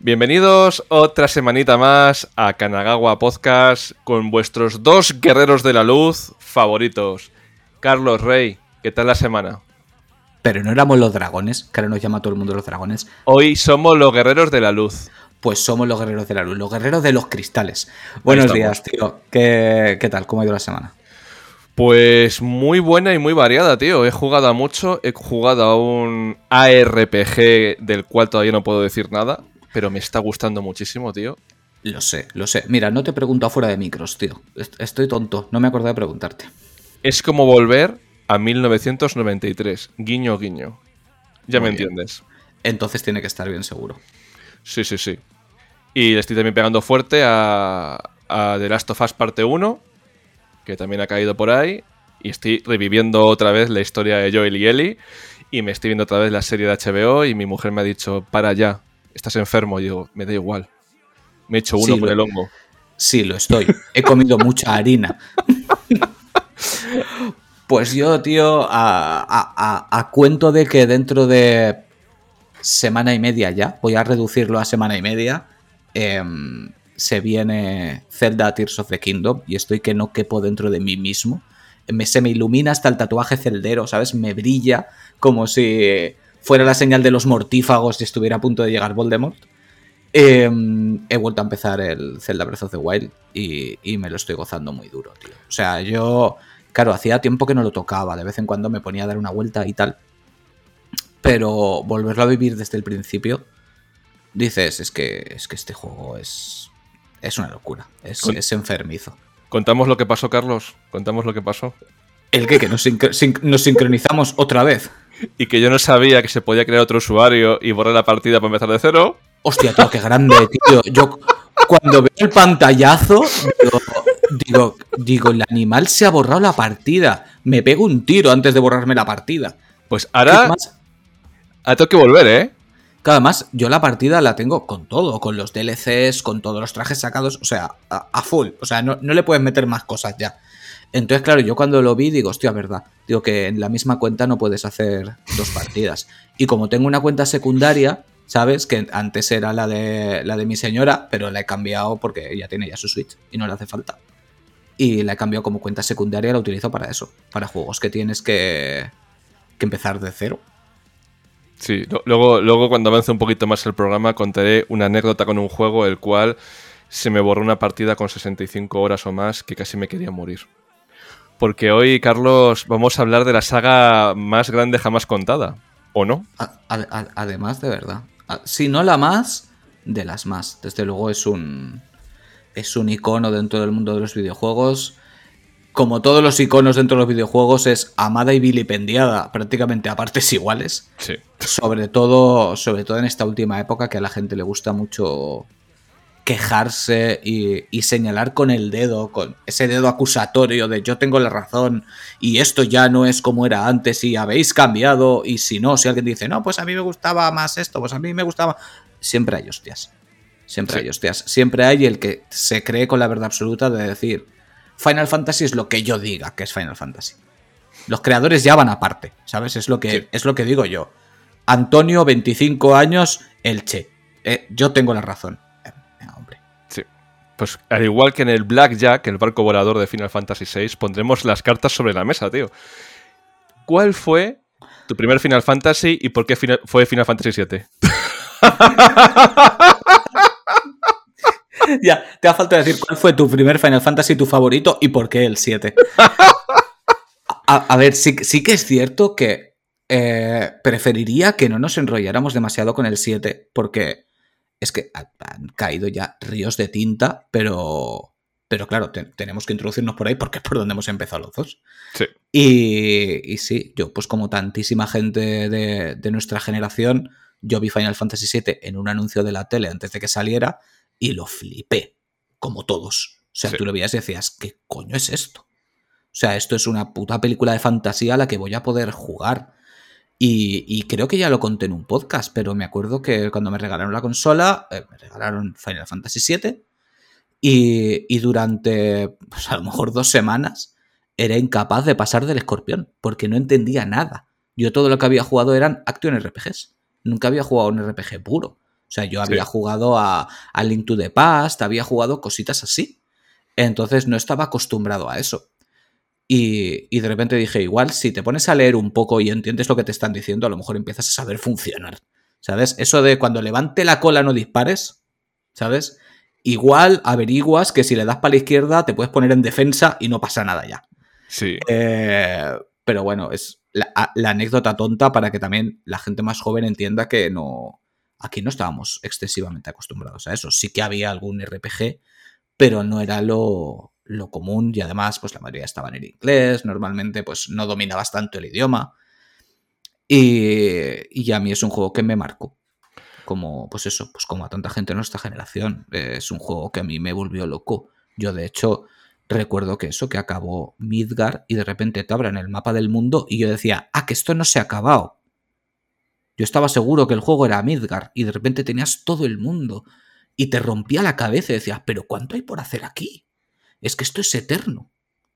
Bienvenidos otra semanita más a Kanagawa Podcast con vuestros dos guerreros de la luz favoritos. Carlos, Rey, ¿qué tal la semana? Pero no éramos los dragones, que ahora nos llama todo el mundo los dragones. Hoy somos los guerreros de la luz. Pues somos los guerreros de la luz, los guerreros de los cristales. Buenos días, tío. ¿Qué tal? ¿Cómo ha ido la semana? Pues muy buena y muy variada, tío. He jugado a mucho, he jugado a un ARPG del cual todavía no puedo decir nada, pero me está gustando muchísimo, tío. Lo sé. Mira, no te pregunto afuera de micros, tío. Estoy tonto, no me acordé de preguntarte. Es como volver a 1993. Guiño, guiño. Ya me entiendes. Entonces tiene que estar bien seguro. Sí. Y le estoy también pegando fuerte a The Last of Us parte 1, que también ha caído por ahí. Y estoy reviviendo otra vez la historia de Joel y Ellie. Y me estoy viendo otra vez la serie de HBO. Y mi mujer me ha dicho, para ya, estás enfermo. Y digo, me da igual. Me he hecho uno con el hongo. Sí, lo estoy. He comido mucha harina. Pues yo, tío, a cuento de que dentro de semana y media ya, voy a reducirlo a semana y media, se viene Zelda Tears of the Kingdom y estoy que no quepo dentro de mí mismo. Se me ilumina hasta el tatuaje celdero, ¿sabes? Me brilla como si fuera la señal de los mortífagos y estuviera a punto de llegar Voldemort. He vuelto a empezar el Zelda Breath of the Wild y me lo estoy gozando muy duro, tío. O sea, yo, claro, hacía tiempo que no lo tocaba, de vez en cuando me ponía a dar una vuelta y tal. Pero volverlo a vivir desde el principio, dices, es que este juego es una locura, es enfermizo. ¿Contamos lo que pasó, Carlos? ¿Contamos lo que pasó? ¿El qué? ¿Que nos sincronizamos otra vez? Y que yo no sabía que se podía crear otro usuario y borrar la partida para empezar de cero. Hostia, tío, qué grande, tío. Yo cuando veo el pantallazo, digo, el animal se ha borrado la partida. Me pego un tiro antes de borrarme la partida. Pues ahora tengo que volver, ¿eh? Además, yo la partida la tengo con todo, con los DLCs, con todos los trajes sacados, o sea, a full. O sea, no le puedes meter más cosas ya. Entonces, claro, yo cuando lo vi digo, hostia, verdad. Digo que en la misma cuenta no puedes hacer dos partidas. Y como tengo una cuenta secundaria, ¿sabes? Que antes era la de mi señora, pero la he cambiado porque ella tiene ya su Switch y no le hace falta. Y la he cambiado como cuenta secundaria y la utilizo para eso. Para juegos que tienes que empezar de cero. Sí, luego cuando avance un poquito más el programa contaré una anécdota con un juego el cual se me borró una partida con 65 horas o más que casi me quería morir. Porque hoy, Carlos, vamos a hablar de la saga más grande jamás contada, ¿o no? Además, de verdad. Si no la más, de las más. Desde luego es un icono dentro del mundo de los videojuegos. Como todos los iconos dentro de los videojuegos, es amada y vilipendiada prácticamente a partes iguales. Sí. Sobre todo en esta última época, que a la gente le gusta mucho quejarse y señalar con el dedo, con ese dedo acusatorio de yo tengo la razón y esto ya no es como era antes y habéis cambiado. Y si no, si alguien dice, no, pues a mí me gustaba más esto, pues a mí me gustaba... Siempre hay hostias. Siempre hay el que se cree con la verdad absoluta de decir... Final Fantasy es lo que yo diga que es Final Fantasy. Los creadores ya van aparte, ¿sabes? Es lo que digo yo. Antonio, 25 años, Elche. Yo tengo la razón. Hombre. Sí. Pues al igual que en el Blackjack, el barco volador de Final Fantasy VI, pondremos las cartas sobre la mesa, tío. ¿Cuál fue tu primer Final Fantasy y por qué fue Final Fantasy VII? Ya, te ha falta decir cuál fue tu primer Final Fantasy, tu favorito y por qué el 7. A ver, sí que es cierto que preferiría que no nos enrolláramos demasiado con el 7, porque es que han caído ya ríos de tinta, pero claro, tenemos que introducirnos por ahí porque es por donde hemos empezado los dos. Sí. Y sí, yo pues como tantísima gente de nuestra generación, yo vi Final Fantasy VII en un anuncio de la tele antes de que saliera y lo flipé, como todos. O sea, tú lo veías y decías, ¿qué coño es esto? O sea, esto es una puta película de fantasía a la que voy a poder jugar. Y creo que ya lo conté en un podcast, pero me acuerdo que cuando me regalaron la consola, me regalaron Final Fantasy VII y durante, pues a lo mejor 2 semanas, era incapaz de pasar del escorpión, porque no entendía nada. Yo todo lo que había jugado eran Action RPGs. Nunca había jugado un RPG puro. O sea, yo había jugado a Link to the Past, había jugado cositas así. Entonces no estaba acostumbrado a eso. Y de repente dije, igual, si te pones a leer un poco y entiendes lo que te están diciendo, a lo mejor empiezas a saber funcionar. ¿Sabes? Eso de cuando levante la cola no dispares, ¿sabes? Igual averiguas que si le das para la izquierda te puedes poner en defensa y no pasa nada ya. Sí. Pero bueno, es la anécdota tonta para que también la gente más joven entienda que no... Aquí no estábamos excesivamente acostumbrados a eso. Sí que había algún RPG, pero no era lo común y además pues la mayoría estaban en inglés, normalmente pues no dominabas tanto el idioma y a mí es un juego que me marcó. Como, pues eso, pues como a tanta gente de nuestra generación. Es un juego que a mí me volvió loco. Yo, de hecho, recuerdo que eso, que acabó Midgar y de repente te abran el mapa del mundo y yo decía, que esto no se ha acabado. Yo estaba seguro que el juego era Midgar y de repente tenías todo el mundo y te rompía la cabeza y decías, pero ¿cuánto hay por hacer aquí? Es que esto es eterno.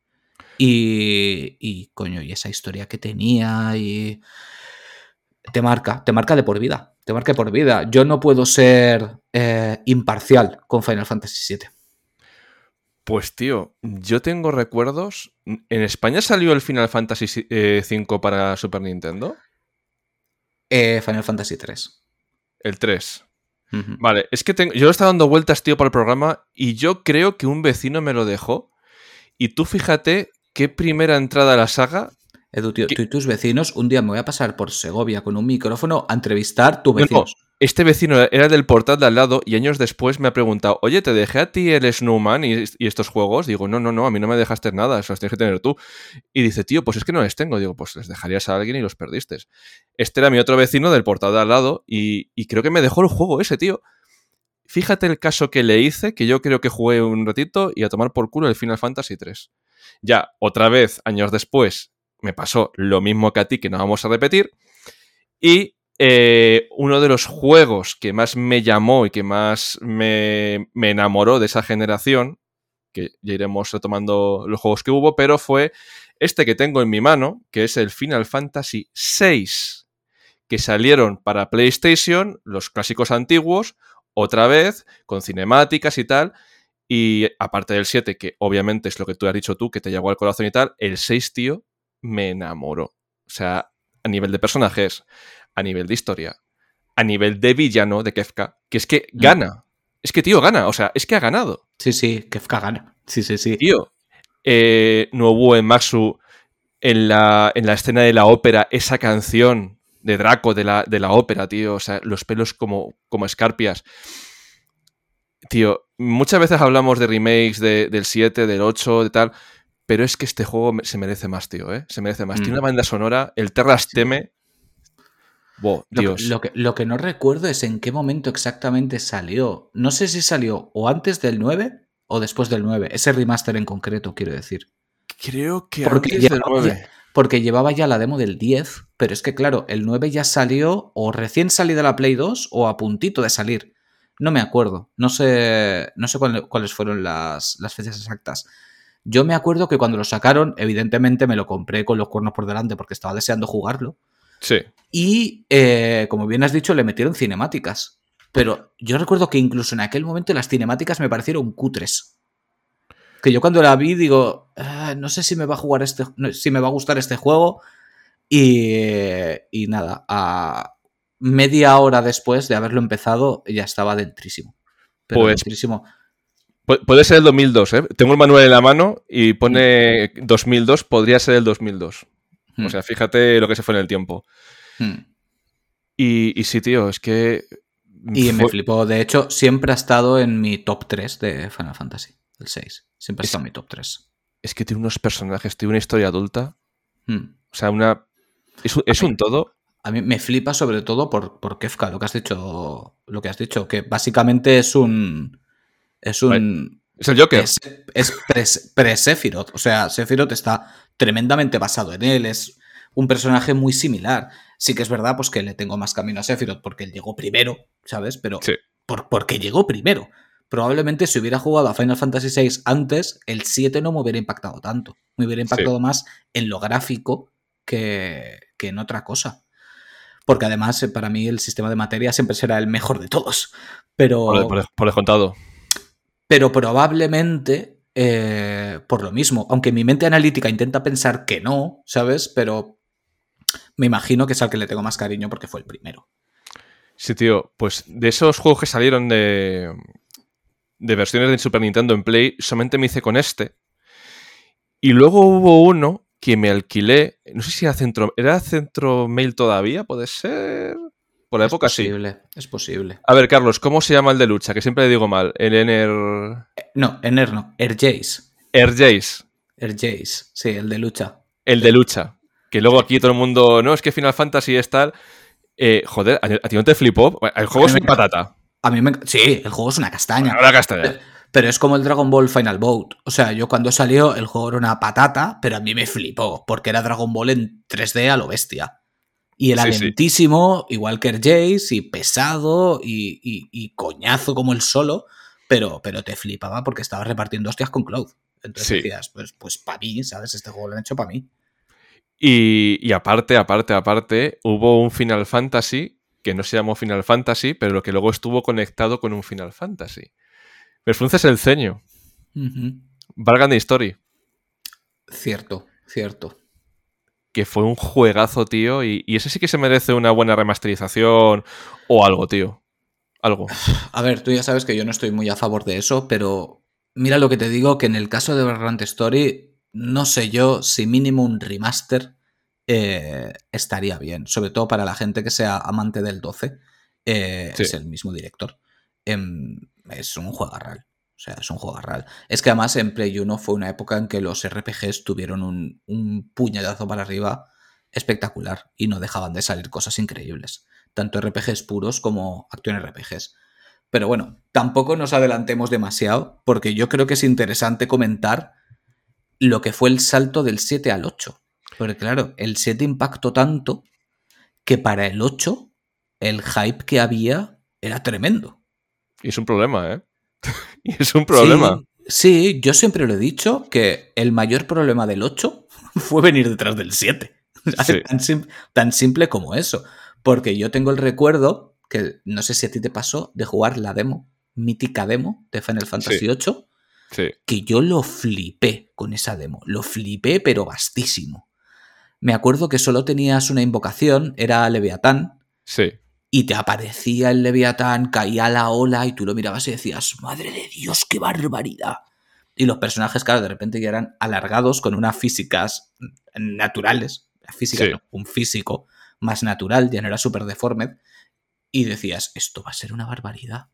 Y coño, y esa historia que tenía y... Te marca de por vida. Te marca de por vida. Yo no puedo ser imparcial con Final Fantasy VII. Pues tío, yo tengo recuerdos. ¿En España salió el Final Fantasy V para Super Nintendo? Final Fantasy III. El 3. Vale, es que yo lo estaba dando vueltas, tío, para el programa y yo creo que un vecino me lo dejó. Y tú fíjate qué primera entrada a la saga... Edu, tío, tú y tus vecinos, un día me voy a pasar por Segovia con un micrófono a entrevistar tus vecinos. No, este vecino era del portal de al lado y años después me ha preguntado, oye, ¿te dejé a ti el Snowman y estos juegos? Digo, no, a mí no me dejaste nada, eso los tienes que tener tú. Y dice, tío, pues es que no les tengo. Digo, pues les dejarías a alguien y los perdiste. Este era mi otro vecino del portal de al lado y creo que me dejó el juego ese, tío. Fíjate el caso que le hice, que yo creo que jugué un ratito y a tomar por culo el Final Fantasy 3. Ya, otra vez, años después, me pasó lo mismo que a ti, que no vamos a repetir. Y uno de los juegos que más me llamó y que más me enamoró de esa generación, que ya iremos retomando los juegos que hubo, pero fue este que tengo en mi mano, que es el Final Fantasy VI, que salieron para PlayStation, los clásicos antiguos, otra vez, con cinemáticas y tal. Y aparte del 7, que obviamente es lo que tú has dicho tú, que te llegó al corazón y tal, el 6, tío, me enamoró. O sea, a nivel de personajes, a nivel de historia, a nivel de villano de Kefka, que es que gana. Es que, tío, gana. O sea, es que ha ganado. Sí, Kefka gana. Sí. Tío, Nobuo Ematsu en la escena de la ópera, esa canción de Draco de la ópera, tío. O sea, los pelos como escarpias. Tío, muchas veces hablamos de remakes del 7, del 8, de tal, pero es que este juego se merece más, tío, ¿eh? Se merece más. Tiene una banda sonora, el Terras Teme. Wow, Dios. Lo que no recuerdo es en qué momento exactamente salió. No sé si salió o antes del 9 o después del 9. Ese remaster en concreto, quiero decir. Creo que antes del 9. Porque llevaba ya la demo del 10, pero es que claro, el 9 ya salió o recién salido de la Play 2 o a puntito de salir. No me acuerdo. No sé cuáles fueron las fechas exactas. Yo me acuerdo que cuando lo sacaron, evidentemente me lo compré con los cuernos por delante porque estaba deseando jugarlo. Sí. Y, como bien has dicho, le metieron cinemáticas. Pero yo recuerdo que incluso en aquel momento las cinemáticas me parecieron cutres. Que yo cuando la vi digo, no sé si me va a gustar este juego. Y nada, a media hora después de haberlo empezado ya estaba dentrísimo. Pero pues dentrísimo. Puede ser el 2002, ¿eh? Tengo el manual en la mano y pone 2002, podría ser el 2002. O sea, fíjate lo que se fue en el tiempo. Y sí, tío, es que... Y me flipó. De hecho, siempre ha estado en mi top 3 de Final Fantasy, el 6. Siempre ha estado en mi top 3. Es que tiene unos personajes, tiene una historia adulta. O sea, es un todo. A mí me flipa sobre todo por Kefka, lo que has dicho, que básicamente es un... Es el Joker. Es pre-Sephiroth. O sea, Sephiroth está tremendamente basado en él. Es un personaje muy similar. Sí que es verdad pues que le tengo más camino a Sephiroth porque él llegó primero, ¿sabes? Pero sí. Porque llegó primero. Probablemente si hubiera jugado a Final Fantasy VI antes, el 7 no me hubiera impactado tanto. Me hubiera impactado más en lo gráfico que en otra cosa. porque además para mí el sistema de materia siempre será el mejor de todos. Pero Por descontado. Pero probablemente, por lo mismo, aunque mi mente analítica intenta pensar que no, ¿sabes? Pero me imagino que es al que le tengo más cariño porque fue el primero. Sí, tío, pues de esos juegos que salieron de versiones de Super Nintendo en Play, solamente me hice con este. Y luego hubo uno que me alquilé, no sé si era Centro Mail todavía, puede ser. Por la época sí. Es posible. A ver, Carlos, ¿cómo se llama el de lucha? Que siempre le digo mal. El Ener. No, Ener no, Airjace. Airjace. Airjace, sí, el de lucha. El de lucha. Que luego aquí todo el mundo. No, es que Final Fantasy es tal. Joder, ¿a ti no te flipó? El juego es una patata. A mí me. Sí, el juego es una castaña. Ahora castaña. Pero es como el Dragon Ball Final Bout. O sea, yo cuando salió el juego era una patata, pero a mí me flipó, porque era Dragon Ball en 3D a lo bestia. Y era lentísimo, igual que Airjace, y pesado, y coñazo como el solo, pero te flipaba porque estabas repartiendo hostias con Cloud. Entonces decías, pues para mí, ¿sabes? Este juego lo han hecho para mí. Y aparte, hubo un Final Fantasy que no se llamó Final Fantasy, pero que luego estuvo conectado con un Final Fantasy. Me frunces el ceño. Valgan de Story. Cierto. Que fue un juegazo, tío, y ese sí que se merece una buena remasterización o algo, tío. Algo. A ver, tú ya sabes que yo no estoy muy a favor de eso, pero mira lo que te digo, que en el caso de Valorant Story, no sé yo si mínimo un remaster estaría bien, sobre todo para la gente que sea amante del 12. Es el mismo director. Es un juegarral. O sea, es un juegarral. Es que además en Play 1 fue una época en que los RPGs tuvieron un puñetazo para arriba espectacular y no dejaban de salir cosas increíbles. Tanto RPGs puros como Action RPGs. Pero bueno, tampoco nos adelantemos demasiado, porque yo creo que es interesante comentar lo que fue el salto del 7 al 8. Porque claro, el 7 impactó tanto que para el 8 el hype que había era tremendo. Y es un problema, ¿eh? Y es un problema. Sí, yo siempre lo he dicho que el mayor problema del 8 fue venir detrás del 7. Sí. Tan simple como eso. Porque yo tengo el recuerdo, que no sé si a ti te pasó, de jugar la demo, mítica demo de Final Fantasy VIII, que yo lo flipé con esa demo. Lo flipé, pero vastísimo. Me acuerdo que solo tenías una invocación, era Leviatán. Sí. Y te aparecía el Leviatán, caía la ola y tú lo mirabas y decías, ¡madre de Dios, qué barbaridad! Y los personajes, claro, de repente ya eran alargados con unas físicas naturales. Un físico más natural, ya no era súper deformed. Y decías, esto va a ser una barbaridad.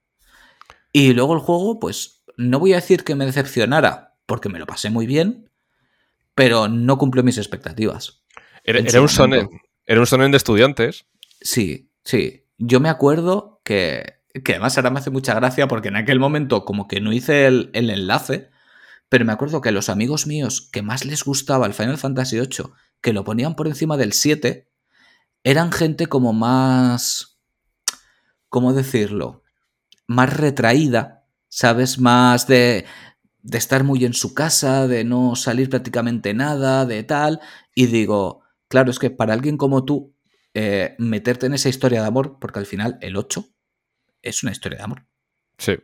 Y luego el juego, pues, no voy a decir que me decepcionara, porque me lo pasé muy bien, pero no cumplió mis expectativas. Era un sonen de estudiantes. Sí. Yo me acuerdo que además ahora me hace mucha gracia porque en aquel momento como que no hice el enlace, pero me acuerdo que los amigos míos que más les gustaba el Final Fantasy VIII, que lo ponían por encima del 7, eran gente como más... ¿Cómo decirlo? Más retraída, ¿sabes? Más de estar muy en su casa, de no salir prácticamente nada, de tal. Y digo, claro, es que para alguien como tú, meterte en esa historia de amor, porque al final el 8 es una historia de amor. Sí.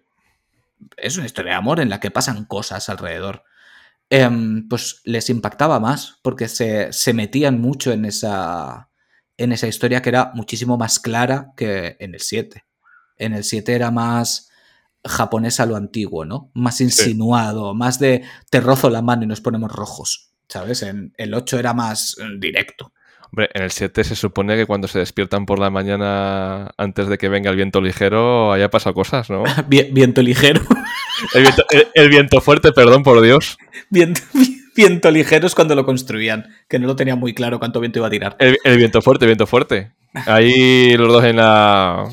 Es una historia de amor en la que pasan cosas alrededor. Pues les impactaba más, porque se metían mucho en esa historia que era muchísimo más clara que en el 7. En el 7 era más japonés a lo antiguo, ¿no? Más insinuado, más de te rozo la mano y nos ponemos rojos, ¿sabes? En el 8 era más directo. Hombre, en el 7 se supone que cuando se despiertan por la mañana antes de que venga el viento ligero haya pasado cosas, ¿no? Viento ligero. El viento fuerte, perdón, por Dios. Viento ligero es cuando lo construían, que no lo tenían muy claro cuánto viento iba a tirar. El viento fuerte. Ahí los dos en la...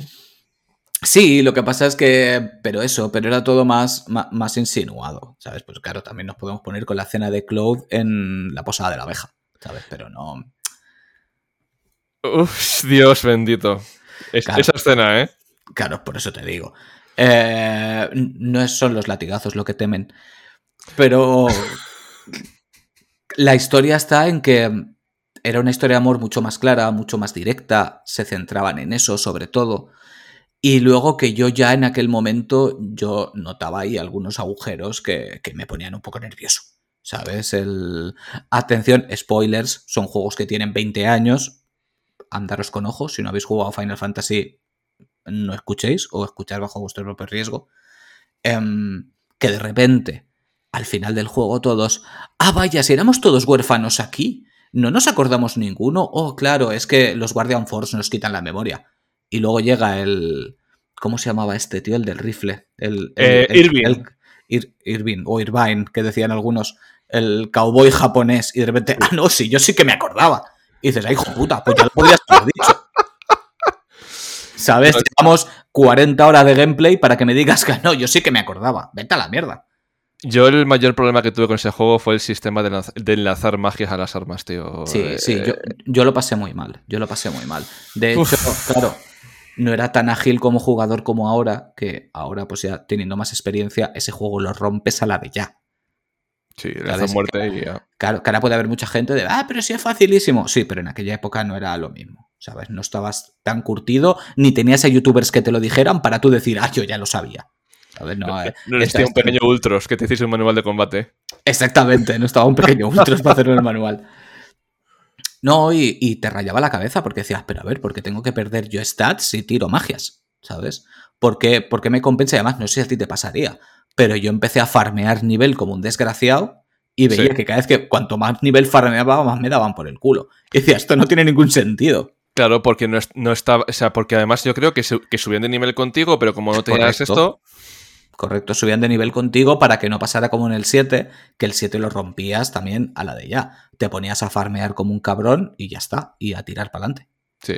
Sí, lo que pasa es que... Pero era todo más insinuado, ¿sabes? Pues claro, también nos podemos poner con la cena de Cloud en la posada de la abeja, ¿sabes? Pero no... Uf, Dios bendito. Claro, esa escena, ¿eh? Claro, por eso te digo. No son los latigazos lo que temen. Pero la historia está en que era una historia de amor mucho más clara, mucho más directa, se centraban en eso sobre todo. Y luego que yo ya en aquel momento yo notaba ahí algunos agujeros que me ponían un poco nervioso, ¿sabes? Atención, spoilers, son juegos que tienen 20 años, andaros con ojos, si no habéis jugado Final Fantasy no escuchéis o escuchad bajo vuestro propio riesgo. Que de repente, al final del juego todos, vaya, si éramos todos huérfanos aquí, no nos acordamos ninguno, claro, es que los Guardian Force nos quitan la memoria. Y luego llega ¿cómo se llamaba este tío? El del rifle. Irving. Irving o Irvine, que decían algunos, el cowboy japonés, y de repente, no, sí, yo sí que me acordaba. Y dices, hijo puta, pues ya lo podrías haber dicho. ¿Sabes? Llevamos 40 horas de gameplay para que me digas que no, yo sí que me acordaba. Vete a la mierda. Yo el mayor problema que tuve con ese juego fue el sistema de enlazar magias a las armas, tío. Sí, yo lo pasé muy mal. De hecho, claro, no era tan ágil como jugador como ahora, que ahora, pues ya teniendo más experiencia, ese juego lo rompes a la de ya. Sí, le hace muerte y ya. Claro, que ahora puede haber mucha gente de, pero sí es facilísimo. Sí, pero en aquella época no era lo mismo, ¿sabes? No estabas tan curtido, ni tenías a youtubers que te lo dijeran para tú decir, yo ya lo sabía. ¿Sabes? No existía un pequeño Ultros que te hiciese un manual de combate. Exactamente, no estaba un pequeño Ultros para hacerlo en el manual. No, y te rayaba la cabeza porque decías, pero a ver, ¿por qué tengo que perder yo stats si tiro magias? ¿Sabes? ¿Por qué me compensa? Y además, no sé si a ti te pasaría, pero yo empecé a farmear nivel como un desgraciado y veía que cada vez que cuanto más nivel farmeaba, más me daban por el culo. Y decía, esto no tiene ningún sentido. Claro, porque no estaba. O sea, porque además yo creo que subían de nivel contigo, pero como no tenías esto. Correcto, subían de nivel contigo para que no pasara como en el 7, que el 7 lo rompías también a la de ya. Te ponías a farmear como un cabrón y ya está, y a tirar para adelante.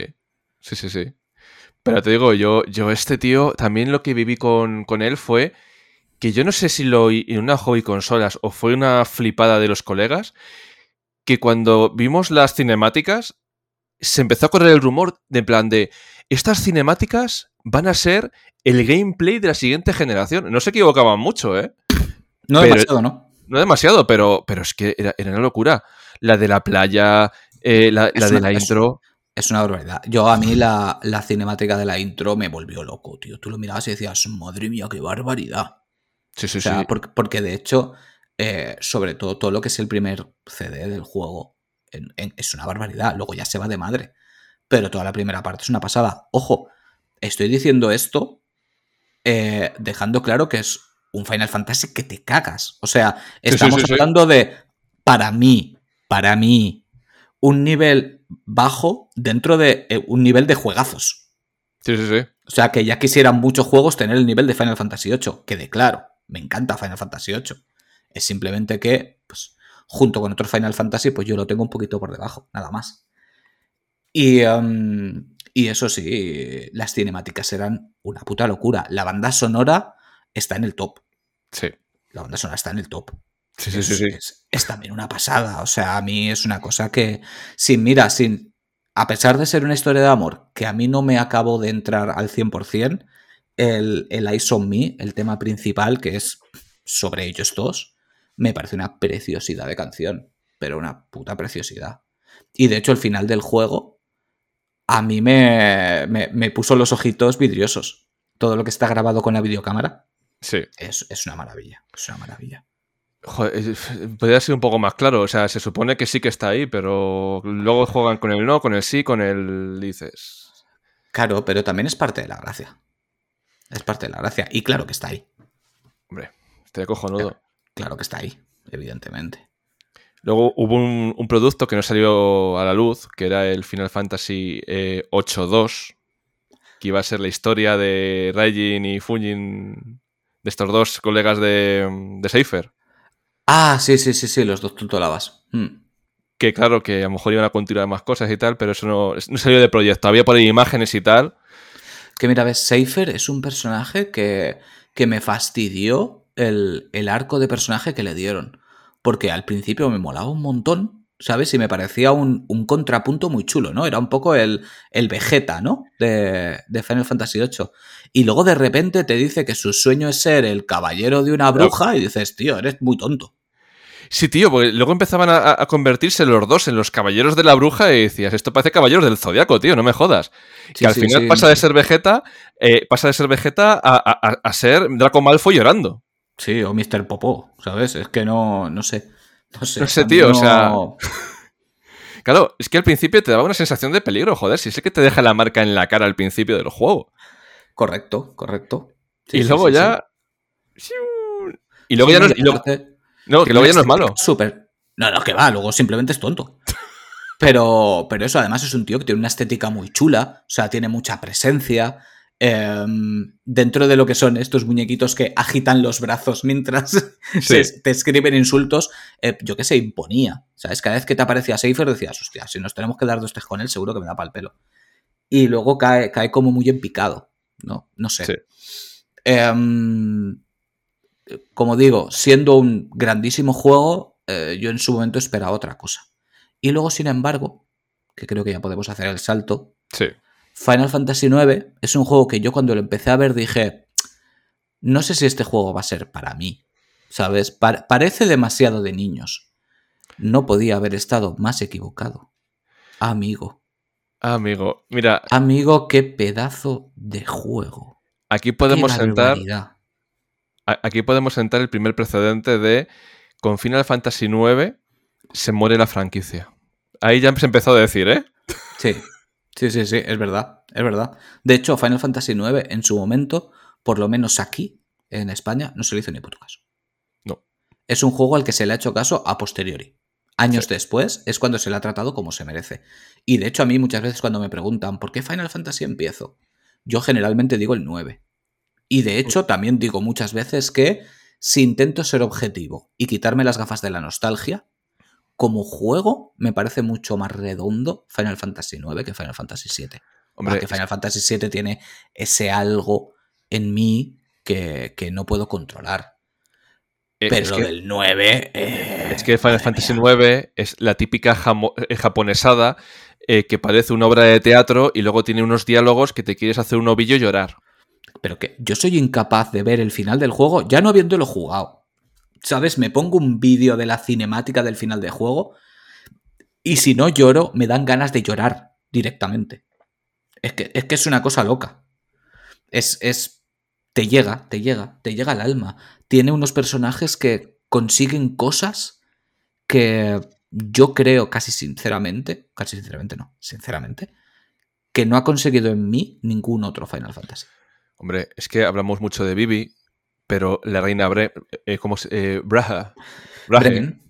Sí. Pero te digo, yo este tío, también lo que viví con él fue que yo no sé si lo oí en una hobby consolas o fue una flipada de los colegas, que cuando vimos las cinemáticas se empezó a correr el rumor de en plan de estas cinemáticas van a ser el gameplay de la siguiente generación. No se equivocaban mucho, ¿eh? No demasiado, ¿no? No demasiado, pero es que era una locura. La de la playa, la de la intro. Es una barbaridad. A mí la cinemática de la intro me volvió loco, tío. Tú lo mirabas y decías, madre mía, qué barbaridad. Sí. Porque de hecho, sobre todo lo que es el primer CD del juego, es una barbaridad. Luego ya se va de madre. Pero toda la primera parte es una pasada. Ojo, estoy diciendo esto dejando claro que es un Final Fantasy que te cagas. O sea, estamos hablando de, para mí, un nivel bajo dentro de un nivel de juegazos. Sí. O sea, que ya quisieran muchos juegos tener el nivel de Final Fantasy VIII. Que de claro, me encanta Final Fantasy VIII. Es simplemente que, pues, junto con otros Final Fantasy, pues yo lo tengo un poquito por debajo, nada más. Y eso sí, las cinemáticas eran una puta locura. La banda sonora está en el top. Sí. La banda sonora está en el top. Sí. Es también una pasada. O sea, a mí es una cosa que, a pesar de ser una historia de amor, que a mí no me acabo de entrar al 100%, el Eyes on Me, el tema principal, que es sobre ellos dos, me parece una preciosidad de canción. Pero una puta preciosidad. Y de hecho, el final del juego a mí me puso los ojitos vidriosos. Todo lo que está grabado con la videocámara. Sí. Es una maravilla. Es una maravilla. Joder, podría ser un poco más claro. O sea, se supone que sí que está ahí, pero luego juegan con el no, con el sí, con el dices. Claro, pero también es parte de la gracia. Es parte de la gracia. Y claro que está ahí. Hombre, estoy cojonudo. Claro que está ahí, evidentemente. Luego hubo un producto que no salió a la luz, que era el Final Fantasy 8-2, que iba a ser la historia de Raijin y Fujin, de estos dos colegas de Seifer. Sí, los dos tuntolabas. Que claro, que a lo mejor iban a continuar más cosas y tal, pero eso no salió de proyecto. Había por ahí imágenes y tal. Que mira, ves, Seifer es un personaje que me fastidió el arco de personaje que le dieron. Porque al principio me molaba un montón, ¿sabes? Y me parecía un contrapunto muy chulo, ¿no? Era un poco el Vegeta, ¿no? De Final Fantasy VIII. Y luego de repente te dice que su sueño es ser el caballero de una bruja y dices, tío, eres muy tonto. Sí, tío, porque luego empezaban a convertirse los dos en los caballeros de la bruja y decías, esto parece caballeros del Zodiaco, tío, no me jodas. Sí, Que al sí, final sí, pasa no de sé. ser Vegeta, a ser Draco Malfoy llorando. Sí, o Mr. Popó, ¿sabes? Es que no sé. No No sé, sé, a mí tío, o sea, no... claro, es que al principio te daba una sensación de peligro, joder, si es que te deja la marca en la cara al principio del juego. Correcto, correcto. Sí, Y sí, luego sí, sí. ya... ¡Siu! Y luego Sí, ya no no, y es... aparte No, que tiene luego una ya no es estética malo. súper... No, no, que va, luego simplemente es tonto. Pero eso, además, es un tío que tiene una estética muy chula, o sea, tiene mucha presencia. Dentro de lo que son estos muñequitos que agitan los brazos mientras Sí. te escriben insultos, yo qué sé, imponía. ¿Sabes? Cada vez que te aparecía Seifer decías, hostia, si nos tenemos que dar dos con él, seguro que me da pa'l pelo. Y luego cae como muy en picado, ¿no? No Sí. sé. Em, Como digo, siendo un grandísimo juego, yo en su momento esperaba otra cosa. Y luego, sin embargo, que creo que ya podemos hacer el salto, Sí. Final Fantasy IX es un juego que yo cuando lo empecé a ver dije, no sé si este juego va a ser para mí, ¿sabes? Parece demasiado de niños. No podía haber estado más equivocado. Amigo, Amigo, mira, amigo, qué pedazo de juego. aquí Qué podemos sentar... barbaridad. Aquí podemos sentar el primer precedente de con Final Fantasy IX se muere la franquicia. Ahí ya se empezó a decir, ¿eh? Sí, sí, sí, sí, es verdad, es verdad. De hecho, Final Fantasy IX en su momento, por lo menos aquí, en España, no se le hizo ni puto caso. No. Es un juego al que se le ha hecho caso a posteriori. Sí. Años después es cuando se le ha tratado como se merece. Y de hecho a mí muchas veces cuando me preguntan ¿por qué Final Fantasy empiezo? Yo generalmente digo el 9. Y de hecho también digo muchas veces que si intento ser objetivo y quitarme las gafas de la nostalgia, como juego me parece mucho más redondo Final Fantasy IX que Final Fantasy VII. Va, Hombre, que Final Fantasy VII tiene ese algo en mí que no puedo controlar. eh, Pero es lo que, del 9, es que Final madre Fantasy mía. IX es la típica japonesada que parece una obra de teatro y luego tiene unos diálogos que te quieres hacer un ovillo y llorar. Pero que yo soy incapaz de ver el final del juego, ya no habiéndolo jugado. ¿Sabes? Me pongo un vídeo de la cinemática del final del juego y si no lloro, me dan ganas de llorar directamente. Es que es una cosa loca. Es. Te llega al alma. Tiene unos personajes que consiguen cosas que yo creo casi sinceramente no, sinceramente, que no ha conseguido en mí ningún otro Final Fantasy. Hombre, es que hablamos mucho de Vivi, pero la reina Brahe, Bremen,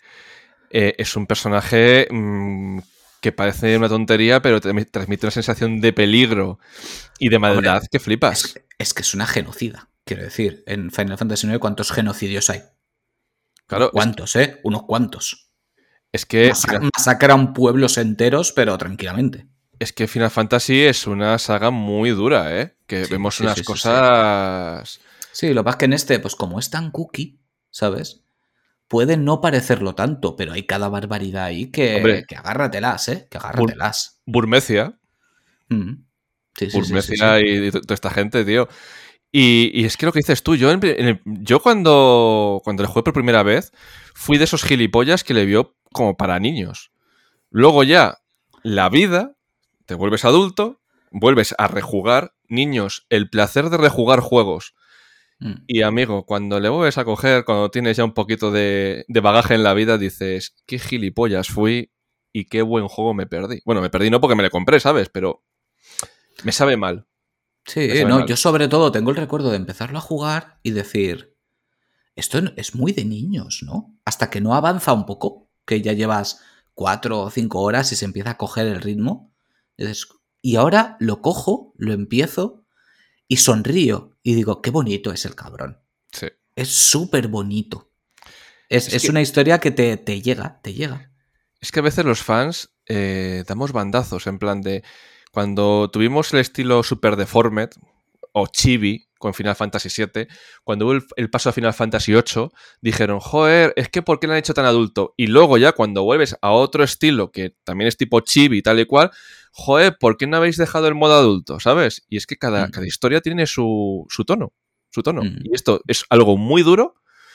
es un personaje que parece una tontería, pero te transmite una sensación de peligro y de maldad hombre, que es, flipas. es que es una genocida. Quiero decir, en Final Fantasy IX, ¿cuántos genocidios hay? Unos Claro, cuantos, ¿eh? Unos cuantos. es que Masacran pueblos enteros, pero tranquilamente. Es que Final Fantasy es una saga muy dura, ¿eh? Que Sí, vemos sí, unas sí, sí, sí. cosas... Sí, lo que pasa es que en este, pues como es tan cookie, ¿sabes? Puede no parecerlo tanto, pero hay cada barbaridad ahí Hombre, que agárratelas, ¿eh? Que Bur- agárratelas. Burmecia. Mm. Sí, sí, sí, sí, Burmecia sí. y toda esta gente, tío. Y es que lo que dices tú, yo cuando le jugué por primera vez, fui de esos gilipollas que le vio como para niños. Luego ya, la vida, te vuelves adulto, vuelves a rejugar. Niños, el placer de rejugar juegos. Mm. Y amigo, cuando le vuelves a coger, cuando tienes ya un poquito de bagaje en la vida, dices, qué gilipollas fui y qué buen juego me perdí. Bueno, me perdí no porque me lo compré, ¿sabes? Pero me sabe mal. Me Sí, sabe no, mal. yo sobre todo tengo el recuerdo de empezarlo a jugar y decir, esto es muy de niños, ¿no? Hasta que no avanza un poco, que ya llevas 4 o 5 horas y se empieza a coger el ritmo. Y ahora lo cojo, lo empiezo y sonrío y digo, qué bonito es el cabrón. Sí. Es súper bonito. Es, Es es que, una historia que te llega, te llega. es que a veces los fans damos bandazos, en plan de. Cuando tuvimos el estilo Super Deformed o Chibi con Final Fantasy VII, cuando hubo el paso a Final Fantasy VIII, dijeron, joder, es que ¿por qué lo han hecho tan adulto? Y luego ya cuando vuelves a otro estilo, que también es tipo Chibi y tal y cual, joder, ¿por qué no habéis dejado el modo adulto? ¿Sabes? Y es que cada Mm, historia tiene su tono, su tono. mm. Y esto es algo muy duro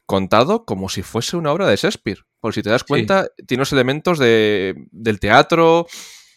contado como si fuese una obra de Shakespeare. Por si te das cuenta, Sí. tiene los elementos del teatro,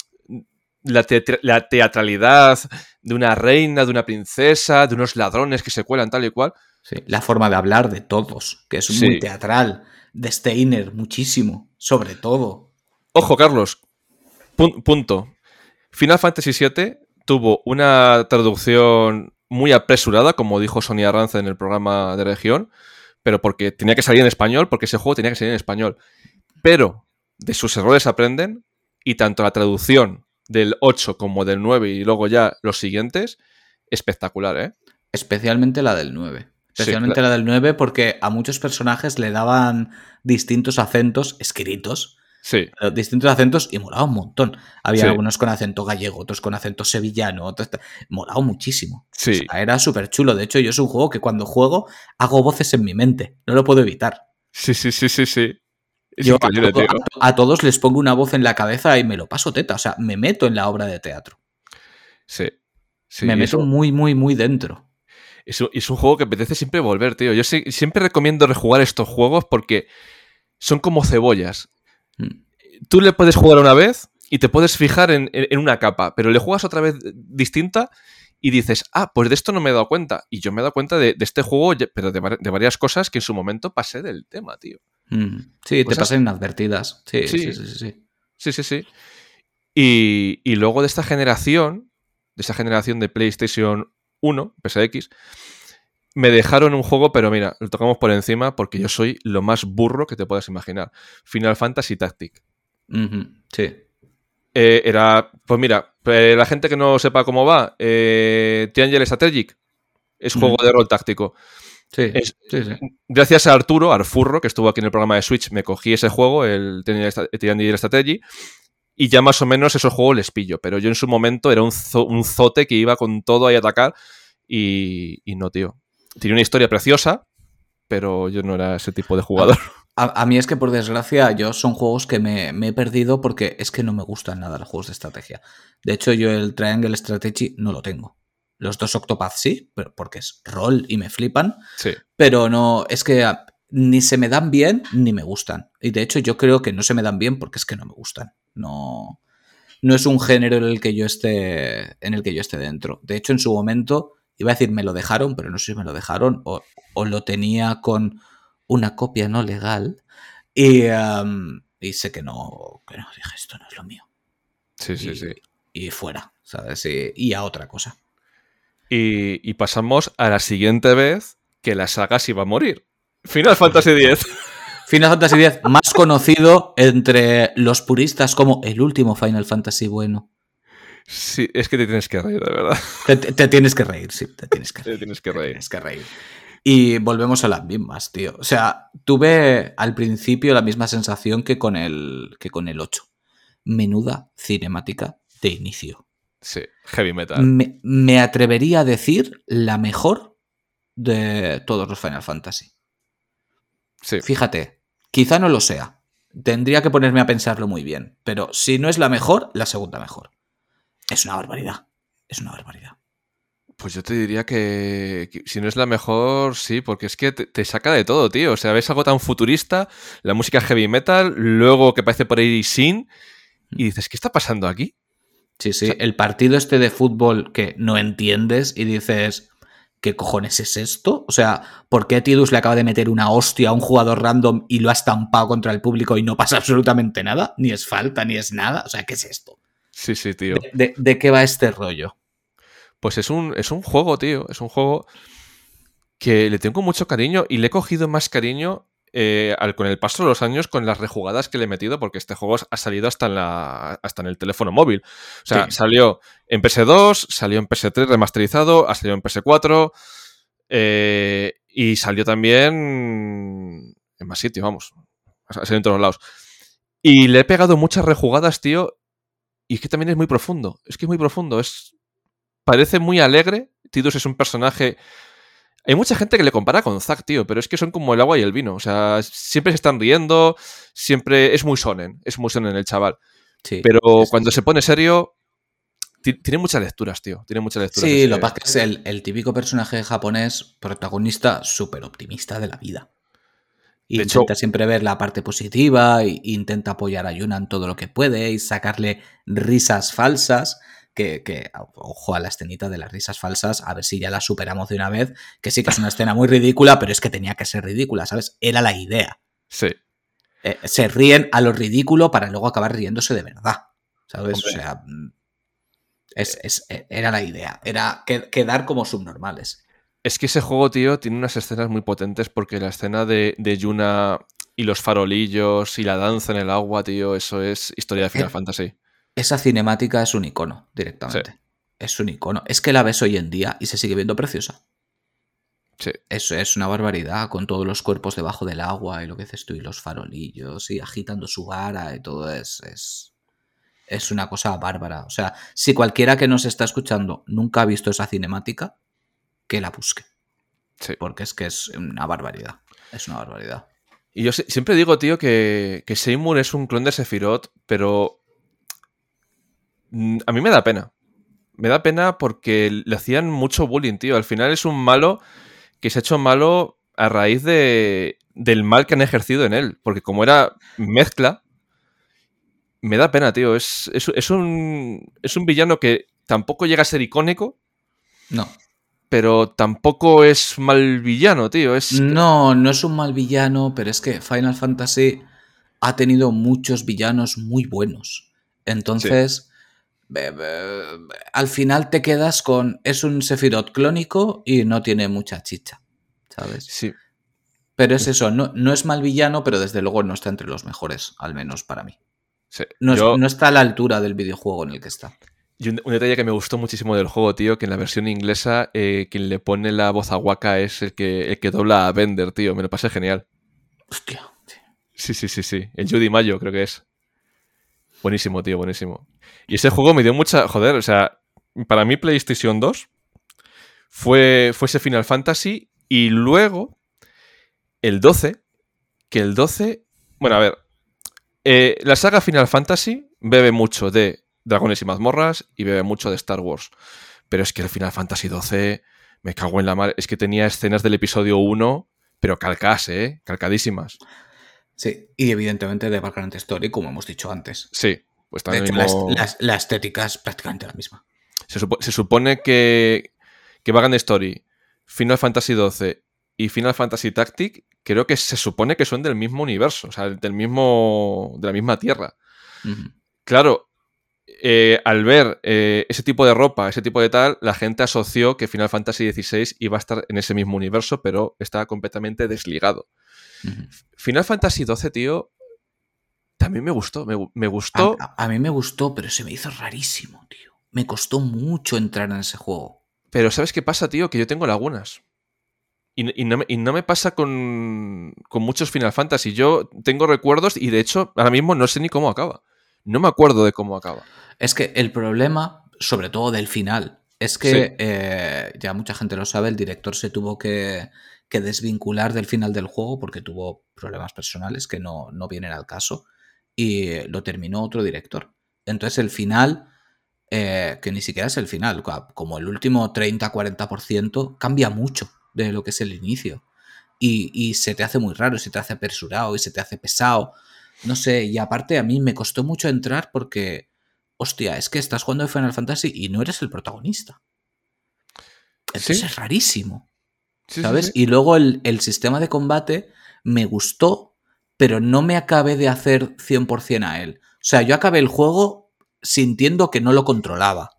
la teatralidad de una reina, de una princesa, de unos ladrones que se cuelan tal y cual. Sí, la forma de hablar de todos, que es muy Sí. teatral. De Steiner, muchísimo, sobre todo. Ojo, Carlos, punto. Final Fantasy VII tuvo una traducción muy apresurada, como dijo Sonia Arranza en el programa de región, pero porque tenía que salir en español, porque ese juego tenía que salir en español. Pero de sus errores aprenden, y tanto la traducción del 8 como del 9 y luego ya los siguientes, espectacular, ¿eh? Especialmente la del 9. Sí, Especialmente la del 9 porque a muchos personajes le daban distintos acentos escritos. sí, Distintos acentos y molaba un montón. Había sí, algunos con acento gallego, otros con acento sevillano, otros... molaba muchísimo. O sí, sea, era súper chulo. De hecho, yo es un juego que cuando juego hago voces en mi mente. No lo puedo evitar. sí, sí, sí, sí, sí. Es Yo increíble, tío. a todos les pongo una voz en la cabeza y me lo paso teta. O sea, me meto en la obra de teatro. Sí, sí, Me y meto eso. muy, muy, muy dentro. Es un juego que apetece siempre volver, tío. Yo siempre recomiendo rejugar estos juegos porque son como cebollas. Mm. Tú le puedes jugar una vez y te puedes fijar en una capa, pero le juegas otra vez distinta y dices, pues de esto no me he dado cuenta. Y yo me he dado cuenta de este juego, pero de varias cosas que en su momento pasé del tema, tío. Sí, te Cosas. pasan inadvertidas. Sí, sí, Sí, sí, sí, sí. sí, sí, sí. Y luego de esta generación, de PlayStation 1, PSX, me dejaron un juego, pero mira, lo tocamos por encima porque yo soy lo más burro que te puedas imaginar. Final Fantasy Tactic. Sí. Pues mira, la gente que no sepa cómo va, Triangle Strategic es juego de rol táctico. Sí, sí, sí. Gracias a Arfurro, que estuvo aquí en el programa de Switch, me cogí ese juego, el Triangle Strategy, y ya más o menos esos juegos les pillo. Pero yo en su momento era un zote que iba con todo ahí a atacar y no, tío. Tenía una historia preciosa, pero yo no era ese tipo de jugador. A mí es que, por desgracia, yo son juegos que me he perdido porque es que no me gustan nada los juegos de estrategia. De hecho, yo el Triangle Strategy no lo tengo. Los dos Octopath sí, pero porque es rol y me flipan. Sí. Pero no, es que ni se me dan bien ni me gustan. Y de hecho, yo creo que no se me dan bien porque es que no me gustan. No, no es un género en el que yo esté dentro. De hecho, en su momento, iba a decir me lo dejaron, pero no sé si me lo dejaron o lo tenía con una copia no legal y sé que no, dije, esto no es lo mío. Sí, sí, sí. Y fuera, ¿sabes? Y a otra cosa. Y pasamos a la siguiente vez que la saga se iba a morir. Final Fantasy X. Final Fantasy X, más conocido entre los puristas como el último Final Fantasy bueno. Sí, es que te tienes que reír, de verdad. Te tienes que reír, sí, te tienes que reír. Te tienes que reír. Tienes que reír. Y volvemos a las mismas, tío. O sea, tuve al principio la misma sensación que con el 8. Menuda cinemática de inicio. Sí, heavy metal. Me atrevería a decir la mejor de todos los Final Fantasy. Sí. Fíjate, quizá no lo sea. Tendría que ponerme a pensarlo muy bien. Pero si no es la mejor, la segunda mejor. Es una barbaridad. Es una barbaridad. Pues yo te diría que si no es la mejor, sí, porque es que te saca de todo, tío. O sea, ves algo tan futurista, la música heavy metal, luego que parece por ahí Sin, y dices, ¿qué está pasando aquí? Sí, sí. El partido este de fútbol que no entiendes y dices, ¿qué cojones es esto? O sea, ¿por qué Tidus le acaba de meter una hostia a un jugador random y lo ha estampado contra el público y no pasa absolutamente nada? Ni es falta, ni es nada. O sea, ¿qué es esto? Sí, sí, tío. ¿De qué va este rollo? Pues es un juego, tío. Es un juego que le tengo mucho cariño y le he cogido más cariño con el paso de los años con las rejugadas que le he metido, porque este juego ha salido hasta en el teléfono móvil. O sea, Sí. salió en PS2, salió en PS3 remasterizado, ha salido en PS4 y salió también en más sitios, vamos. Ha salido en todos lados. Y le he pegado muchas rejugadas, tío, y es que también es muy profundo. Es que es muy profundo. Parece muy alegre. Tidus es un personaje... Hay mucha gente que le compara con Zack, tío, pero es que son como el agua y el vino. O sea, siempre se están riendo, siempre... Es muy sonen el chaval. Sí, Pero sí, cuando sí. se pone serio, tiene muchas lecturas, tío. Tiene muchas lecturas. Sí, lo que pasa es que es el típico personaje japonés protagonista súper optimista de la vida. Y De hecho, intenta siempre ver la parte positiva, e intenta apoyar a Yuna en todo lo que puede y sacarle risas falsas. Ojo a la escenita de las risas falsas, a ver si ya la superamos de una vez, que sí que es una escena muy ridícula, pero es que tenía que ser ridícula, ¿sabes? Era la idea. sí, Se ríen a lo ridículo para luego acabar riéndose de verdad, ¿sabes? O hombre. sea, era la idea, era quedar como subnormales. Es que ese juego, tío, tiene unas escenas muy potentes porque la escena de Yuna y los farolillos y la danza en el agua, tío, eso es historia de Final Fantasy. Esa cinemática es un icono Sí, directamente. Es un icono. Es que la ves hoy en día y se sigue viendo preciosa. sí. Eso es una barbaridad, con todos los cuerpos debajo del agua y lo que dices tú, y los farolillos, y agitando su vara y todo es una cosa bárbara. O sea, si cualquiera que nos está escuchando nunca ha visto esa cinemática, que la busque. Sí. Porque es que es una barbaridad. Es una barbaridad. Y yo siempre digo, tío, que Seymour es un clon de Sephiroth, pero a mí me da pena. Me da pena porque le hacían mucho bullying, tío. Al final es un malo que se ha hecho malo a raíz del mal que han ejercido en él. Porque como era mezcla, me da pena, tío. Es un villano que tampoco llega a ser icónico, No. pero tampoco es mal villano, tío. No, no es un mal villano, pero es que Final Fantasy ha tenido muchos villanos muy buenos. Entonces, al final te quedas con... Es un Sephiroth clónico y no tiene mucha chicha, ¿sabes? Sí. Pero es eso, no es mal villano, pero desde luego no está entre los mejores, al menos para mí. Sí. No está a la altura del videojuego en el que está. Y un detalle que me gustó muchísimo del juego, tío, que en la versión inglesa quien le pone la voz a Waka es el que dobla a Bender, tío. Me lo pasé genial. Hostia. Sí. El Judy Mayo creo que es. Buenísimo, tío, buenísimo. Y ese juego me dio mucha... Joder, o sea, para mí PlayStation 2 fue ese Final Fantasy y luego el 12, que el 12... Bueno, a ver, la saga Final Fantasy bebe mucho de Dragones y Mazmorras y bebe mucho de Star Wars. Pero es que el Final Fantasy XII, me cago en la madre, es que tenía escenas del episodio 1, pero calcadas, calcadísimas. Sí, y evidentemente de Background Story, como hemos dicho antes. Sí, pues De hecho, mismo... la estética es prácticamente la misma. Se supone que Vagrant Story, Final Fantasy XII y Final Fantasy Tactic, creo que se supone que son del mismo universo, o sea, de la misma tierra. Uh-huh. Claro, al ver ese tipo de ropa, ese tipo de tal, la gente asoció que Final Fantasy XVI iba a estar en ese mismo universo, pero estaba completamente desligado. Uh-huh. Final Fantasy XII, tío, también me gustó. Me gustó. A mí me gustó, pero se me hizo rarísimo, tío. Me costó mucho entrar en ese juego. Pero ¿sabes qué pasa, tío? Que yo tengo lagunas. Y no me pasa con muchos Final Fantasy. Yo tengo recuerdos y de hecho ahora mismo no sé ni cómo acaba. No me acuerdo de cómo acaba. Es que el problema, sobre todo del final, es que ya mucha gente lo sabe, el director se tuvo que desvincular del final del juego porque tuvo problemas personales que no vienen al caso y lo terminó otro director. Entonces el final, que ni siquiera es el final, como el último 30-40% cambia mucho de lo que es el inicio. Y se te hace muy raro, se te hace apresurado y se te hace pesado. No sé, y aparte a mí me costó mucho entrar porque, hostia, es que estás jugando de Final Fantasy y no eres el protagonista. Entonces Sí, es rarísimo, sí, sí, ¿sabes? sí. Y luego el sistema de combate me gustó, pero no me acabé de hacer 100% a él. O sea, yo acabé el juego sintiendo que no lo controlaba.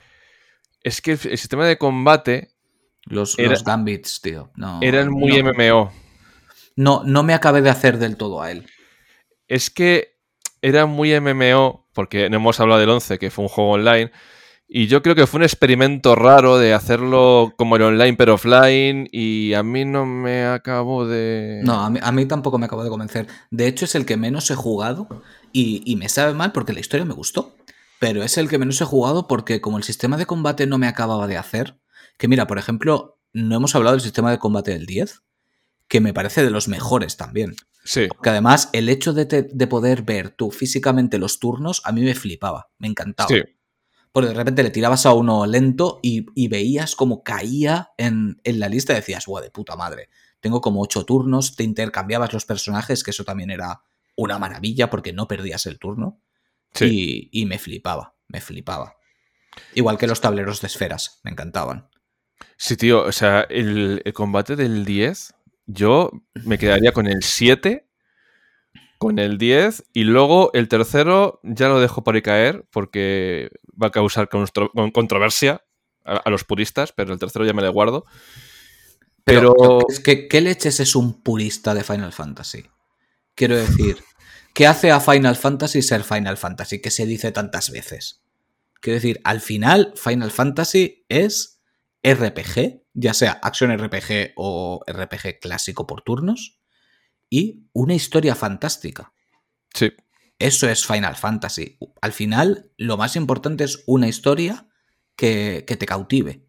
Es que el sistema de combate Los gambits, tío. eran muy MMO. No me acabé de hacer del todo a él. Es que era muy MMO, porque no hemos hablado del 11, que fue un juego online, y yo creo que fue un experimento raro de hacerlo como el online pero offline, y a mí no me acabó de... No, a mí tampoco me acabó de convencer. De hecho, es el que menos he jugado y me sabe mal porque la historia me gustó. Pero es el que menos he jugado porque como el sistema de combate no me acababa de hacer, que mira, por ejemplo, no hemos hablado del sistema de combate del 10, que me parece de los mejores también. Sí. Porque además el hecho de poder ver tú físicamente los turnos a mí me flipaba, me encantaba. Sí. Porque de repente le tirabas a uno lento y veías como caía en la lista y decías, ¡buah, de puta madre! tengo como 8 turnos, te intercambiabas los personajes, que eso también era una maravilla porque no perdías el turno. Sí. Y me flipaba. Igual que los tableros de esferas, me encantaban. Sí, tío, o sea, el combate del 10, yo me quedaría con el 7, con el 10, y luego el tercero ya lo dejo por ahí caer porque va a causar controversia a los puristas, pero el tercero ya me lo guardo. Pero Pero ¿qué leches es un purista de Final Fantasy? Quiero decir, ¿qué hace a Final Fantasy ser Final Fantasy? Que se dice tantas veces. Quiero decir, al final, Final Fantasy es RPG, ya sea Action RPG o RPG clásico por turnos, y una historia fantástica. sí, Eso es Final Fantasy. Al final, lo más importante es una historia que te cautive.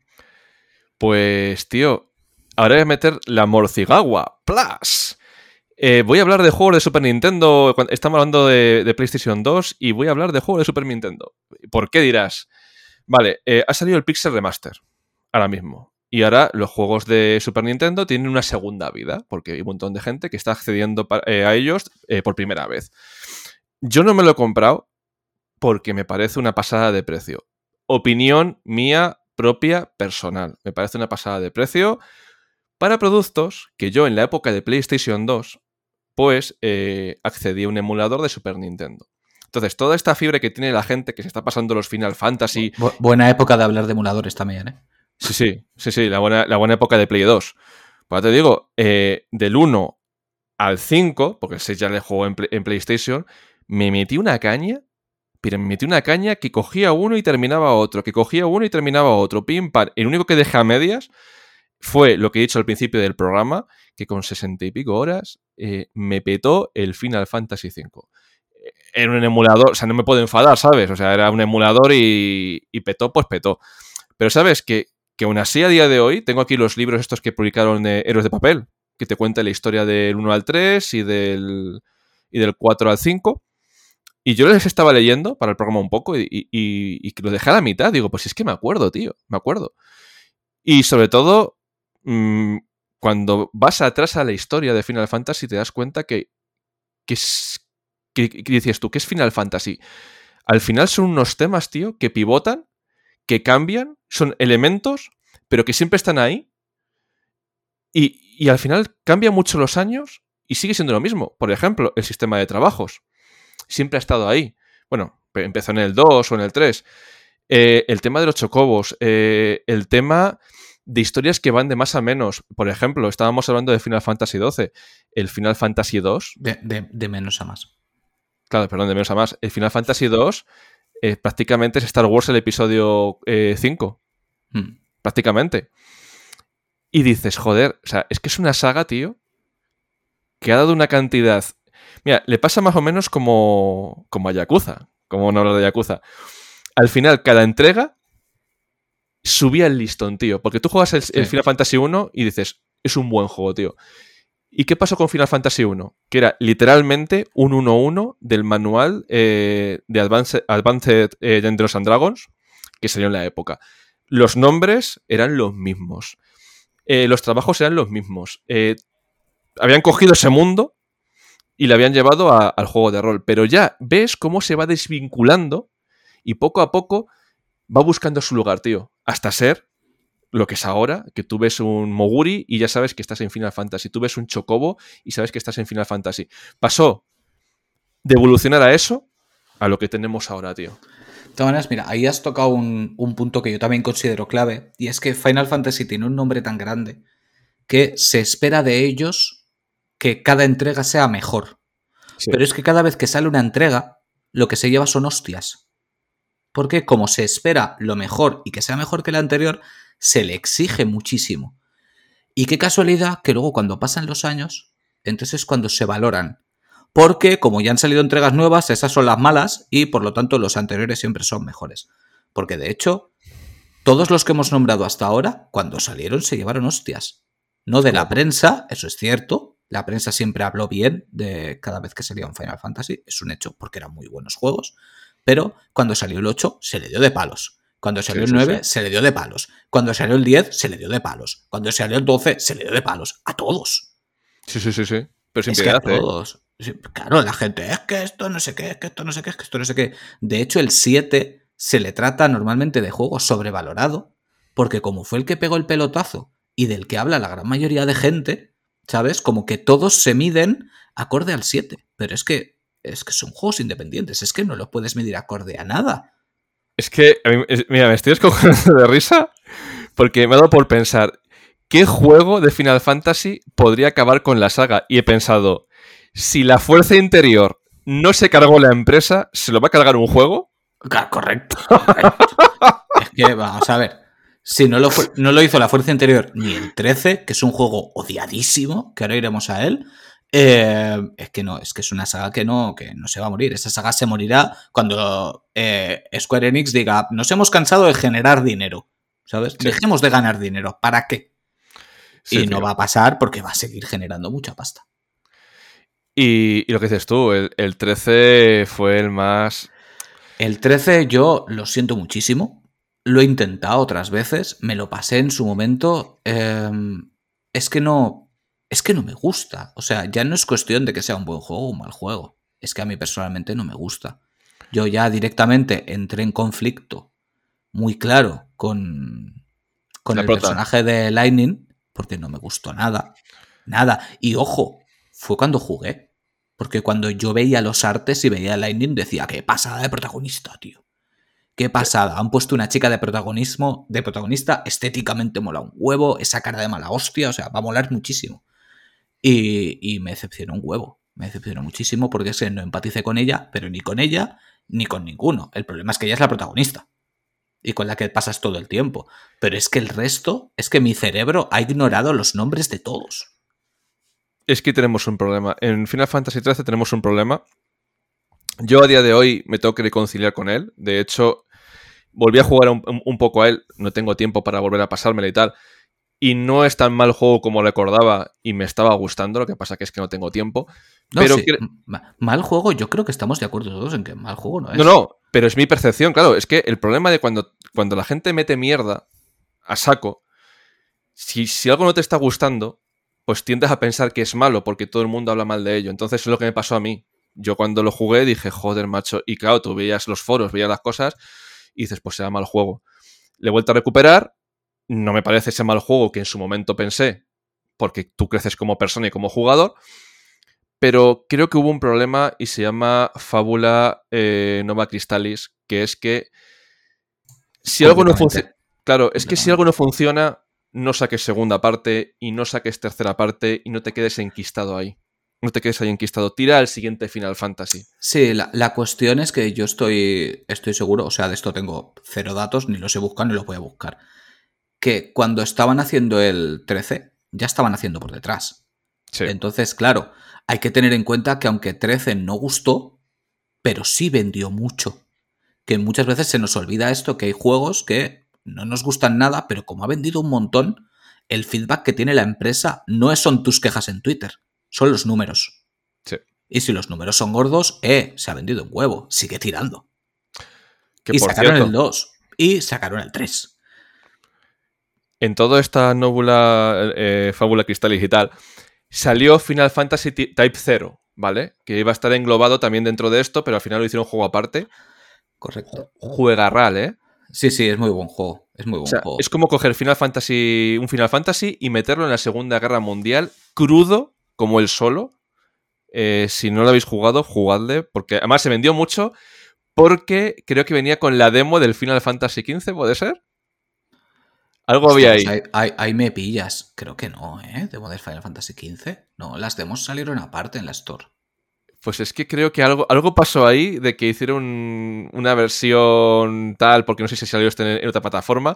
pues tío, ahora voy a meter la Morcigawa Plus. Voy a hablar de juegos de Super Nintendo. Estamos hablando de PlayStation 2 y voy a hablar de juegos de Super Nintendo. ¿Por qué dirás? Vale, ha salido el Pixel Remaster ahora mismo. Y ahora los juegos de Super Nintendo tienen una segunda vida, porque hay un montón de gente que está accediendo a ellos por primera vez. Yo no me lo he comprado porque me parece una pasada de precio. Opinión mía propia personal. Me parece una pasada de precio para productos que yo en la época de PlayStation 2 pues accedí a un emulador de Super Nintendo. Entonces, toda esta fiebre que tiene la gente que se está pasando los Final Fantasy... Buena época de hablar de emuladores también, ¿eh? Sí, la buena época de Play 2. Pues te digo, del 1 al 5, porque el 6 ya le jugó en PlayStation, me metí una caña, pero me metí una caña que cogía uno y terminaba otro, que cogía uno y terminaba otro, pim, pam. El único que dejé a medias fue lo que he dicho al principio del programa, que con 60 y pico horas me petó el Final Fantasy V. Era un emulador, o sea, no me puedo enfadar, ¿sabes? O sea, era un emulador y petó, pues petó. Pero sabes que aún así a día de hoy tengo aquí los libros estos que publicaron de Héroes de Papel, que te cuenta la historia del 1 al 3 y del 4 al 5. Y yo les estaba leyendo para el programa un poco y que lo dejé a la mitad. Digo, pues es que me acuerdo, tío, me acuerdo. Y sobre todo, cuando vas atrás a la historia de Final Fantasy te das cuenta que dices tú, ¿qué es Final Fantasy? Al final son unos temas, tío, que pivotan, que cambian, son elementos, pero que siempre están ahí. Y al final cambia mucho los años y sigue siendo lo mismo. Por ejemplo, el sistema de trabajos. Siempre ha estado ahí. Bueno, empezó en el 2 o en el 3. El tema de los chocobos. El tema de historias que van de más a menos. Por ejemplo, estábamos hablando de Final Fantasy XII. El Final Fantasy II. De menos a más. Claro, perdón, de menos a más. El Final Fantasy II prácticamente es Star Wars el episodio 5. Prácticamente. Y dices, joder, o sea, es que es una saga, tío, que ha dado una cantidad... Mira, le pasa más o menos como a Yakuza, como no hablar de Yakuza. Al final, cada entrega subía el listón, tío, porque tú juegas el Final Fantasy 1 y dices, es un buen juego, tío. ¿Y qué pasó con Final Fantasy 1? Que era literalmente un 1-1 del manual de Advanced Dungeons and Dragons que salió en la época. Los nombres eran los mismos. Los trabajos eran los mismos. Habían cogido ese mundo y le habían llevado al juego de rol. Pero ya ves cómo se va desvinculando y poco a poco va buscando su lugar, tío. Hasta ser lo que es ahora, que tú ves un Moguri y ya sabes que estás en Final Fantasy. Tú ves un Chocobo y sabes que estás en Final Fantasy. Pasó de evolucionar a eso a lo que tenemos ahora, tío. De todas maneras, mira, ahí has tocado un punto que yo también considero clave, y es que Final Fantasy tiene un nombre tan grande que se espera de ellos que cada entrega sea mejor. Sí. Pero es que cada vez que sale una entrega, lo que se lleva son hostias. Porque como se espera lo mejor y que sea mejor que la anterior, se le exige muchísimo. Y qué casualidad que luego cuando pasan los años, entonces es cuando se valoran. Porque como ya han salido entregas nuevas, esas son las malas y por lo tanto los anteriores siempre son mejores. Porque de hecho, todos los que hemos nombrado hasta ahora, cuando salieron se llevaron hostias. No de la prensa, eso es cierto. La prensa siempre habló bien de cada vez que salía un Final Fantasy. Es un hecho porque eran muy buenos juegos. Pero cuando salió el 8 se le dio de palos. Cuando salió Sí, el sí, 9 sí. se le dio de palos. Cuando salió el 10 se le dio de palos. Cuando salió el 12 se le dio de palos. A todos. Sí, sí, sí, sí. Pero sin Es que a piedad, ¿eh? todos. Sí, claro, la gente, es que esto no sé qué, es que esto no sé qué, es que esto no sé qué. De hecho, el 7 se le trata normalmente de juego sobrevalorado, porque como fue el que pegó el pelotazo y del que habla la gran mayoría de gente, ¿sabes? Como que todos se miden acorde al 7. Pero es que son juegos independientes, es que no los puedes medir acorde a nada. Es que, mira, me estoy escogiendo de risa porque me ha dado por pensar, ¿qué juego de Final Fantasy podría acabar con la saga? Y he pensado, si la fuerza interior no se cargó la empresa, ¿se lo va a cargar un juego? Correcto, correcto. Es que, vamos a ver, si no lo hizo la Fuerza Interior ni el 13, que es un juego odiadísimo, que ahora iremos a él, es que no, es que es una saga que no se va a morir. Esa saga se morirá cuando Square Enix diga, nos hemos cansado de generar dinero, ¿sabes? Sí, Dejemos de ganar dinero, ¿para qué? sí, Y no tío. va a pasar porque va a seguir generando mucha pasta. Y lo que dices tú, el 13 fue el más... El 13 yo lo siento muchísimo. Lo he intentado otras veces. Me lo pasé en su momento. Es que no. Es que no me gusta. O sea, ya no es cuestión de que sea un buen juego o un mal juego. Es que a mí personalmente no me gusta. Yo ya directamente entré en conflicto muy claro con La el prota. personaje de Lightning. Porque no me gustó nada. Nada. Y ojo, fue cuando jugué. Porque cuando yo veía los artes y veía a Lightning decía, qué pasada de protagonista, tío. Qué Sí. pasada. Han puesto una chica de protagonista, estéticamente mola un huevo, esa cara de mala hostia, o sea, va a molar muchísimo. Y me decepcionó un huevo. Me decepcionó muchísimo porque no empaticé con ella, pero ni con ella ni con ninguno. El problema es que ella es la protagonista y con la que pasas todo el tiempo. Pero es que el resto, es que mi cerebro ha ignorado los nombres de todos. Es que tenemos un problema. En Final Fantasy XIII tenemos un problema. Yo a día de hoy me tengo que reconciliar con él. De hecho, volví a jugar un poco a él. No tengo tiempo para volver a pasármela y tal. Y no es tan mal juego como recordaba y me estaba gustando. Lo que pasa que es que no tengo tiempo. No, Pero sí, mal juego, yo creo que estamos de acuerdo todos en que mal juego no no, es. no, pero es mi percepción, claro. Es que el problema de cuando la gente mete mierda a saco, si algo no te está gustando, pues tiendes a pensar que es malo porque todo el mundo habla mal de ello. Entonces es lo que me pasó a mí. Yo cuando lo jugué dije, joder, macho. Y claro, tú veías los foros, veías las cosas y dices, pues será mal juego. Le he vuelto a recuperar. No me parece ese mal juego que en su momento pensé, porque tú creces como persona y como jugador. Pero creo que hubo un problema y se llama Fábula Nova Crystallis, que es que si algo no funciona... Completamente. Claro, es que si algo Completamente. no funciona, no saques segunda parte y no saques tercera parte y no te quedes enquistado ahí. No te quedes ahí enquistado. Tira al siguiente Final Fantasy. Sí, la cuestión es que yo estoy seguro, o sea, de esto tengo cero datos, ni los he buscado ni los voy a buscar, que cuando estaban haciendo el 13, ya estaban haciendo por detrás. Sí. Entonces, claro, hay que tener en cuenta que aunque 13 no gustó, pero sí vendió mucho. Que muchas veces se nos olvida esto, que hay juegos que no nos gustan nada, pero como ha vendido un montón, el feedback que tiene la empresa no son tus quejas en Twitter, son los números. Sí. Y si los números son gordos, se ha vendido un huevo, sigue tirando. Que Y por sacaron el cierto, 2 y sacaron el 3. en toda esta nóbula Fábula Crystallis y tal, salió Final Fantasy Type 0, ¿vale? Que iba a estar englobado también dentro de esto, pero al final lo hicieron un juego aparte. Correcto. Juegarral, ¿eh? Sí, sí, es muy buen juego. Es muy O buen sea, es juego. como coger un Final Fantasy y meterlo en la Segunda Guerra Mundial crudo, como el solo. Si no lo habéis jugado, jugadle, porque además se vendió mucho, porque creo que venía con la demo del Final Fantasy XV, ¿puede ser? Algo Hostia, había pues ahí. ahí me pillas. Creo que no, ¿eh? Demo del Final Fantasy XV. No, las demos salieron aparte en la Store. Pues es que creo que algo pasó ahí de que hicieron una versión tal, porque no sé si salió este en otra plataforma,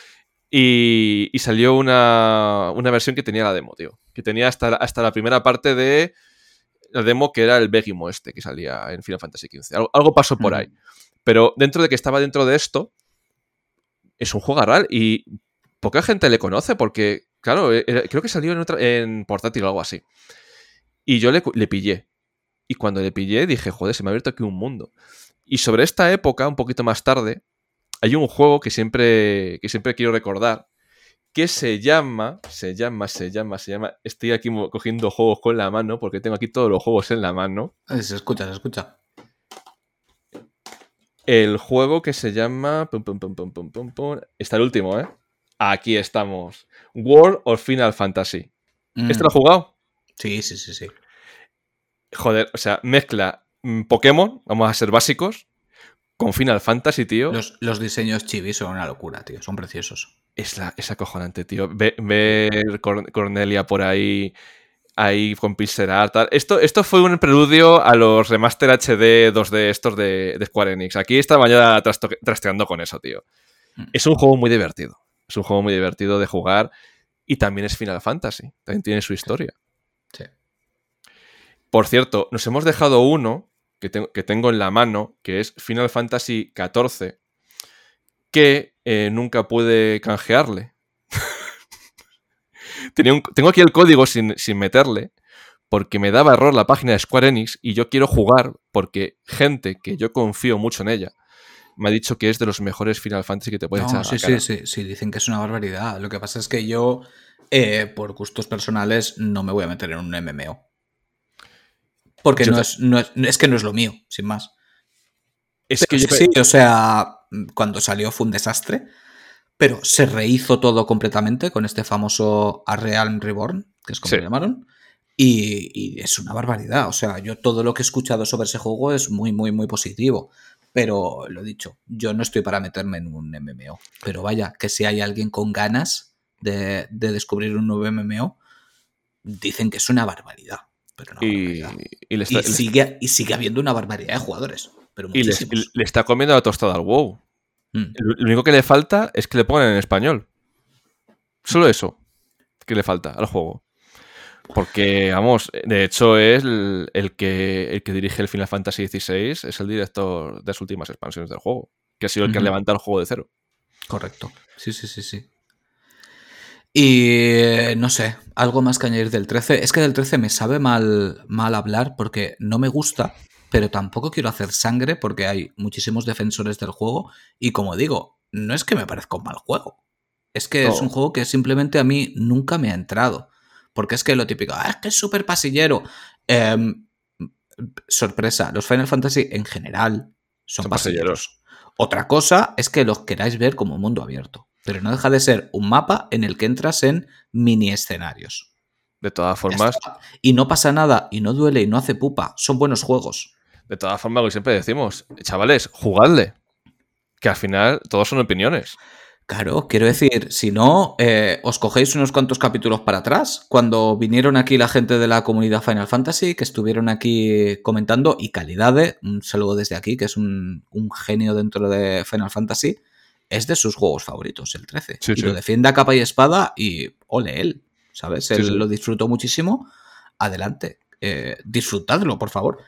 y salió una versión que tenía la demo, tío. Que tenía hasta la primera parte de la demo, que era el Begimo este, que salía en Final Fantasy XV. Algo pasó por ahí. Pero dentro de que estaba dentro de esto, es un juego real y poca gente le conoce porque, claro, creo que salió en portátil o algo así. Y yo le pillé. Y cuando le pillé dije, joder, se me ha abierto aquí un mundo. Y sobre esta época, un poquito más tarde, hay un juego que siempre quiero recordar, que se llama, estoy aquí cogiendo juegos con la mano, porque tengo aquí todos los juegos en la mano. Se escucha, se escucha. El juego que se llama... Está el último, ¿eh? Aquí estamos. World of Final Fantasy. ¿Este lo has jugado? Sí, sí, sí, sí. Joder, o sea, mezcla Pokémon, vamos a ser básicos, con Final Fantasy, tío. Los diseños chibi son una locura, tío. Son preciosos. Es acojonante, tío. Ver Cornelia por ahí con pixel art, tal. Esto fue un preludio a los remaster HD 2D estos de Square Enix. Aquí estaba ya trasteando con eso, tío. Es un juego muy divertido. Es un juego muy divertido de jugar y también es Final Fantasy. También tiene su historia. Sí. Por cierto, nos hemos dejado uno que tengo en la mano, que es Final Fantasy XIV, que nunca pude canjearle. Tengo aquí el código sin meterle, porque me daba error la página de Square Enix y yo quiero jugar porque gente que yo confío mucho en ella me ha dicho que es de los mejores Final Fantasy que te puedes echar a la cara. Sí, dicen que es una barbaridad. Lo que pasa es que yo, por gustos personales, no me voy a meter en un MMO. Porque es que no es lo mío, sin más. Es que sí, o sea, cuando salió fue un desastre, pero se rehizo todo completamente con este famoso A Realm Reborn, que es como lo llamaron, y es una barbaridad. O sea, yo todo lo que he escuchado sobre ese juego es muy, muy, muy positivo. Pero lo dicho, yo no estoy para meterme en un MMO. Pero vaya, que si hay alguien con ganas de descubrir un nuevo MMO, dicen que es una barbaridad. Pero una barbaridad. Y sigue habiendo una barbaridad de jugadores. Pero muchísimos. Le está comiendo la tostada al WoW. Lo único que le falta es que le pongan en español. Solo eso que le falta al juego. Porque, vamos, de hecho es el que dirige el Final Fantasy XVI, es el director de las últimas expansiones del juego, que ha sido el que levanta el juego de cero. Correcto. Sí. Y no sé, algo más que añadir del 13. Es que del 13 me sabe mal hablar porque no me gusta, pero tampoco quiero hacer sangre porque hay muchísimos defensores del juego y como digo, no es que me parezca un mal juego. Es que es un juego que simplemente a mí nunca me ha entrado. Porque es que lo típico, es que es súper pasillero. Sorpresa, los Final Fantasy en general son pasilleros. Otra cosa es que los queráis ver como un mundo abierto. Pero no deja de ser un mapa en el que entras en mini escenarios. De todas formas. Y no pasa nada, y no duele, y no hace pupa. Son buenos juegos. De todas formas, lo que siempre decimos, chavales, jugadle. Que al final todos son opiniones. Claro, quiero decir, si no, os cogéis unos cuantos capítulos para atrás, cuando vinieron aquí la gente de la comunidad Final Fantasy, que estuvieron aquí comentando, y Calidade, un saludo desde aquí, que es un genio dentro de Final Fantasy, es de sus juegos favoritos, el 13. Sí, y lo defiende a capa y espada y ole él, ¿sabes? Él sí. lo disfrutó muchísimo. Adelante, disfrutadlo, por favor.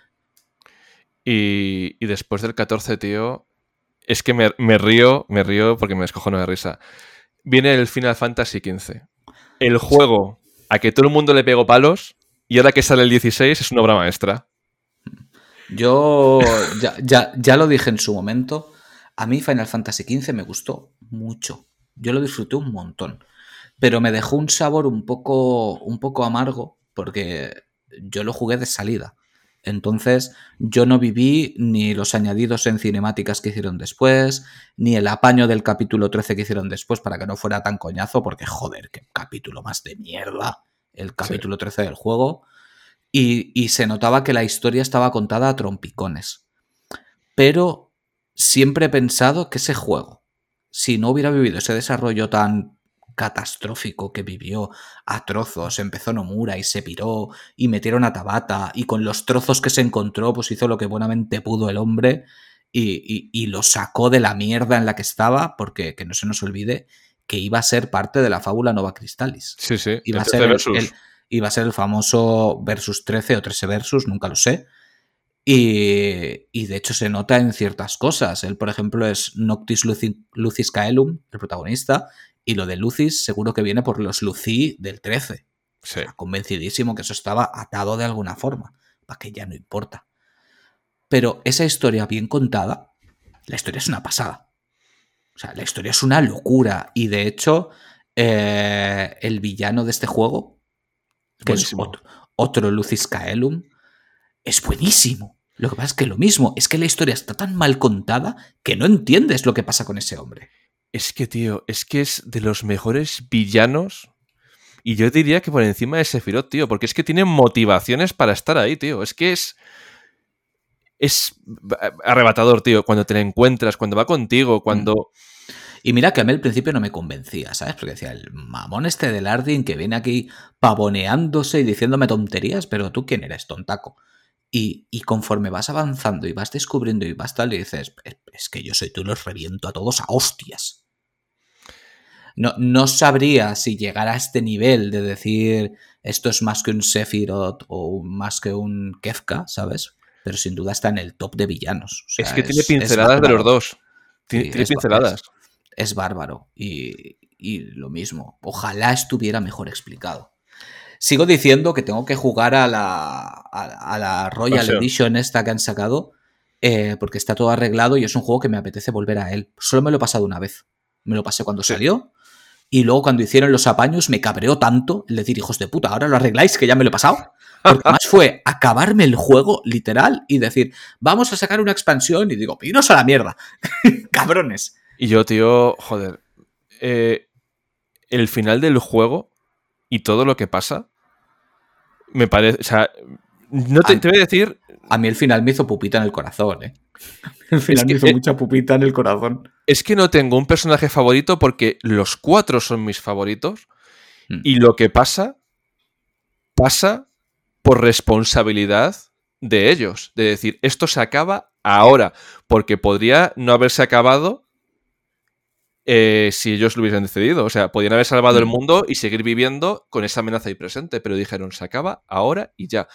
Y después del 14, tío, es que me río porque me descojono de risa. Viene el Final Fantasy XV. El juego a que todo el mundo le pegó palos y ahora que sale el 16 es una obra maestra. Yo ya lo dije en su momento. A mí Final Fantasy XV me gustó mucho. Yo lo disfruté un montón. Pero me dejó un sabor un poco amargo porque yo lo jugué de salida. Entonces yo no viví ni los añadidos en cinemáticas que hicieron después, ni el apaño del capítulo 13 que hicieron después para que no fuera tan coñazo, porque joder, qué capítulo más de mierda el capítulo 13 del juego. Y se notaba que la historia estaba contada a trompicones. Pero siempre he pensado que ese juego, si no hubiera vivido ese desarrollo tan catastrófico que vivió a trozos, empezó Nomura y se piró y metieron a Tabata y con los trozos que se encontró pues hizo lo que buenamente pudo el hombre y lo sacó de la mierda en la que estaba porque que no se nos olvide que iba a ser parte de la fábula Nova Crystallis. Sí. Iba a ser el famoso Versus 13 o 13 Versus, nunca lo sé. Y de hecho se nota en ciertas cosas. Él, por ejemplo, es Noctis Lucis Caelum, el protagonista, y lo de Lucis seguro que viene por los Lucí del 13. Sí. O sea, convencidísimo que eso estaba atado de alguna forma, para que ya no importa. Pero esa historia bien contada, la historia es una pasada. O sea, la historia es una locura. Y de hecho, el villano de este juego, que es Buenísimo. otro Lucis Caelum, es buenísimo. Lo que pasa es que lo mismo, es que la historia está tan mal contada que no entiendes lo que pasa con ese hombre. Es que, tío, es que es de los mejores villanos. Y yo diría que por encima de Sephiroth, tío, porque es que tiene motivaciones para estar ahí, tío. Es que es arrebatador, tío. Cuando te lo encuentras, cuando va contigo, cuando... Y mira que a mí al principio no me convencía, ¿sabes? Porque decía, el mamón este del Ardyn que viene aquí pavoneándose y diciéndome tonterías, pero tú quién eres, tontaco. Y conforme vas avanzando y vas descubriendo y vas tal, y dices, es que yo soy tú, los reviento a todos a hostias. No sabría si llegar a este nivel de decir esto es más que un Sephiroth o más que un Kefka, ¿sabes? Pero sin duda está en el top de villanos. O Es sea, que tiene es pinceladas de los bárbaro. dos. Sí, Tiene pinceladas. es bárbaro. Y lo mismo. Ojalá estuviera mejor explicado. Sigo diciendo que tengo que jugar a la Royal Expansión. Edition esta que han sacado, porque está todo arreglado y es un juego que me apetece volver a él. Solo me lo he pasado una vez. Me lo pasé cuando Sí. salió. Y luego cuando hicieron los apaños me cabreó tanto el decir, hijos de puta, ahora lo arregláis que ya me lo he pasado. Porque además fue acabarme el juego literal y decir, vamos a sacar una expansión y digo, iros a la mierda, cabrones. Y yo, tío, joder. El final del juego y todo lo que pasa me parece... O sea, no te voy a decir... A mí el final me hizo pupita en el corazón, ¿eh? El final me que, hizo mucha pupita en el corazón. es que no tengo un personaje favorito porque los 4 son mis favoritos y lo que pasa por responsabilidad de ellos. De decir, esto se acaba ahora, porque podría no haberse acabado si ellos lo hubiesen decidido. O sea, podrían haber salvado el mundo y seguir viviendo con esa amenaza ahí presente, pero dijeron, se acaba ahora y ya.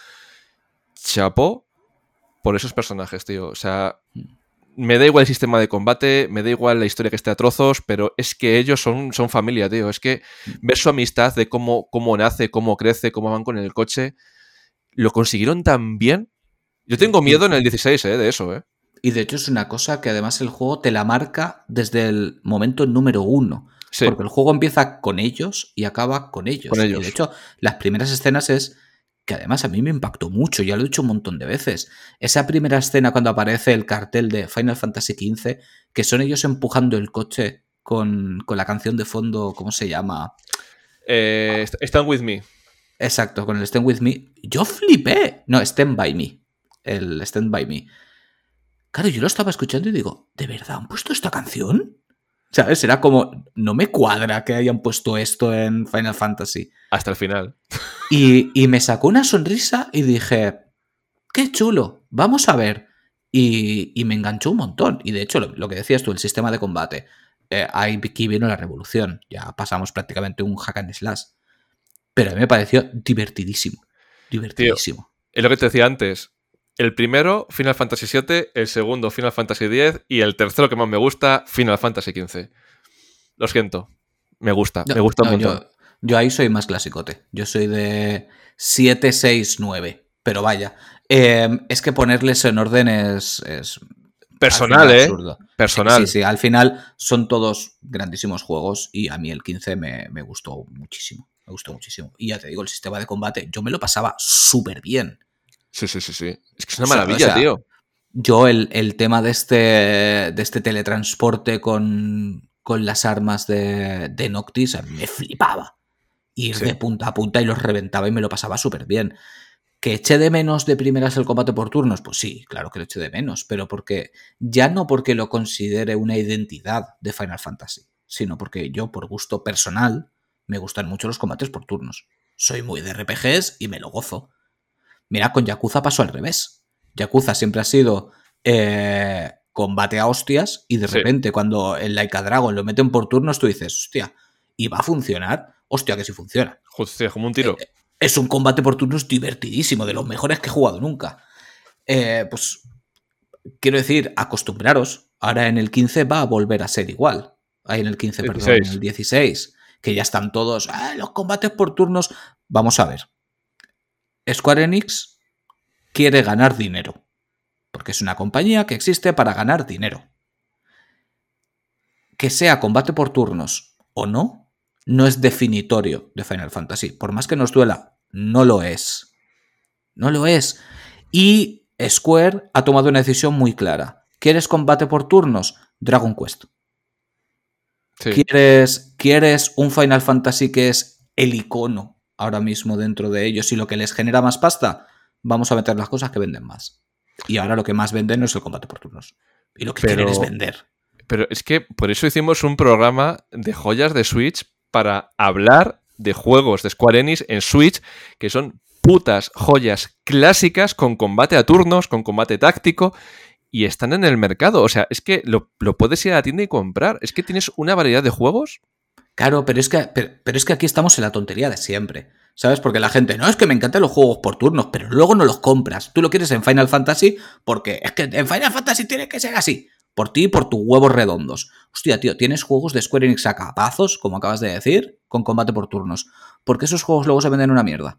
Chapó por esos personajes, tío. O sea, me da igual el sistema de combate, me da igual la historia que esté a trozos, pero es que ellos son familia, tío. Es que ver su amistad de cómo nace, cómo crece, cómo van con el coche, lo consiguieron tan bien. Yo tengo miedo en el 16, de eso, Y de hecho es una cosa que además el juego te la marca desde el momento número 1. Sí. Porque el juego empieza con ellos y acaba con ellos. Con ellos. Y de hecho, las primeras escenas es que además a mí me impactó mucho, ya lo he dicho un montón de veces. Esa primera escena cuando aparece el cartel de Final Fantasy XV, que son ellos empujando el coche con la canción de fondo, ¿cómo se llama? Stand With Me. Exacto, con el Stand With Me. Yo flipé. No, Stand By Me. El Stand By Me. Claro, yo lo estaba escuchando y digo, ¿de verdad han puesto esta canción? ¿Sabes? Era como, no me cuadra que hayan puesto esto en Final Fantasy. Hasta el final. Y me sacó una sonrisa y dije, qué chulo, vamos a ver. Y me enganchó un montón. Y de hecho, lo que decías tú, el sistema de combate. Aquí vino la revolución. Ya pasamos prácticamente un hack and slash. Pero a mí me pareció divertidísimo. Divertidísimo. Tío, es lo que te decía antes. El primero, Final Fantasy VII, el segundo, Final Fantasy X y el tercero que más me gusta, Final Fantasy XV. Lo siento. Me gusta un montón. Yo ahí soy más clasicote. Yo soy de 7, 6, 9. Pero vaya. Es que ponerles en orden es Personal, absurdo. Personal. Sí. Al final son todos grandísimos juegos y a mí el 15 me gustó muchísimo. Me gustó muchísimo. Y ya te digo, el sistema de combate, yo me lo pasaba súper bien. Sí. Es que es una maravilla, tío. Yo el tema de este teletransporte con las armas de Noctis me flipaba. Ir de punta a punta y los reventaba y me lo pasaba súper bien. ¿Que eché de menos de primeras el combate por turnos? Pues sí, claro que lo eché de menos, pero ya no porque lo considere una identidad de Final Fantasy, sino porque yo, por gusto personal, me gustan mucho los combates por turnos. Soy muy de RPGs y me lo gozo. Mira, con Yakuza pasó al revés. Yakuza siempre ha sido combate a hostias y de repente cuando el Like a Dragon lo meten por turnos tú dices, hostia, ¿y va a funcionar? Hostia, que sí funciona. Hostia, como un tiro. Es un combate por turnos divertidísimo, de los mejores que he jugado nunca. Pues quiero decir, acostumbraros. Ahora en el 15 va a volver a ser igual. Ahí en el 15, 16. perdón, en el 16. Que ya están todos, los combates por turnos. Vamos a ver. Square Enix quiere ganar dinero. Porque es una compañía que existe para ganar dinero. que sea combate por turnos o no, no es definitorio de Final Fantasy. Por más que nos duela, no lo es. No lo es. Y Square ha tomado una decisión muy clara. ¿Quieres combate por turnos? Dragon Quest. Sí. ¿Quieres un Final Fantasy que es el icono ahora mismo dentro de ellos y lo que les genera más pasta? Vamos a meter las cosas que venden más. Y ahora lo que más venden no es el combate por turnos. Y lo que quieren es vender. Pero es que por eso hicimos un programa de joyas de Switch para hablar de juegos de Square Enix en Switch que son putas joyas clásicas con combate a turnos, con combate táctico y están en el mercado. O sea, es que lo puedes ir a la tienda y comprar. Es que tienes una variedad de juegos. Claro, pero es que aquí estamos en la tontería de siempre. ¿Sabes? Porque la gente, no, es que me encantan los juegos por turnos, pero luego no los compras. Tú lo quieres en Final Fantasy porque es que en Final Fantasy tiene que ser así. Por ti y por tus huevos redondos. Hostia, tío, tienes juegos de Square Enix a capazos, como acabas de decir, con combate por turnos. ¿Por qué esos juegos luego se venden una mierda?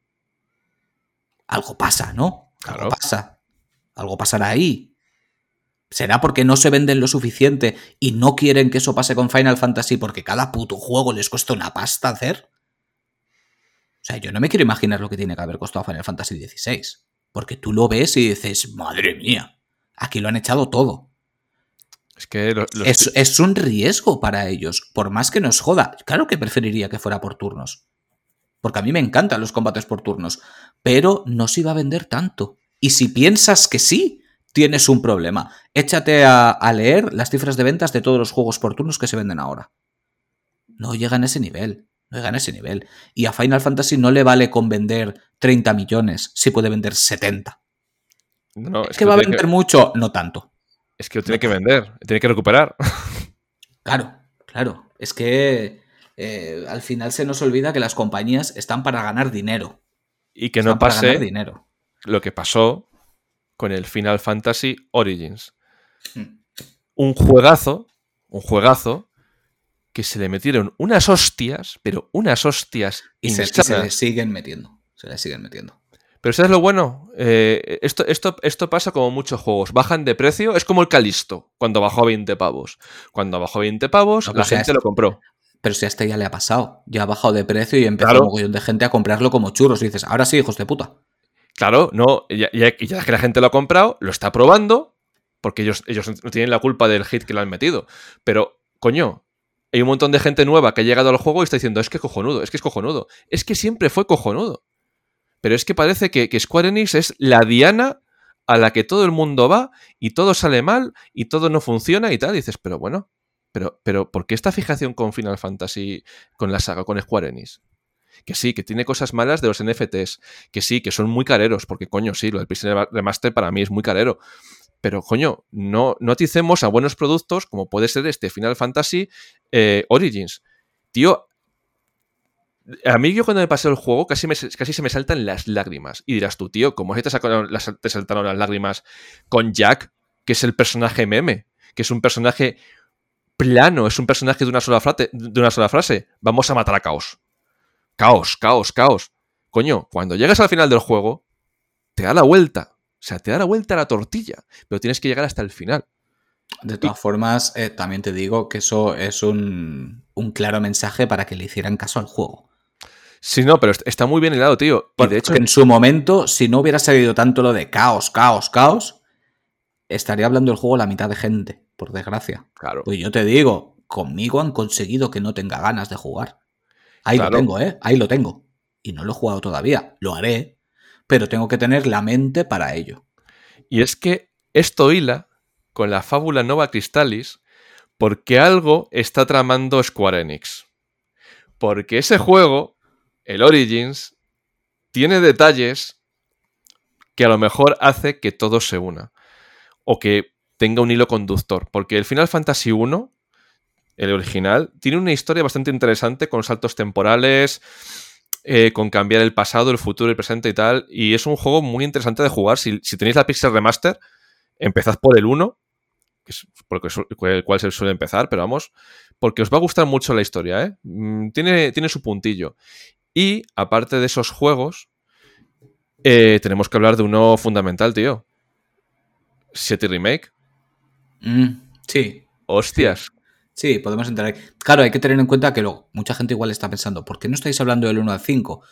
Algo pasa, ¿no? Claro. Algo pasa. Algo pasará ahí. ¿Será porque no se venden lo suficiente y no quieren que eso pase con Final Fantasy porque cada puto juego les cuesta una pasta hacer? O sea, yo no me quiero imaginar lo que tiene que haber costado Final Fantasy XVI. Porque tú lo ves y dices, madre mía, aquí lo han echado todo. Es que es un riesgo para ellos, por más que nos joda. Claro que preferiría que fuera por turnos. Porque a mí me encantan los combates por turnos. Pero no se iba a vender tanto. Y si piensas que sí, tienes un problema. Échate a leer las cifras de ventas de todos los juegos por turnos que se venden ahora. No llegan a ese nivel. No llegan a ese nivel. Y a Final Fantasy no le vale con vender 30 millones si puede vender 70. No, ¿Es que va a vender mucho? No tanto. Es que lo tiene que vender, tiene que recuperar. Claro, claro. Es que al final se nos olvida que las compañías están para ganar dinero. Y que no pase lo que pasó con el Final Fantasy Origins. Un juegazo que se le metieron unas hostias, pero unas hostias y se le siguen metiendo. Se le siguen metiendo. Pero ¿sabes lo bueno? Esto pasa como muchos juegos. Bajan de precio. Es como el Calisto, cuando bajó a 20 pavos. Cuando bajó a 20 pavos, no, la gente lo compró. Pero si a este ya le ha pasado. Ya ha bajado de precio y empezó un mogollón de gente a comprarlo como churros. Y dices, ahora sí, hijos de puta. Claro, no. Ya que la gente lo ha comprado, lo está probando, porque ellos no tienen la culpa del hit que le han metido. Pero, coño, hay un montón de gente nueva que ha llegado al juego y está diciendo, es que es cojonudo, es que es cojonudo. Es que siempre fue cojonudo. Pero es que parece que Square Enix es la diana a la que todo el mundo va y todo sale mal y todo no funciona y tal. Y dices, pero bueno, pero ¿por qué esta fijación con Final Fantasy, con la saga, con Square Enix? Que sí, que tiene cosas malas de los NFTs, que sí, que son muy careros, porque coño, sí, lo del Pixel Remaster para mí es muy carero. Pero coño, no aticemos a buenos productos como puede ser este Final Fantasy Origins. Tío, a mí yo cuando me pasé el juego casi se me saltan las lágrimas. Y dirás tú, tío, ¿cómo se te saltaron las lágrimas con Jack, que es el personaje meme? Que es un personaje plano, es un personaje de una sola frase. Vamos a matar a Caos. Caos, caos, caos. Coño, cuando llegas al final del juego, te da la vuelta. O sea, te da la vuelta a la tortilla. Pero tienes que llegar hasta el final. De todas formas, también te digo que eso es un claro mensaje para que le hicieran caso al juego. Sí, no, pero está muy bien hilado, tío. Y de hecho, en su momento, si no hubiera salido tanto lo de caos, caos, caos, estaría hablando del juego la mitad de gente, por desgracia. Claro. Pues yo te digo, conmigo han conseguido que no tenga ganas de jugar. Ahí lo tengo, ahí lo tengo. Y no lo he jugado todavía. Lo haré, pero tengo que tener la mente para ello. Y es que esto hila con la fábula Nova Crystallis porque algo está tramando Square Enix. Porque ese juego, el Origins, tiene detalles que a lo mejor hace que todo se una. O que tenga un hilo conductor. Porque el Final Fantasy I, el original, tiene una historia bastante interesante con saltos temporales, con cambiar el pasado, el futuro, el presente y tal. Y es un juego muy interesante de jugar. Si tenéis la Pixel Remaster, empezad por el 1, que es por el cual se suele empezar, pero vamos, porque os va a gustar mucho la historia, ¿eh? Tiene su puntillo. Y, aparte de esos juegos, tenemos que hablar de uno fundamental, tío. 7 Remake. Sí. Hostias. Sí. Sí, podemos entrar ahí. Claro, hay que tener en cuenta que luego mucha gente igual está pensando, ¿por qué no estáis hablando del 1 al 5?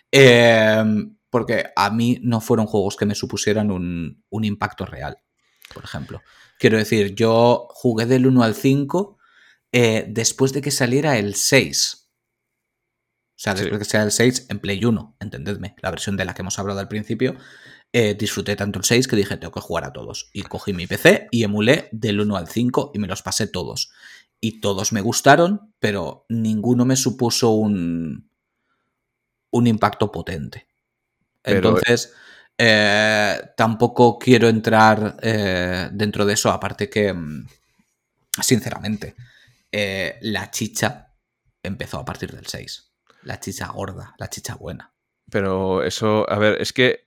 Porque a mí no fueron juegos que me supusieran un impacto real, por ejemplo. Quiero decir, yo jugué del 1 al 5 después de que saliera el 6. O sea, Sí. después de que saliera el 6 en Play 1, entendedme, la versión de la que hemos hablado al principio. Disfruté tanto el 6 que dije, tengo que jugar a todos. Y cogí mi PC y emulé del 1 al 5 y me los pasé todos. Y todos me gustaron, pero ninguno me supuso un impacto potente. Pero, Entonces, tampoco quiero entrar dentro de eso, aparte que, sinceramente, la chicha empezó a partir del 6. La chicha gorda, la chicha buena. pero eso, a ver, es que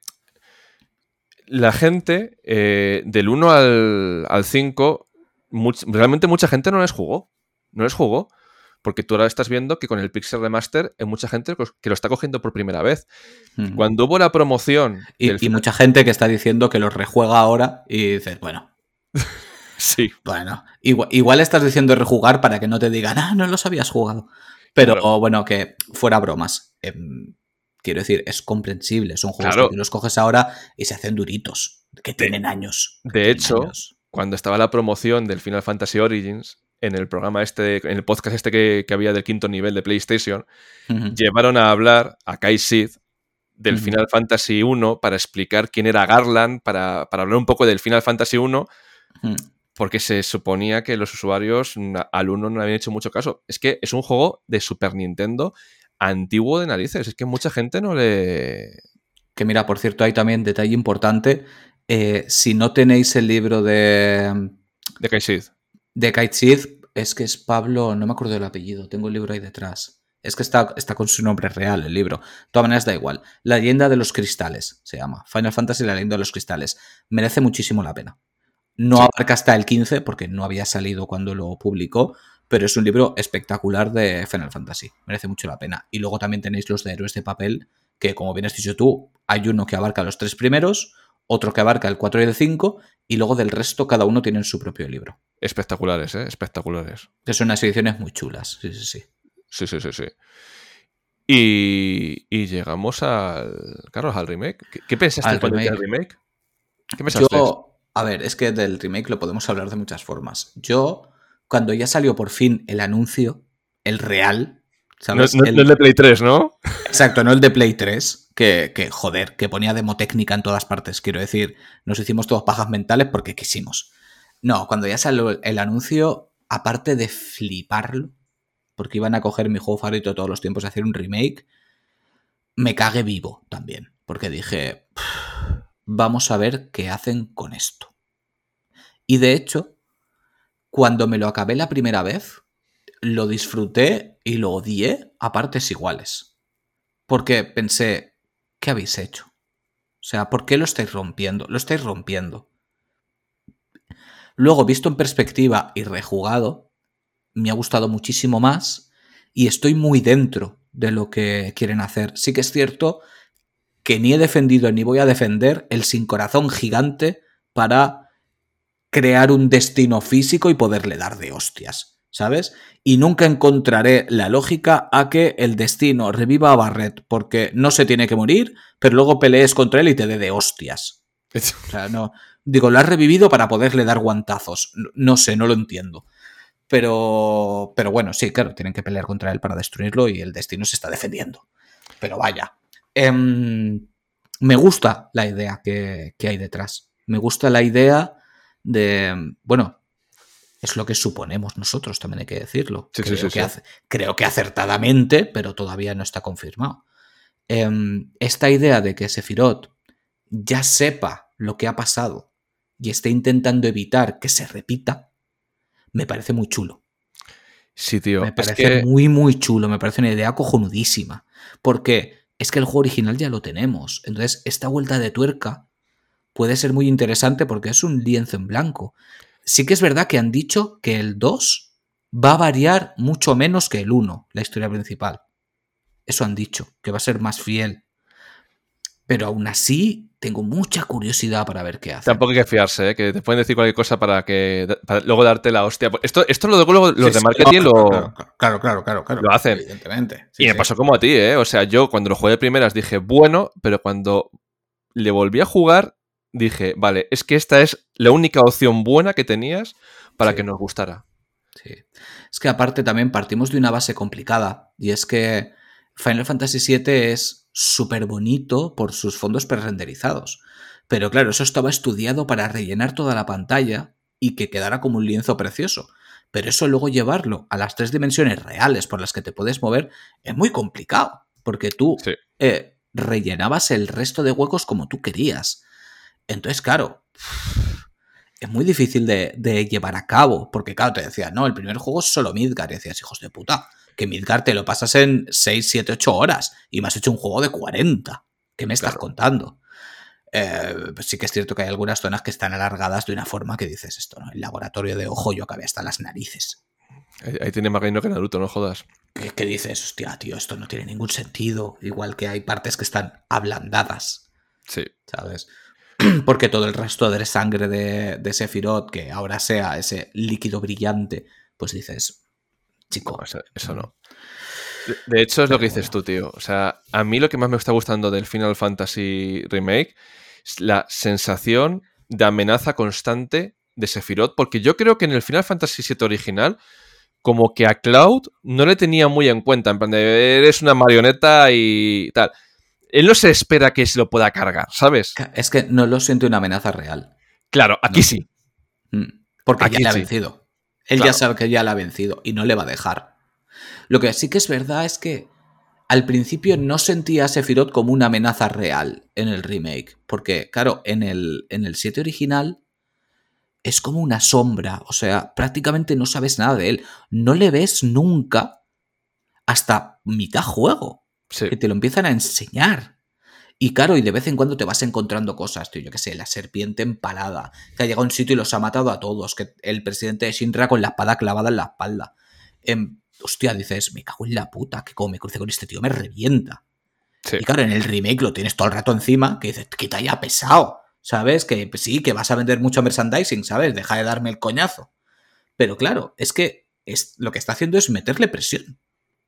la gente del 1 al 5, realmente mucha gente no les jugó. No les jugó. Porque tú ahora estás viendo que con el Pixel Remaster hay mucha gente que lo está cogiendo por primera vez. Cuando hubo la promoción del Y mucha gente que está diciendo que los rejuega ahora y dices, bueno. Sí. Bueno, igual estás diciendo rejugar para que no te digan, no los habías jugado. Pero Claro. bueno, que fuera bromas. Quiero decir, es comprensible. Son juegos que Claro. tú los coges ahora y se hacen duritos. Que tienen años. De hecho, cuando estaba la promoción del Final Fantasy Origins, en el programa en el podcast que había del quinto nivel de PlayStation, llevaron a hablar a Kai Sid del Final Fantasy 1 para explicar quién era Garland, para hablar un poco del Final Fantasy 1, porque se suponía que los usuarios al 1 no le habían hecho mucho caso. Es que es un juego de Super Nintendo antiguo de narices. Es que mucha gente no le... Que mira, por cierto, hay también detalle importante. Si no tenéis el libro de Kai Sid. De Kite Sid, es que es Pablo, no me acuerdo del apellido, tengo el libro ahí detrás. Es que está con su nombre real el libro. De todas maneras, da igual. La leyenda de los cristales se llama. Final Fantasy, la leyenda de los cristales. Merece muchísimo la pena. No abarca hasta el 15 porque no había salido cuando lo publicó, pero es un libro espectacular de Final Fantasy. Merece mucho la pena. Y luego también tenéis los de Héroes de Papel, que como bien has dicho tú, hay uno que abarca los 3 primeros, otro que abarca el 4 y el 5, y luego del resto cada uno tiene su propio libro. Espectaculares, espectaculares. Que son unas ediciones muy chulas, sí. Sí. Y llegamos al remake. ¿Qué pensaste cuando viste el remake? ¿Qué pensaste? A ver, es que del remake lo podemos hablar de muchas formas. Yo, cuando ya salió por fin el anuncio, el real, ¿sabes? No el de Play 3, ¿no? Exacto, no el de Play 3, joder, que ponía demotécnica en todas partes. Quiero decir, nos hicimos todos pajas mentales porque quisimos. No, cuando ya salió el anuncio, aparte de fliparlo, porque iban a coger mi juego favorito de todos los tiempos y hacer un remake, me cagué vivo también, porque dije, vamos a ver qué hacen con esto. Y de hecho, cuando me lo acabé la primera vez, lo disfruté y lo odié a partes iguales. Porque pensé, ¿qué habéis hecho? O sea, ¿por qué lo estáis rompiendo? Lo estáis rompiendo. Luego, visto en perspectiva y rejugado, me ha gustado muchísimo más y estoy muy dentro de lo que quieren hacer. Sí que es cierto que ni he defendido ni voy a defender el sin corazón gigante para crear un destino físico y poderle dar de hostias, ¿sabes? Y nunca encontraré la lógica a que el destino reviva a Barret porque no se tiene que morir, pero luego pelees contra él y te dé de hostias. O sea, no... Digo, lo has revivido para poderle dar guantazos. No sé, no lo entiendo. Pero bueno, sí, claro, tienen que pelear contra él para destruirlo y el destino se está defendiendo. Pero vaya. Me gusta la idea que hay detrás. Me gusta la idea de... Bueno, es lo que suponemos nosotros, también hay que decirlo. Sí. Creo que acertadamente, pero todavía no está confirmado. Esta idea de que Sephiroth ya sepa lo que ha pasado y esté intentando evitar que se repita, me parece muy chulo. Sí, tío. Me parece muy, muy chulo. Me parece una idea cojonudísima. Porque es que el juego original ya lo tenemos. Entonces, esta vuelta de tuerca puede ser muy interesante porque es un lienzo en blanco. Sí que es verdad que han dicho que el 2 va a variar mucho menos que el 1, la historia principal. Eso han dicho, que va a ser más fiel. Pero aún así, tengo mucha curiosidad para ver qué hacen. Tampoco hay que fiarse, ¿eh? Que te pueden decir cualquier cosa para luego darte la hostia. Esto luego los de marketing Claro, lo hacen. evidentemente. Y me pasó como a ti, ¿eh? O sea, yo cuando lo jugué de primeras dije, bueno, pero cuando le volví a jugar, dije, vale, es que esta es la única opción buena que tenías para que nos gustara. Sí. Es que aparte también partimos de una base complicada, y es que Final Fantasy VII es súper bonito por sus fondos prerenderizados. Pero claro, eso estaba estudiado para rellenar toda la pantalla y que quedara como un lienzo precioso. Pero eso luego llevarlo a las 3 dimensiones reales por las que te puedes mover es muy complicado, porque tú rellenabas el resto de huecos como tú querías. Entonces, claro, es muy difícil de llevar a cabo, porque claro, te decía, no, el primer juego es solo Midgar, y decías, hijos de puta, que Midgar te lo pasas en 6, 7, 8 horas, y me has hecho un juego de 40. ¿Qué me estás contando? Pues sí que es cierto que hay algunas zonas que están alargadas de una forma que dices esto, ¿no? El laboratorio de Ojo yo acabé hasta las narices. Ahí tiene más reino que Naruto, no jodas. ¿Qué dices? Hostia, tío, esto no tiene ningún sentido. Igual que hay partes que están ablandadas. Sí. ¿Sabes? Porque todo el resto de sangre de Sephiroth, que ahora sea ese líquido brillante, pues dices, chico. No, eso no. De hecho, es lo que dices tú, tío. O sea, a mí lo que más me está gustando del Final Fantasy Remake es la sensación de amenaza constante de Sephiroth, porque yo creo que en el Final Fantasy VII original, como que a Cloud no le tenía muy en cuenta, en plan de eres una marioneta y tal. Él no se espera que se lo pueda cargar, ¿sabes? Es que no lo siente una amenaza real. Claro, aquí sí. Porque aquí ya le ha sí. vencido. Él ya sabe que ya la ha vencido y no le va a dejar. Lo que sí que es verdad es que al principio no sentía a Sephiroth como una amenaza real en el remake. Porque, claro, en el 7 original es como una sombra. O sea, prácticamente no sabes nada de él. No le ves nunca hasta mitad juego. Sí. Que te lo empiezan a enseñar. Y claro, y de vez en cuando te vas encontrando cosas, tío, yo qué sé, la serpiente empalada, que ha llegado a un sitio y los ha matado a todos, que el presidente de Shinra con la espada clavada en la espalda. Hostia, dices, me cago en la puta, que como me cruce con este tío me revienta. Sí. Y claro, en el remake lo tienes todo el rato encima, que dices, quita ya pesado, ¿sabes? Que pues sí, que vas a vender mucho merchandising, ¿sabes? Deja de darme el coñazo. Pero claro, es que lo que está haciendo es meterle presión.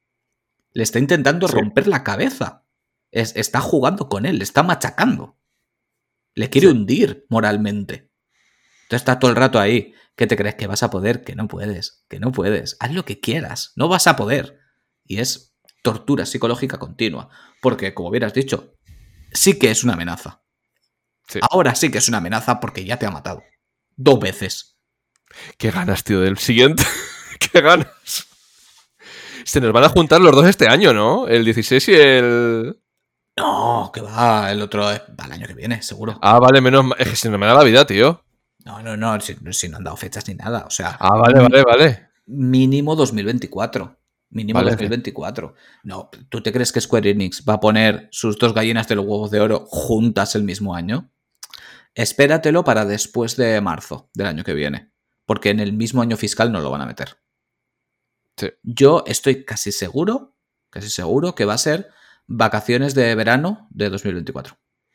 Le está intentando romper la cabeza. Está jugando con él, le está machacando. Le quiere hundir moralmente. Entonces está todo el rato ahí. ¿Qué te crees? ¿Que vas a poder? Que no puedes. Que no puedes. Haz lo que quieras. No vas a poder. Y es tortura psicológica continua. Porque, como hubieras dicho, sí que es una amenaza. Sí. Ahora sí que es una amenaza porque ya te ha matado. 2 veces. Qué ganas, tío, del siguiente. Qué ganas. Se nos van a juntar los dos este año, ¿no? El 16 y el... No, que va, el otro va el año que viene, seguro. Ah, vale, menos mal. Es que se me da la vida, tío. No, si no han dado fechas ni nada. O sea. Ah, vale. Mínimo 2024. Mínimo vale, 2024. No, ¿tú te crees que Square Enix va a poner sus 2 gallinas de los huevos de oro juntas el mismo año? Espératelo para después de marzo del año que viene. Porque en el mismo año fiscal no lo van a meter. Sí. Yo estoy casi seguro que va a ser vacaciones de verano de 2024.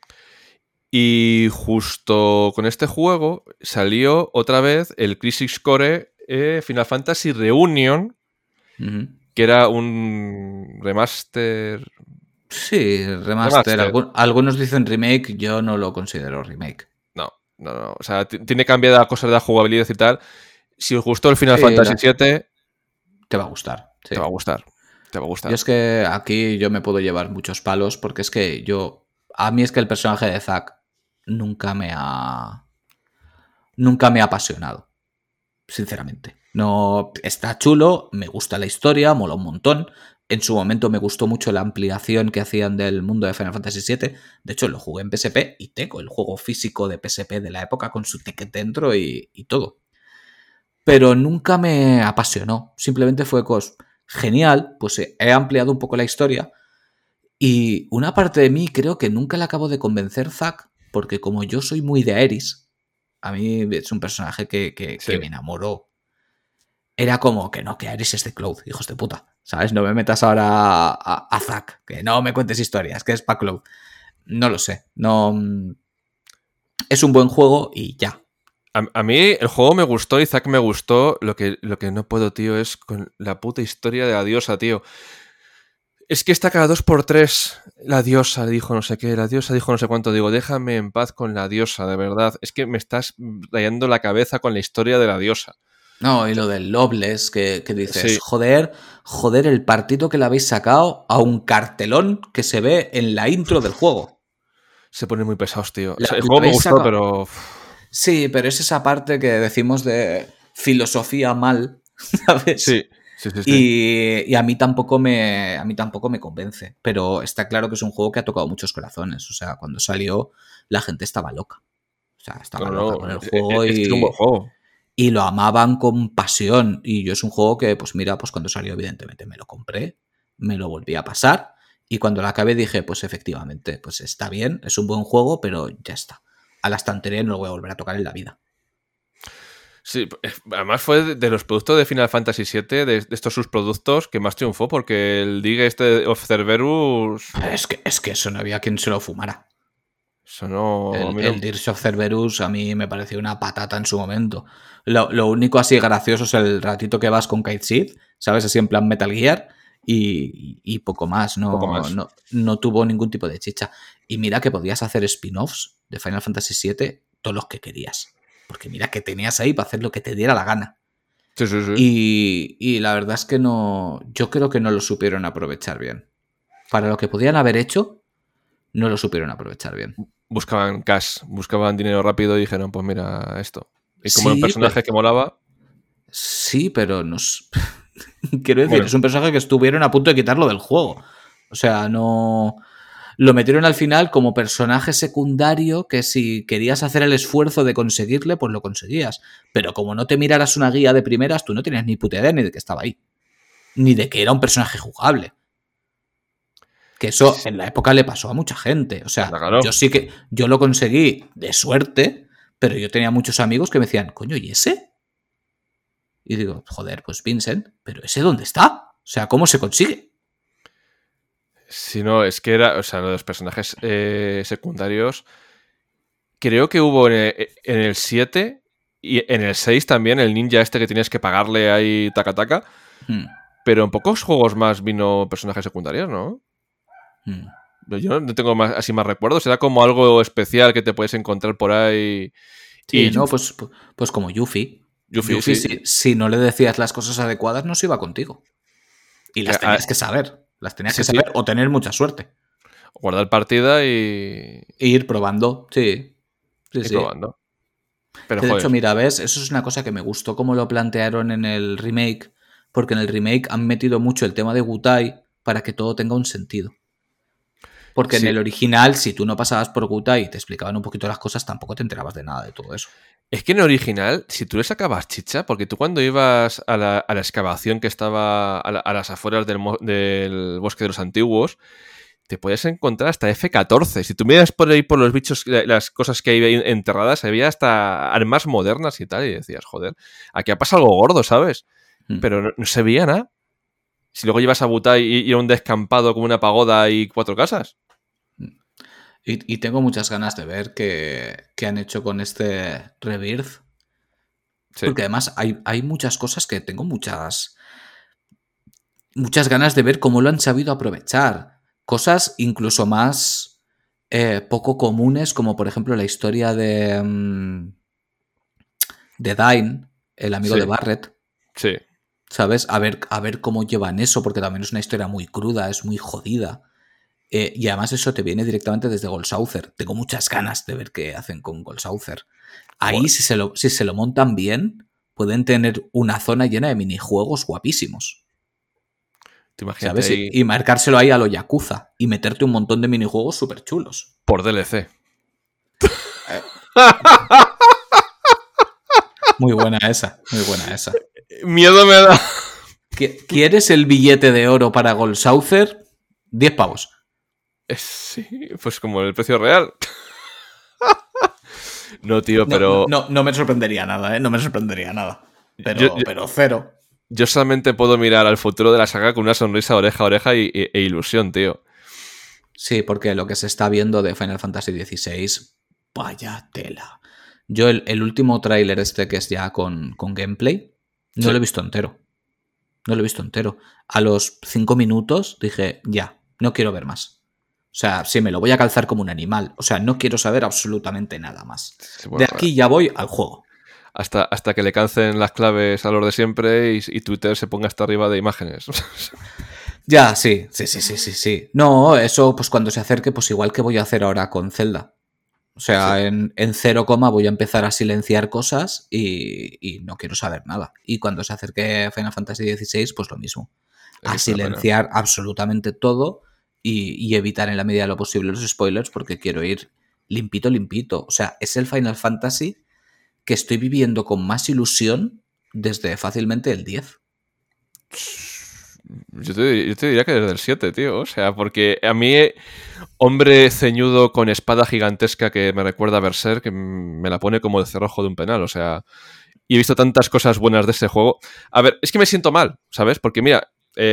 Y justo con este juego salió otra vez el Crisis Core Final Fantasy Reunion, que era un remaster. Sí, remaster. Algunos dicen remake, yo no lo considero remake. No. O sea, tiene cambiada cosas de la jugabilidad y tal. Si os gustó el Final Fantasy VII... Te va a gustar. Sí. Te va a gustar. Yo es que aquí yo me puedo llevar muchos palos porque es que a mí es que el personaje de Zack nunca me ha apasionado, sinceramente. No, está chulo, me gusta la historia, mola un montón. En su momento me gustó mucho la ampliación que hacían del mundo de Final Fantasy VII. De hecho, lo jugué en PSP y tengo el juego físico de PSP de la época con su ticket dentro y todo. Pero nunca me apasionó. Simplemente fue genial, pues he ampliado un poco la historia. Y una parte de mí creo que nunca le acabo de convencer Zack, porque como yo soy muy de Aeris, a mí es un personaje que me enamoró. Era como que no, que Aeris es de Cloud, hijos de puta. ¿Sabes? No me metas ahora a Zack, que no me cuentes historias, que es para Cloud. No lo sé. No Es un buen juego y ya. A mí el juego me gustó y Zack me gustó. Lo que no puedo, tío, es con la puta historia de la diosa, tío. Es que está cada 2x3. La diosa dijo no sé qué, la diosa dijo no sé cuánto. Digo, déjame en paz con la diosa, de verdad. Es que me estás rayando la cabeza con la historia de la diosa. No, y lo del Loveless, que dices, Sí, joder, el partido que le habéis sacado a un cartelón que se ve en la intro del juego. se ponen muy pesados, tío. O sea, el La juego me habéis gustó, sacado. pero... Sí, pero es esa parte que decimos de filosofía mal, ¿sabes? Sí, sí, sí, sí. Y a mí tampoco me convence. Pero está claro que es un juego que ha tocado muchos corazones. O sea, cuando salió, la gente estaba loca. O sea, estaba No, loca no, con el juego es que es un buen juego. y lo amaban con pasión. Y yo es un juego que, pues mira, pues cuando salió, evidentemente me lo compré, me lo volví a pasar. Y cuando lo acabé dije, pues efectivamente, pues está bien, es un buen juego, pero ya está. A la estantería no lo voy a volver a tocar en la vida. Sí, además fue de los productos de Final Fantasy VII, de estos sus productos, que más triunfó, porque el Dig este of Cerberus... Es que eso no había quien se lo fumara. Eso no... a mí El no- Dirge of Cerberus a mí me pareció una patata en su momento. Lo único así gracioso es el ratito que vas con Kite Seed, ¿sabes? Así en plan Metal Gear y poco más. poco No, más. no, no tuvo ningún tipo de chicha. Y mira que podías hacer spin-offs de Final Fantasy VII todos los que querías. Porque mira que tenías ahí para hacer lo que te diera la gana. Sí, sí, sí. Y la verdad es que no. Yo creo que no lo supieron aprovechar bien. Para lo que podían haber hecho, no lo supieron aprovechar bien. Buscaban cash, buscaban dinero rápido y dijeron, pues mira esto. Y como era un Sí, personaje que molaba, sí, pero nos. Quiero decir, bueno, es un personaje que estuvieron a punto de quitarlo del juego. O sea, no. Lo metieron al final como personaje secundario que si querías hacer el esfuerzo de conseguirle, pues lo conseguías. Pero como no te miraras una guía de primeras, tú no tenías ni puta idea ni de que estaba ahí. Ni de que era un personaje jugable. Que eso en la época le pasó a mucha gente. O sea, yo claro. sí que. Yo lo conseguí de suerte, pero yo tenía muchos amigos que me decían, coño, ¿y ese? Y digo, joder, pues Vincent, pero ¿ese dónde está? O sea, ¿cómo se consigue? Si no, es que era, o sea, los personajes secundarios, creo que hubo en el 7 y en el 6 también, el ninja este que tienes que pagarle ahí taca taca, Hmm, pero en pocos juegos más vino personajes secundarios, ¿no? hmm. Yo no tengo más, así más recuerdos, era como algo especial que te puedes encontrar por ahí. Sí, Y no, pues como Yuffie. Yuffie, Yuffie, sí. si no le decías las cosas adecuadas, no se iba contigo. Y Que, las tenías que saber. Las tenías sí, que sí, saber o tener mucha suerte. guardar partida y E ir probando, sí. Sí, ir sí. probando. Pero Que de hecho, joder, mira, ¿ves? Eso es una cosa que me gustó como lo plantearon en el remake. Porque en el remake han metido mucho el tema de Gutai para que todo tenga un sentido. Porque en sí. el original, si tú no pasabas por Gutai y te explicaban un poquito las cosas, tampoco te enterabas de nada de todo eso. Es que en el original, si tú le sacabas chicha, porque tú cuando ibas a la excavación que estaba a las afueras del bosque de los antiguos, te podías encontrar hasta F-14. Si tú miras por ahí por los bichos, las cosas que hay enterradas, había hasta armas modernas y tal, y decías, joder, aquí ha pasado algo gordo, ¿sabes? Mm. Pero no se veía nada. Si luego llevas a Butai y a un descampado como una pagoda y 4 casas. Y tengo muchas ganas de ver qué han hecho con este Rebirth. Sí. Porque además hay muchas cosas que tengo muchas ganas de ver cómo lo han sabido aprovechar. Cosas incluso más poco comunes, como por ejemplo la historia de Dine, el amigo de Sí, Barrett. sí. ¿Sabes? A ver cómo llevan eso, porque también es una historia muy cruda, es muy jodida. Y además eso te viene directamente desde Goldsaucer. Tengo muchas ganas de ver qué hacen con Goldsaucer. Ahí, Joder, si se lo montan bien, pueden tener una zona llena de minijuegos guapísimos. te imagínate ¿Sabes? ahí Y marcárselo ahí a lo Yakuza y meterte un montón de minijuegos súper chulos. por DLC. Muy buena esa, muy buena esa. Miedo me da. ¿Quieres el billete de oro para Goldsaucer? 10 pavos. Sí, pues como el precio real. No, tío, No, no, pero no, no me sorprendería nada, ¿eh? No me sorprendería nada. yo, yo, Pero cero. yo solamente puedo mirar al futuro de la saga con una sonrisa oreja a oreja e ilusión, tío. Sí, porque lo que se está viendo de Final Fantasy XVI vaya tela. Yo el último tráiler que es ya con gameplay, no lo he visto entero. No lo he visto entero. A los 5 minutos dije, ya, no quiero ver más. O sea, sí, me lo voy a calzar como un animal. O sea, no quiero saber absolutamente nada más. Sí, bueno, De aquí ya voy al juego. hasta que le cancen las claves a los de siempre y Twitter se ponga hasta arriba de imágenes. Ya, sí. No, eso pues cuando se acerque, pues igual que voy a hacer ahora con Zelda. O sea, Sí. en 0, voy a empezar a silenciar cosas y no quiero saber nada. Y cuando se acerque Final Fantasy XVI, pues lo mismo. Es que A es una pena. silenciar absolutamente todo y evitar en la medida de lo posible los spoilers porque quiero ir limpito, limpito. O sea, es el Final Fantasy que estoy viviendo con más ilusión desde fácilmente el 10. Yo te diría que desde el 7, tío. O sea, porque a mí, hombre ceñudo con espada gigantesca que me recuerda a Berserk, que me la pone como el cerrojo de un penal. O sea, y he visto tantas cosas buenas de ese juego. A ver, es que me siento mal, ¿sabes? Porque mira,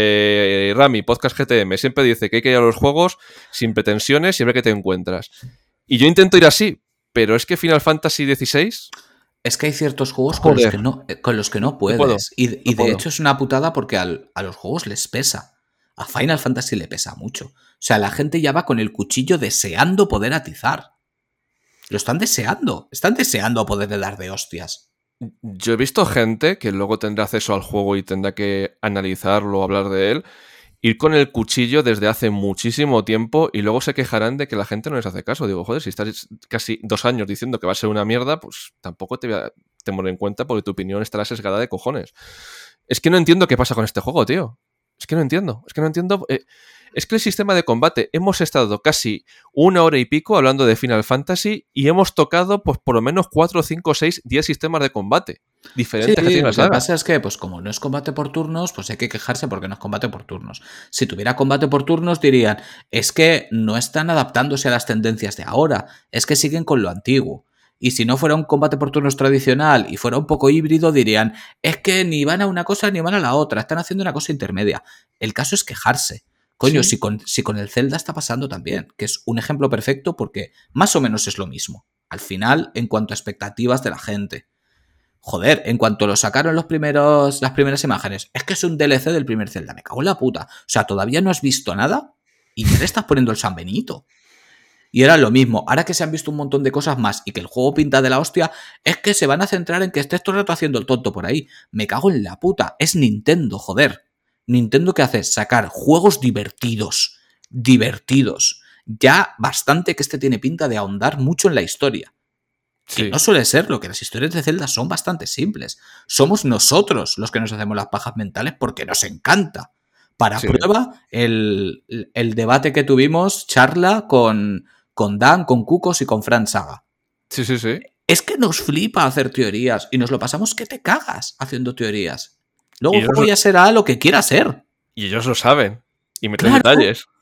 Rami, Podcast GTM, siempre dice que hay que ir a los juegos sin pretensiones y ver qué te encuentras. Y yo intento ir así, pero es que Final Fantasy XVI, Es que hay ciertos juegos joder, con los que no no puedo, puedes. Y no de puedo. hecho es una putada porque a los juegos les pesa. A Final Fantasy le pesa mucho. O sea, la gente ya va con el cuchillo deseando poder atizar. Lo están deseando. Están deseando poderle dar de hostias. Yo he visto gente que luego tendrá acceso al juego y tendrá que analizarlo o hablar de él, ir con el cuchillo desde hace muchísimo tiempo y luego se quejarán de que la gente no les hace caso. Digo, joder, si estás casi 2 años diciendo que va a ser una mierda, pues tampoco te voy a tener en cuenta porque tu opinión estará sesgada de cojones. Es que no entiendo qué pasa con este juego, tío. Es que no entiendo. Es que el sistema de combate, hemos estado casi 1 hora y pico hablando de Final Fantasy y hemos tocado pues por lo menos 4, 5, 6, 10 sistemas de combate Sí, diferentes que tiene la lo que saga. pasa es que, pues como no es combate por turnos, pues hay que quejarse porque no es combate por turnos. Si tuviera combate por turnos, dirían, es que no están adaptándose a las tendencias de ahora, es que siguen con lo antiguo. Y si no fuera un combate por turnos tradicional y fuera un poco híbrido, dirían, es que ni van a una cosa ni van a la otra, están haciendo una cosa intermedia. El caso es quejarse. Coño, Sí, si con el Zelda está pasando también, que es un ejemplo perfecto porque más o menos es lo mismo. Al final, en cuanto a expectativas de la gente. Joder, en cuanto lo sacaron las primeras imágenes, es que es un DLC del primer Zelda, me cago en la puta. O sea, todavía no has visto nada y ya le estás poniendo el San Benito. Y era lo mismo, ahora que se han visto un montón de cosas más y que el juego pinta de la hostia, es que se van a centrar en que estés todo el rato haciendo el tonto por ahí. Me cago en la puta, es Nintendo, joder. Nintendo, ¿qué hace? Sacar juegos divertidos. Divertidos. Ya bastante que este tiene pinta de ahondar mucho en la historia. Que sí, no suele serlo, que las historias de Zelda son bastante simples. Somos nosotros los que nos hacemos las pajas mentales porque nos encanta. Para sí, prueba, el debate que tuvimos, charla con Dan, con Cucos y con Fran Saga. sí, sí, sí. Es que nos flipa hacer teorías y nos lo pasamos que te cagas haciendo teorías. Luego Y el ellos, juego ya será lo que quiera ser. y ellos lo saben. Y meten Claro, detalles.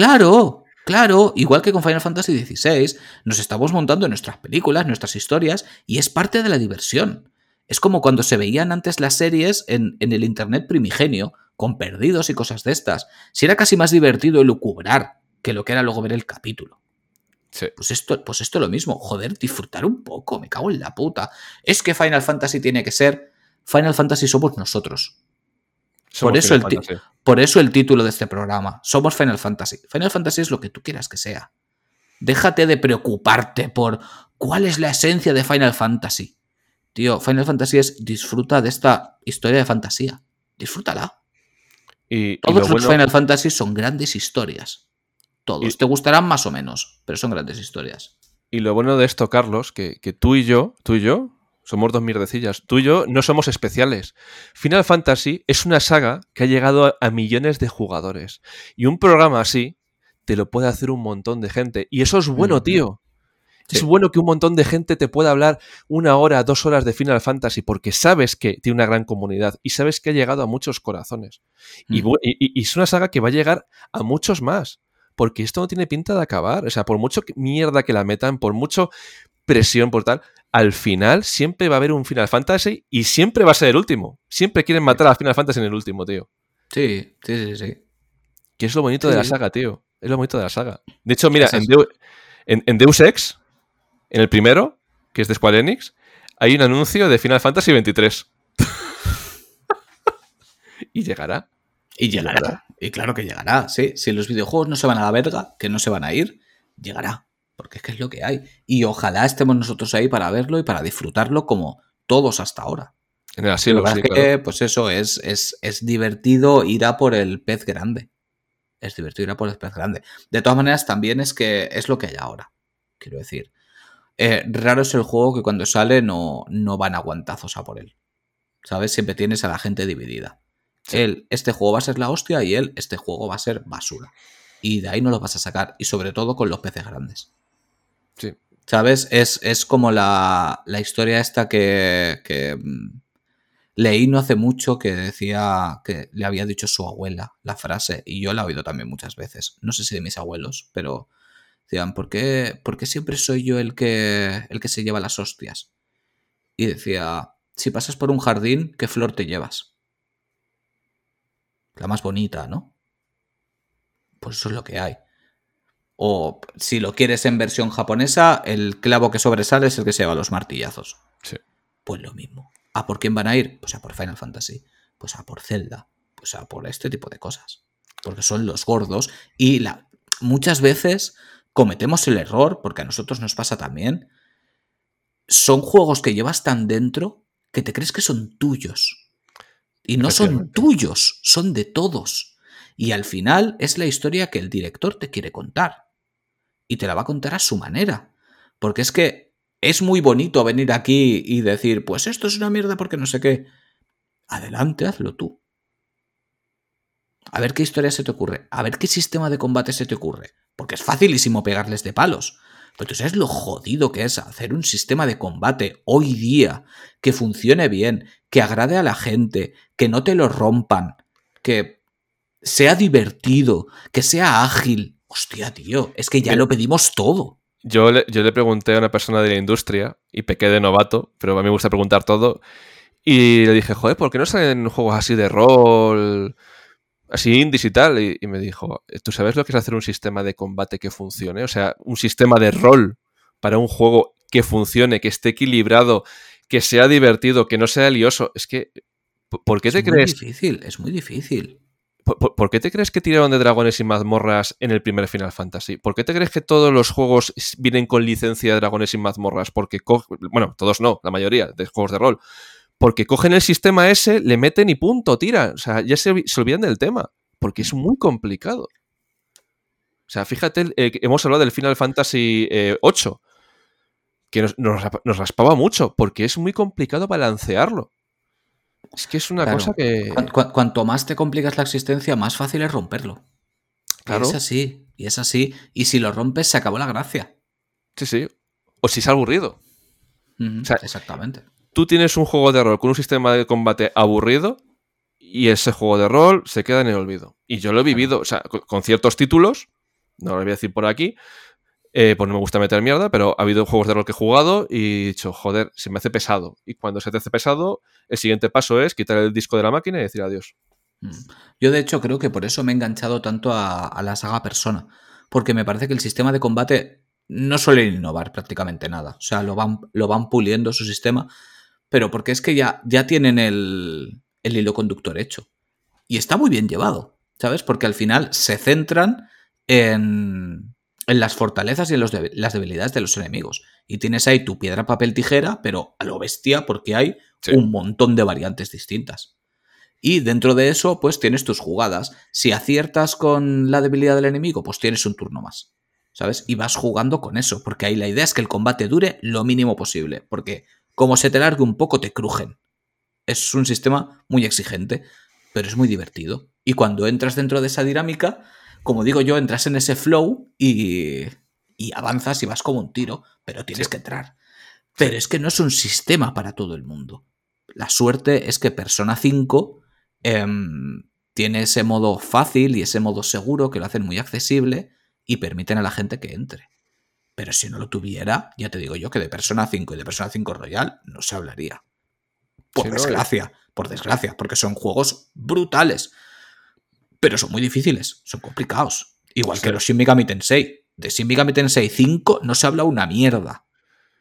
claro, igual que con Final Fantasy XVI, nos estamos montando nuestras películas, nuestras historias, y es parte de la diversión. Es como cuando se veían antes las series en el Internet primigenio, con perdidos y cosas de estas. Si era casi más divertido elucubrar que lo que era luego ver el capítulo. Sí. Pues esto lo mismo, joder, disfrutar un poco, me cago en la puta. Es que Final Fantasy tiene que ser. Final Fantasy somos nosotros. Por Somos eso, Final Fantasy. por eso el título de este programa. Somos Final Fantasy. Final Fantasy es lo que tú quieras que sea. Déjate de preocuparte por cuál es la esencia de Final Fantasy. Tío, Final Fantasy es disfruta de esta historia de fantasía. Disfrútala. Y lo Todos los bueno. Final Fantasy son grandes historias. Todos. Y, Te gustarán más o menos, pero son grandes historias. y lo bueno de esto, Carlos, que tú y yo, somos dos mierdecillas. Tú y yo no somos especiales. Final Fantasy es una saga que ha llegado a millones de jugadores. Y un programa así te lo puede hacer un montón de gente. Y eso es bueno, tío. Es Sí. bueno que un montón de gente te pueda hablar 1 hora, 2 horas de Final Fantasy porque sabes que tiene una gran comunidad y sabes que ha llegado a muchos corazones. Y es una saga que va a llegar a muchos más. Porque esto no tiene pinta de acabar. O sea, por mucho mierda que la metan, por mucho presión, por tal, al final siempre va a haber un Final Fantasy y siempre va a ser el último. Siempre quieren matar a Final Fantasy en el último, tío. Sí. Que es lo bonito de la Sí. saga, tío. Es lo bonito de la saga. De hecho, mira, Esas. en Deus Ex, en el primero, que es de Square Enix, hay un anuncio de Final Fantasy XXIII. Y llegará. Y llegará. Y claro que llegará, sí. Si los videojuegos no se van a la verga, que no se van a ir, llegará. Porque es que es lo que hay. Y ojalá estemos nosotros ahí para verlo y para disfrutarlo como todos hasta ahora. En el asilo, la verdad sí, es que, claro. pues eso, es divertido ir a por el pez grande. Es divertido ir a por el pez grande. De todas maneras, también es que es lo que hay ahora. Quiero decir. Raro es el juego que cuando sale no van a guantazos a por él. ¿Sabes? Siempre tienes a la gente dividida. Sí. Este juego va a ser la hostia y este juego va a ser basura. Y de ahí no lo vas a sacar. Y sobre todo con los peces grandes. Sí. ¿Sabes? Es como la historia esta que leí no hace mucho, que decía que le había dicho su abuela la frase. Y yo la he oído también muchas veces. No sé si de mis abuelos, pero decían, ¿por qué siempre soy yo el que se lleva las hostias? Y decía, si pasas por un jardín, ¿qué flor te llevas? La más bonita, ¿no? Pues eso es lo que hay. O si lo quieres en versión japonesa, el clavo que sobresale es el que se lleva los martillazos. Sí. Pues lo mismo. ¿A por quién van a ir? Pues a por Final Fantasy. Pues a por Zelda. Pues a por este tipo de cosas. Porque son los gordos. Y muchas veces cometemos el error, porque a nosotros nos pasa también. Son juegos que llevas tan dentro que te crees que son tuyos. Y no son tuyos, son de todos. Y al final es la historia que el director te quiere contar. Y te la va a contar a su manera. Porque es que es muy bonito venir aquí y decir, pues esto es una mierda porque no sé qué. Adelante, hazlo tú. A ver qué historia se te ocurre. A ver qué sistema de combate se te ocurre. Porque es facilísimo pegarles de palos. Pero tú sabes lo jodido que es hacer un sistema de combate hoy día que funcione bien, que agrade a la gente, que no te lo rompan, que sea divertido, que sea ágil. Hostia, tío, es que ya lo pedimos todo. Yo le pregunté a una persona de la industria y pequé de novato, pero a mí me gusta preguntar todo. Y le dije, joder, ¿por qué no salen juegos así de rol, así indies y tal? Y me dijo, ¿tú sabes lo que es hacer un sistema de combate que funcione? O sea, un sistema de rol para un juego que funcione, que esté equilibrado, que sea divertido, que no sea lioso. Es que, ¿por qué te crees? Es muy difícil. ¿Por qué te crees que tiraron de dragones y mazmorras en el primer Final Fantasy? ¿Por qué te crees que todos los juegos vienen con licencia de dragones y mazmorras? Porque bueno, todos no, la mayoría de juegos de rol. Porque cogen el sistema ese, le meten y punto, tiran. O sea, ya se olvidan del tema. Porque es muy complicado. O sea, fíjate, hemos hablado del Final Fantasy VIII, que nos raspaba mucho, porque es muy complicado balancearlo. Es que es una cosa que... Cuanto más te complicas la existencia, más fácil es romperlo. Claro. Y es así. Y si lo rompes, se acabó la gracia. Sí. O si es aburrido. O sea, exactamente. Tú tienes un juego de rol con un sistema de combate aburrido y ese juego de rol se queda en el olvido. Y yo lo he vivido, o sea, con ciertos títulos, no lo voy a decir por aquí, pues no me gusta meter mierda, pero ha habido juegos de rol que he jugado y he dicho, joder, se me hace pesado. Y cuando se te hace pesado, el siguiente paso es quitar el disco de la máquina y decir adiós. Yo, de hecho, creo que por eso me he enganchado tanto a la saga Persona. Porque me parece que el sistema de combate no suele innovar prácticamente nada. O sea, lo van puliendo su sistema, pero porque es que ya tienen el hilo conductor hecho. Y está muy bien llevado, ¿sabes? Porque al final se centran en las fortalezas y en las debilidades de los enemigos. Y tienes ahí tu piedra, papel, tijera, pero a lo bestia porque hay un montón de variantes distintas. Y dentro de eso, pues tienes tus jugadas. Si aciertas con la debilidad del enemigo, pues tienes un turno más, ¿sabes? Y vas jugando con eso, porque ahí la idea es que el combate dure lo mínimo posible, porque como se te largue un poco, te crujen. Es un sistema muy exigente, pero es muy divertido. Y cuando entras dentro de esa dinámica, como digo yo, entras en ese flow y avanzas y vas como un tiro, pero tienes que entrar. Pero es que no es un sistema para todo el mundo. La suerte es que Persona 5 tiene ese modo fácil y ese modo seguro que lo hacen muy accesible y permiten a la gente que entre. Pero si no lo tuviera, ya te digo yo que de Persona 5 y de Persona 5 Royal no se hablaría. Por desgracia, porque son juegos brutales. Pero son muy difíciles, son complicados. Igual que los Shin Megami Tensei. De Shin Megami Tensei 5 no se habla una mierda.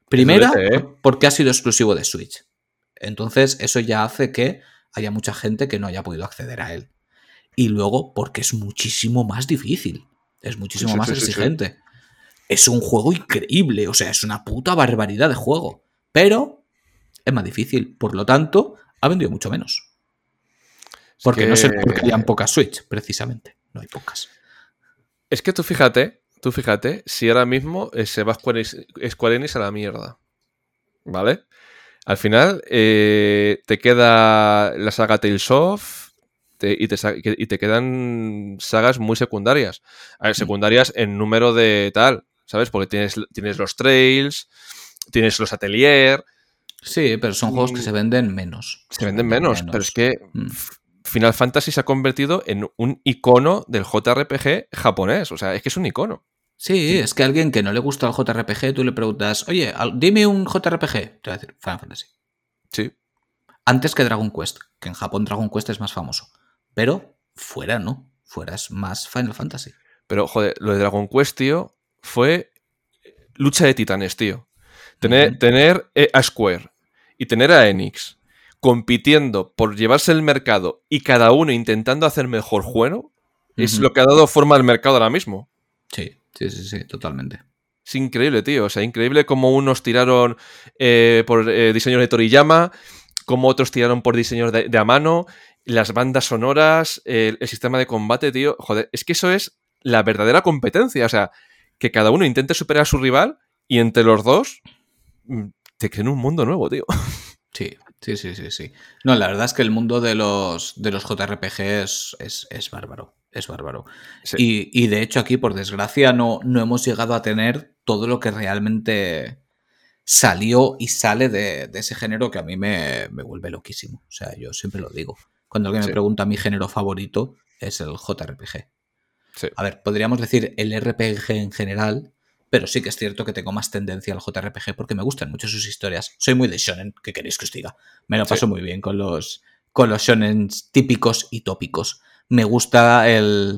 Primera, durete, ¿eh? porque ha sido exclusivo de Switch. Entonces, eso ya hace que haya mucha gente que no haya podido acceder a él. Y luego, porque es muchísimo más difícil. Es muchísimo Sí, más sí, sí, sí. exigente. Es un juego increíble. O sea, es una puta barbaridad de juego. Pero es más difícil. Por lo tanto, ha vendido mucho menos. Es Porque no que... sé por qué hayan pocas Switch, precisamente. No hay pocas. Es que tú fíjate, si ahora mismo se va Square Enix a la mierda, ¿vale? Al final te queda la saga Tales of y te quedan sagas muy secundarias. A ver, secundarias en número de tal, ¿sabes? Porque tienes los Trails, tienes los Atelier. Sí, pero son juegos que se venden menos. Se venden menos, pero es que Mm. Final Fantasy se ha convertido en un icono del JRPG japonés. O sea, es que es un icono. Sí, es que a alguien que no le gusta el JRPG, tú le preguntas, oye, dime un JRPG. Te va a decir Final Fantasy. Sí. Antes que Dragon Quest, que en Japón Dragon Quest es más famoso. Pero fuera no, fuera es más Final Fantasy. Pero, joder, lo de Dragon Quest, tío, fue lucha de titanes, tío. Tener a Square y tener a Enix compitiendo por llevarse el mercado y cada uno intentando hacer mejor juego, es lo que ha dado forma al mercado ahora mismo. Sí, sí, sí, sí, totalmente. Es increíble, tío. O sea, increíble como unos tiraron por diseños de Toriyama, como otros tiraron por diseños de a mano, las bandas sonoras, el sistema de combate, tío. Joder, es que eso es la verdadera competencia. O sea, que cada uno intente superar a su rival y entre los dos te creen un mundo nuevo, tío. Sí, sí, sí, sí, sí. No, la verdad es que el mundo de los JRPG es bárbaro. Es bárbaro. Sí. Y de hecho aquí, por desgracia, no hemos llegado a tener todo lo que realmente salió y sale de ese género que a mí me vuelve loquísimo. O sea, yo siempre lo digo. Cuando alguien me Sí. pregunta mi género favorito, es el JRPG. Sí. A ver, podríamos decir el RPG en general, pero sí que es cierto que tengo más tendencia al JRPG porque me gustan mucho sus historias. Soy muy de shonen, ¿qué queréis que os diga? Me lo paso muy bien con los shonen típicos y tópicos. Me gusta el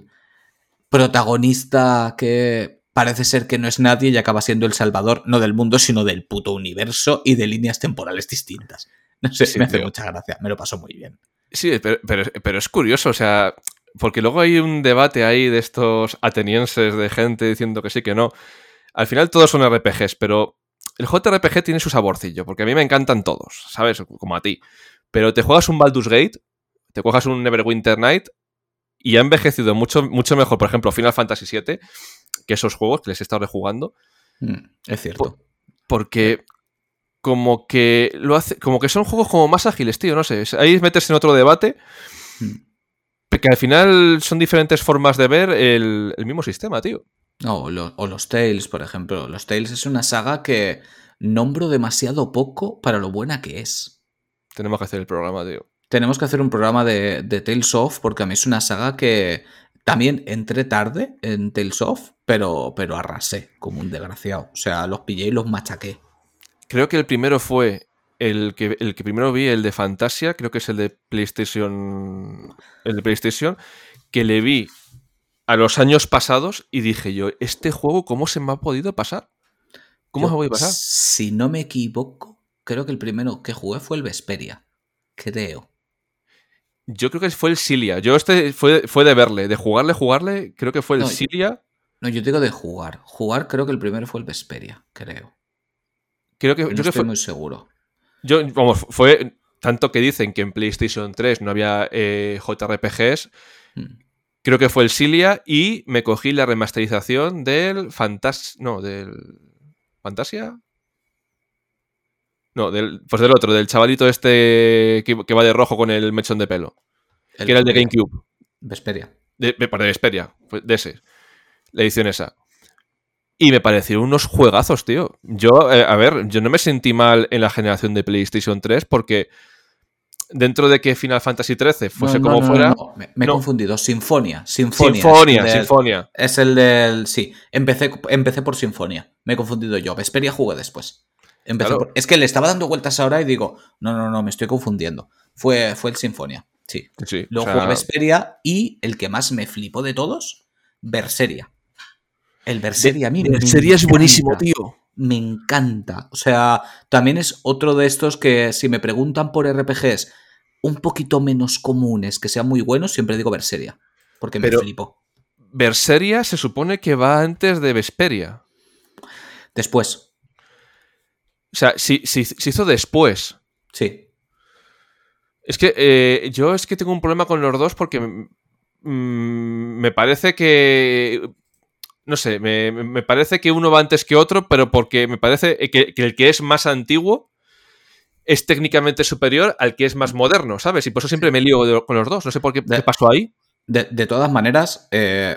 protagonista que parece ser que no es nadie y acaba siendo el salvador, no del mundo, sino del puto universo y de líneas temporales distintas. No sé, Sí, me hace tío. mucha gracia, me lo paso muy bien. Sí, pero es curioso, o sea, porque luego hay un debate ahí de estos atenienses de gente diciendo que sí, que no. Al final todos son RPGs, pero el JRPG tiene su saborcillo, porque a mí me encantan todos, ¿sabes? Como a ti. Pero te juegas un Baldur's Gate, te juegas un Neverwinter Night y ha envejecido mucho, mucho mejor, por ejemplo, Final Fantasy VII, que esos juegos que les he estado rejugando. Es cierto. Porque como que lo hace, como que son juegos como más ágiles, tío, no sé. Ahí es meterse en otro debate. Que al final son diferentes formas de ver el mismo sistema, tío. No, o los Tales, por ejemplo. Los Tales es una saga que nombro demasiado poco para lo buena que es. Tenemos que hacer el programa, tío. Tenemos que hacer un programa de Tales of, porque a mí es una saga que también entré tarde en Tales of, pero arrasé como un desgraciado. O sea, los pillé y los machaqué. Creo que el primero fue el que primero vi, el de Fantasia, creo que es el de PlayStation. El de PlayStation, que le vi a los años pasados y dije yo, ¿este juego cómo se me ha podido pasar? ¿Cómo se me ha podido pasar? Si no me equivoco, creo que el primero que jugué fue el Vesperia. Creo. Yo creo que fue el Cilia. Yo fue de verle, de jugarle, creo que fue el Cilia. No, yo digo de jugar. Jugar creo que el primero fue el Vesperia, creo. Creo que, Pero no yo que estoy fue, muy seguro. vamos, fue tanto que dicen que en PlayStation 3 no había JRPGs. Creo que fue el Cilia y me cogí la remasterización del del Fantasia. No, pues del otro, del chavalito este que va de rojo con el mechón de pelo. Que era el de GameCube. Vesperia. De Vesperia, de ese. La edición esa. Y me parecieron unos juegazos, tío. Yo, a ver, yo no me sentí mal en la generación de PlayStation 3 porque dentro de que Final Fantasy XIII fuese como fuera... No. Me he confundido. Sinfonia. Sinfonia. Es el del... Sí, empecé por Sinfonia. Me he confundido yo. Vesperia jugué después. Claro. Es que le estaba dando vueltas ahora y digo, no, me estoy confundiendo. Fue el Sinfonia, sí. Luego jugué Vesperia y el que más me flipó de todos, Berseria. El Berseria a mí Berseria es buenísimo, tío. me encanta. O sea, también es otro de estos que si me preguntan por RPGs un poquito menos comunes que sean muy buenos, siempre digo Berseria, porque me Pero flipo. Berseria se supone que va antes de Vesperia. Después, O sea, se hizo después. sí. Es que yo es que tengo un problema con los dos porque me parece que... No sé, me parece que uno va antes que otro, pero porque me parece que el que es más antiguo es técnicamente superior al que es más moderno, ¿sabes? Y por eso siempre me lío con los dos. No sé por qué pasó ahí. De todas maneras,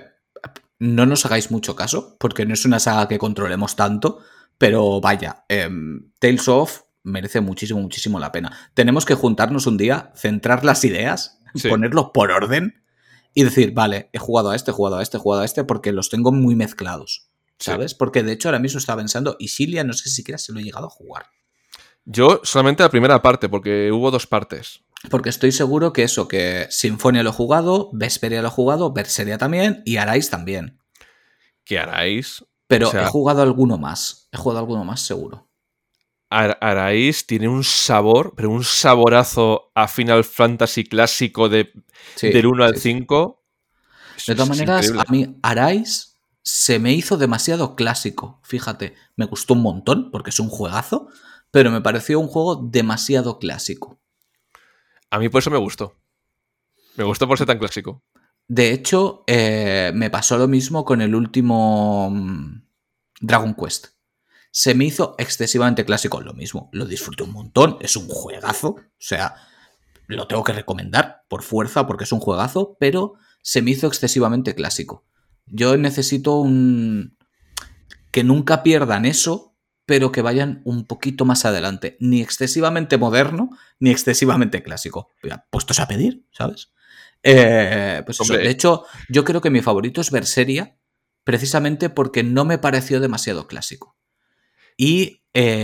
no nos hagáis mucho caso, porque no es una saga que controlemos tanto, pero vaya, Tales of merece muchísimo, muchísimo la pena. Tenemos que juntarnos un día, centrar las ideas, Sí. ponerlos por orden y decir, vale, he jugado a este, he jugado a este, he jugado a este, porque los tengo muy mezclados, ¿sabes? Sí. Porque de hecho ahora mismo estaba pensando, y Silia no sé si siquiera se lo he llegado a jugar. Yo solamente la primera parte, porque hubo dos partes. Porque estoy seguro que eso, que Sinfonia lo he jugado, Vesperia lo he jugado, Berseria también y Arais también. ¿Qué haráis? Pero O sea, he jugado alguno más. He jugado alguno más seguro. Arais tiene un sabor, pero un saborazo a Final Fantasy clásico del Sí, 1 al sí, sí. 5. De todas Es maneras, increíble. a mí Arais se me hizo demasiado clásico. Fíjate, me gustó un montón porque es un juegazo, pero me pareció un juego demasiado clásico. A mí por eso me gustó. Me gustó por ser tan clásico. De hecho, me pasó lo mismo con el último Dragon Quest. Se me hizo excesivamente clásico. Lo mismo, lo disfruté un montón. Es un juegazo. O sea, lo tengo que recomendar por fuerza porque es un juegazo, pero se me hizo excesivamente clásico. Yo necesito que nunca pierdan eso, pero que vayan un poquito más adelante. Ni excesivamente moderno, ni excesivamente clásico. Puestos a pedir, ¿sabes? Pues eso. Hombre, De hecho, yo creo que mi favorito es Berseria, precisamente porque no me pareció demasiado clásico. Y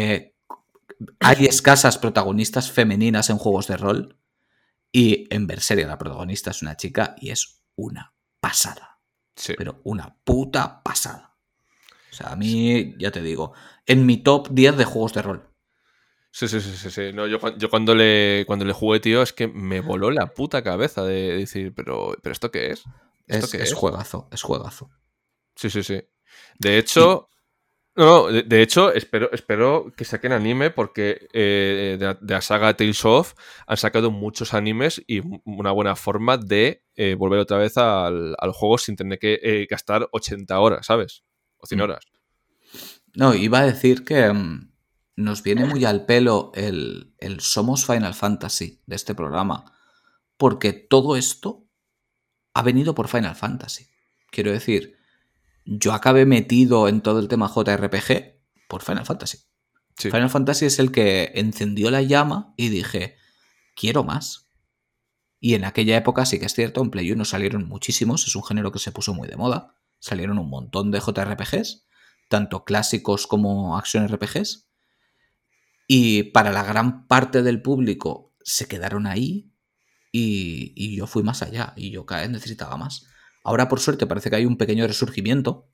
hay escasas protagonistas femeninas en juegos de rol. Y en Berseria la protagonista es una chica y es una pasada. sí. Pero una puta pasada. O sea, a mí, ya te digo, en mi top 10 de juegos de rol. Sí. No, yo cuando le jugué, tío, es que me voló la puta cabeza de decir, pero ¿esto qué es? ¿Esto qué Es es? juegazo, es juegazo. Sí. De Y hecho, no, de hecho, espero que saquen anime porque de la saga Tales of han sacado muchos animes y una buena forma de volver otra vez al juego sin tener que gastar 80 horas, ¿sabes? O 100 horas. no, iba a decir que nos viene muy al pelo el Somos Final Fantasy de este programa, porque todo esto ha venido por Final Fantasy. Quiero decir, yo acabé metido en todo el tema JRPG por Final Fantasy. Sí. Final Fantasy es el que encendió la llama y dije, quiero más. Y en aquella época sí que es cierto, en Play 1 salieron muchísimos, es un género que se puso muy de moda. Salieron un montón de JRPGs, tanto clásicos como action RPGs. Y para la gran parte del público se quedaron ahí y yo fui más allá y yo cada vez necesitaba más. Ahora por suerte parece que hay un pequeño resurgimiento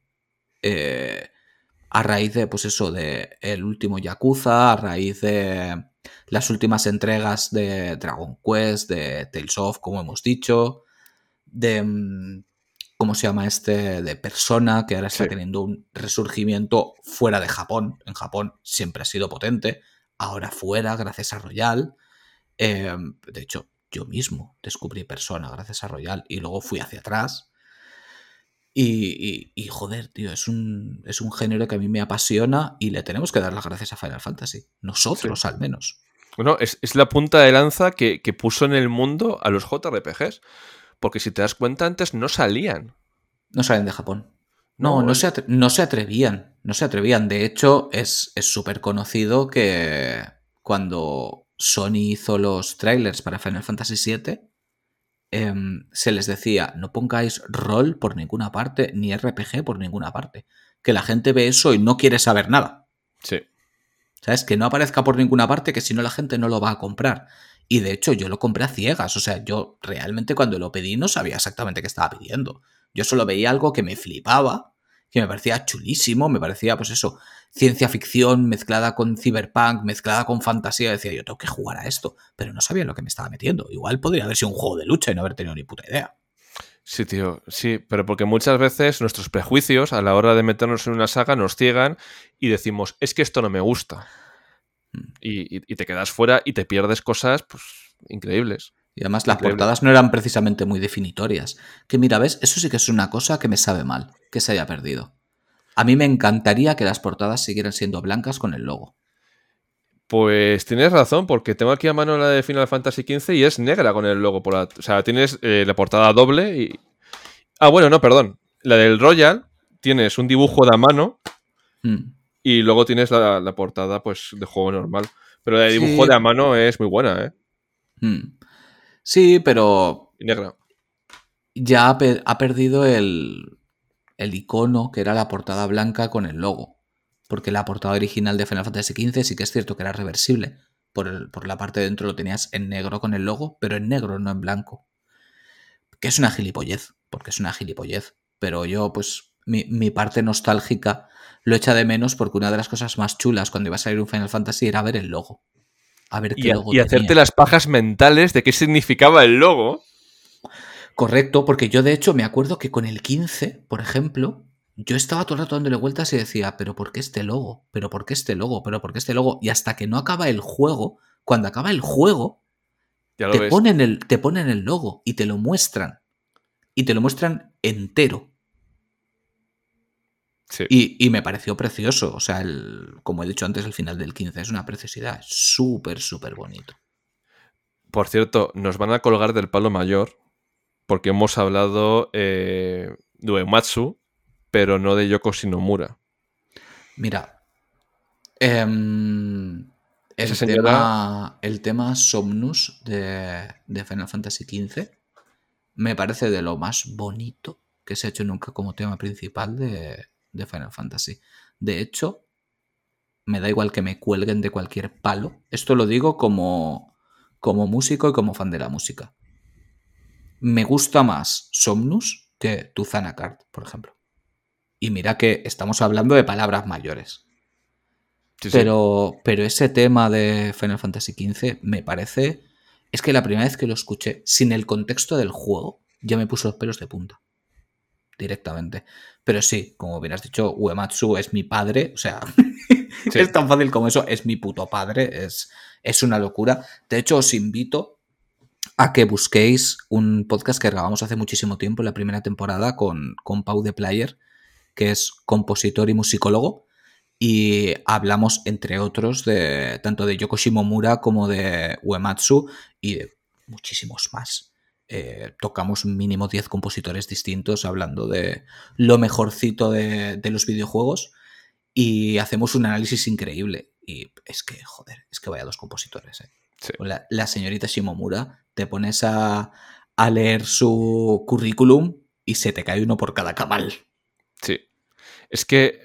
a raíz de, pues eso, de el último Yakuza, a raíz de las últimas entregas de Dragon Quest, de Tales of, como hemos dicho, de ¿cómo se llama este? De Persona, que ahora está Sí. teniendo un resurgimiento fuera de Japón. En Japón siempre ha sido potente, ahora fuera, gracias a Royal. De hecho, yo mismo descubrí Persona gracias a Royal y luego fui hacia atrás. Y joder, tío, es un género que a mí me apasiona y le tenemos que dar las gracias a Final Fantasy. Sí. Nosotros, al menos. Bueno, es la punta de lanza que puso en el mundo a los JRPGs. Porque si te das cuenta, antes no salían. No salen de Japón. No, No, no se atrevían. No se atrevían. De hecho, es súper conocido que cuando Sony hizo los trailers para Final Fantasy VII, se les decía, no pongáis rol por ninguna parte, ni RPG por ninguna parte. Que la gente ve eso y no quiere saber nada. Sí. ¿Sabes? Que no aparezca por ninguna parte, que si no la gente no lo va a comprar. Y de hecho yo lo compré a ciegas. O sea, yo realmente cuando lo pedí no sabía exactamente qué estaba pidiendo. Yo solo veía algo que me flipaba que me parecía chulísimo, me parecía, pues eso, ciencia ficción mezclada con cyberpunk, mezclada con fantasía. Decía, yo tengo que jugar a esto, pero no sabía en lo que me estaba metiendo. Igual podría haber sido un juego de lucha y no haber tenido ni puta idea. Sí, tío, sí, pero porque muchas veces nuestros prejuicios a la hora de meternos en una saga nos ciegan y decimos, es que esto no me gusta. Y te quedas fuera y te pierdes cosas, pues, increíbles. Y además las portadas no eran precisamente muy definitorias. Que mira, ¿ves? Eso sí que es una cosa que me sabe mal, que se haya perdido. A mí me encantaría que las portadas siguieran siendo blancas con el logo. Pues tienes razón, porque tengo aquí a mano la de Final Fantasy XV y es negra con el logo por o sea, tienes la portada doble y... Ah, bueno, no, perdón. La del Royal tienes un dibujo de a mano y luego tienes la portada, pues, de juego normal. Pero la de dibujo de a mano es muy buena, ¿eh? Sí, pero... Y negra. Ya ha perdido el icono que era la portada blanca con el logo. Porque la portada original de Final Fantasy XV sí que es cierto que era reversible. Por la parte de dentro lo tenías en negro con el logo, pero en negro, no en blanco. Que es una gilipollez, porque es una gilipollez. Pero yo, pues, mi parte nostálgica lo echa de menos porque una de las cosas más chulas cuando iba a salir un Final Fantasy era ver el logo. A ver qué logo Y tenía. hacerte las pajas mentales de qué significaba el logo. Correcto, porque yo de hecho me acuerdo que con el 15, por ejemplo, yo estaba todo el rato dándole vueltas y decía, pero ¿por qué este logo? ¿Pero por qué este logo? ¿Pero por qué este logo? Y hasta que no acaba el juego, cuando acaba el juego, Ya lo ves. te ponen el logo y te lo muestran. Y te lo muestran entero. Sí. Y me pareció precioso. O sea, como he dicho antes, el final del 15 es una preciosidad. Es súper, súper bonito. Por cierto, nos van a colgar del palo mayor porque hemos hablado de Uematsu, pero no de Yoko Shinomura. Mira, Esa señora... el tema Somnus de Final Fantasy XV me parece de lo más bonito que se ha hecho nunca como tema principal de Final Fantasy. De hecho, me da igual que me cuelguen de cualquier palo. Esto lo digo como músico y como fan de la música. Me gusta más Somnus que Tuzana Card, por ejemplo. Y mira que estamos hablando de palabras mayores. Sí, Pero ese tema de Final Fantasy XV me parece... Es que la primera vez que lo escuché, sin el contexto del juego, ya me puso los pelos de punta. Directamente. Pero sí, como bien has dicho, Uematsu es mi padre. O sea, sí. es tan fácil como eso. Es mi puto padre. Es una locura. De hecho, os invito a que busquéis un podcast que grabamos hace muchísimo tiempo, en la primera temporada, con Pau de Player, que es compositor y musicólogo. Y hablamos, entre otros, de tanto de Yoko Shimomura como de Uematsu y de muchísimos más. Tocamos mínimo 10 compositores distintos hablando de lo mejorcito de los videojuegos y hacemos un análisis increíble. Y es que, joder, es que vaya dos compositores. Sí. La señorita Shimomura, te pones a leer su currículum y se te cae uno por cada cabal. Sí. Es que,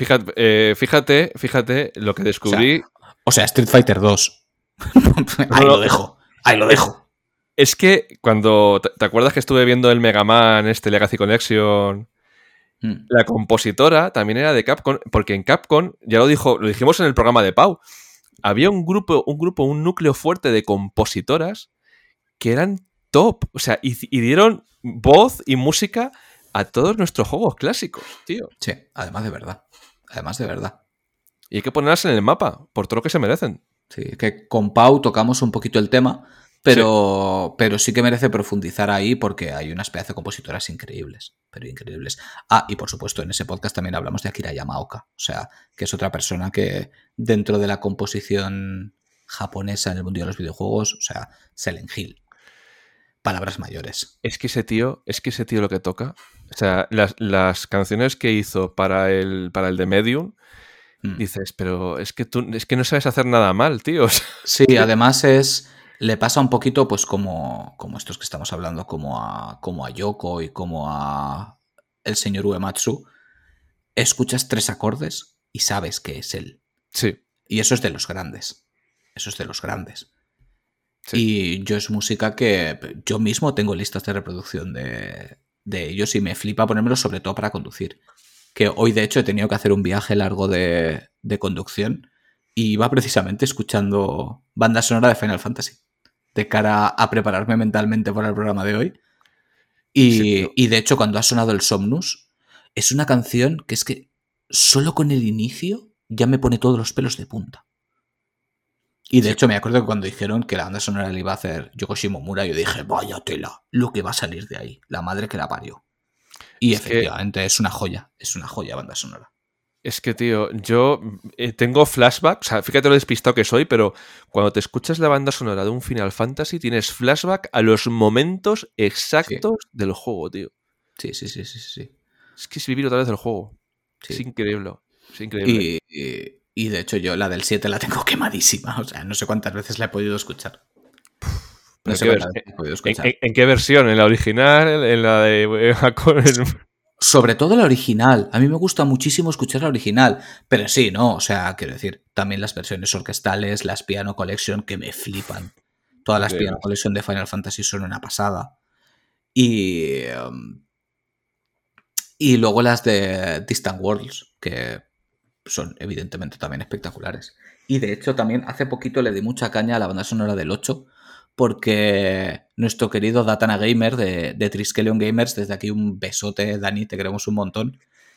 fíjate lo que descubrí. O sea Street Fighter 2. Ahí lo dejo. Ahí lo dejo. Es que cuando... ¿Te acuerdas que estuve viendo el Mega Man, Legacy Connection? La compositora también era de Capcom, porque en Capcom, ya lo dijimos en el programa de Pau, había un núcleo fuerte de compositoras que eran top. O sea, y dieron voz y música a todos nuestros juegos clásicos, tío. Sí, además de verdad. Además de verdad. Y hay que ponerlas en el mapa, por todo lo que se merecen. Sí, que con Pau tocamos un poquito el tema, pero sí que merece profundizar ahí porque hay unas pedazos de compositoras increíbles, pero increíbles. Ah, y por supuesto, en ese podcast también hablamos de Akira Yamaoka, o sea, que es otra persona que dentro de la composición japonesa en el mundo de los videojuegos, o sea, Silent Hill. Palabras mayores. Es que ese tío lo que toca, o sea, las canciones que hizo para el de Medium, dices, pero es que no sabes hacer nada mal, tío. Sí, además le pasa un poquito pues como estos que estamos hablando, como a Yoko y como a el señor Uematsu. Escuchas 3 acordes y sabes que es él. Sí. Y eso es de los grandes. Eso es de los grandes. Sí. Y yo es música que yo mismo tengo listas de reproducción de ellos y me flipa ponérmelos sobre todo para conducir. que hoy de hecho he tenido que hacer un viaje largo de conducción y iba precisamente escuchando banda sonora de Final Fantasy de cara a prepararme mentalmente para el programa de hoy. Sí, tío. Y de hecho cuando ha sonado el Somnus, es una canción que es que solo con el inicio ya me pone todos los pelos de punta. Y de Sí. hecho me acuerdo que cuando dijeron que la banda sonora le iba a hacer Yoko Shimomura, yo dije, vaya tela, lo que va a salir de ahí, la madre que la parió. Y Es que, efectivamente es una joya banda sonora. tío, yo tengo flashback, o sea, fíjate lo despistado que soy, pero cuando te escuchas la banda sonora de un Final Fantasy, tienes flashback a los momentos Sí, exactos del juego, tío. sí, sí, sí, sí, sí. Es que es vivir otra vez el juego. Es Sí. increíble. Es increíble. Y de hecho yo la del 7 la tengo quemadísima, o sea, no sé cuántas veces la he podido escuchar. No ¿Pero en sé qué, cuántas veces la he podido escuchar. en qué versión? ¿En la original? ¿En la de Sobre todo la original. A mí me gusta muchísimo escuchar la original. Pero sí, ¿no? O sea, quiero decir, también las versiones orquestales, las Piano Collection, que me flipan. Todas las Piano increíbles? Collection de Final Fantasy son una pasada. Y, y luego las de Distant Worlds, que son evidentemente también espectaculares. Y de hecho también hace poquito le di mucha caña a la banda sonora del 8 porque nuestro querido Datana Gamer de Triskelion Gamers, desde aquí un besote, Dani, te queremos un montón,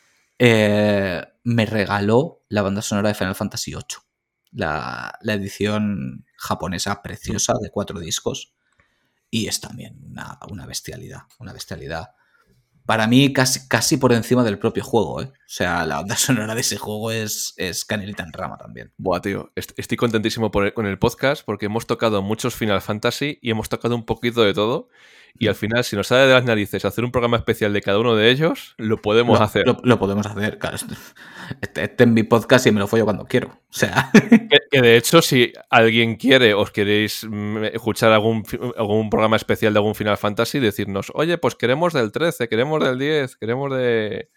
me regaló la banda sonora de Final Fantasy VIII, la edición japonesa preciosa de 4 discos y es también una bestialidad, una bestialidad. Para mí casi por encima del propio juego, ¿eh? O sea, la banda sonora de ese juego es canelita en rama también. Buah, tío, estoy contentísimo con el podcast porque hemos tocado muchos Final Fantasy y hemos tocado un poquito de todo. Y al final, si nos sale de las narices hacer un programa especial de cada uno de ellos, lo podemos hacer. Lo podemos hacer, claro. Este es mi podcast y me lo follo cuando quiero. O sea, Que de hecho, si alguien quiere, os queréis escuchar algún programa especial de algún Final Fantasy, decirnos, oye, pues queremos del 13, queremos del 10, queremos de...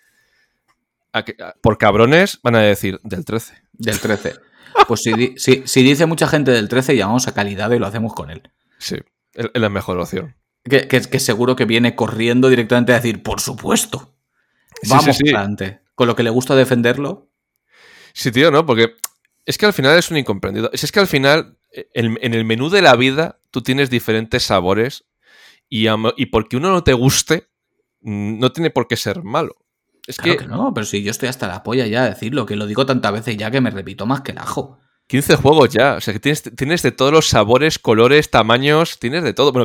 Por cabrones van a decir del 13. del 13. Pues si dice mucha gente del 13, llamamos a Calidad y lo hacemos con él. Sí, es la mejor opción. Que seguro que viene corriendo directamente a decir, por supuesto. Sí, sí, Vamos sí. para adelante. Con lo que le gusta defenderlo. Sí, tío, ¿no? Porque es que al final es un incomprendido. Es que al final, en el menú de la vida, tú tienes diferentes sabores y porque uno no te guste, no tiene por qué ser malo. Es Claro que que no, pero si yo estoy hasta la polla ya de decirlo, que lo digo tantas veces ya que me repito más que el ajo. 15 juegos ya. O sea, que tienes de todos los sabores, colores, tamaños, tienes de todo. Bueno,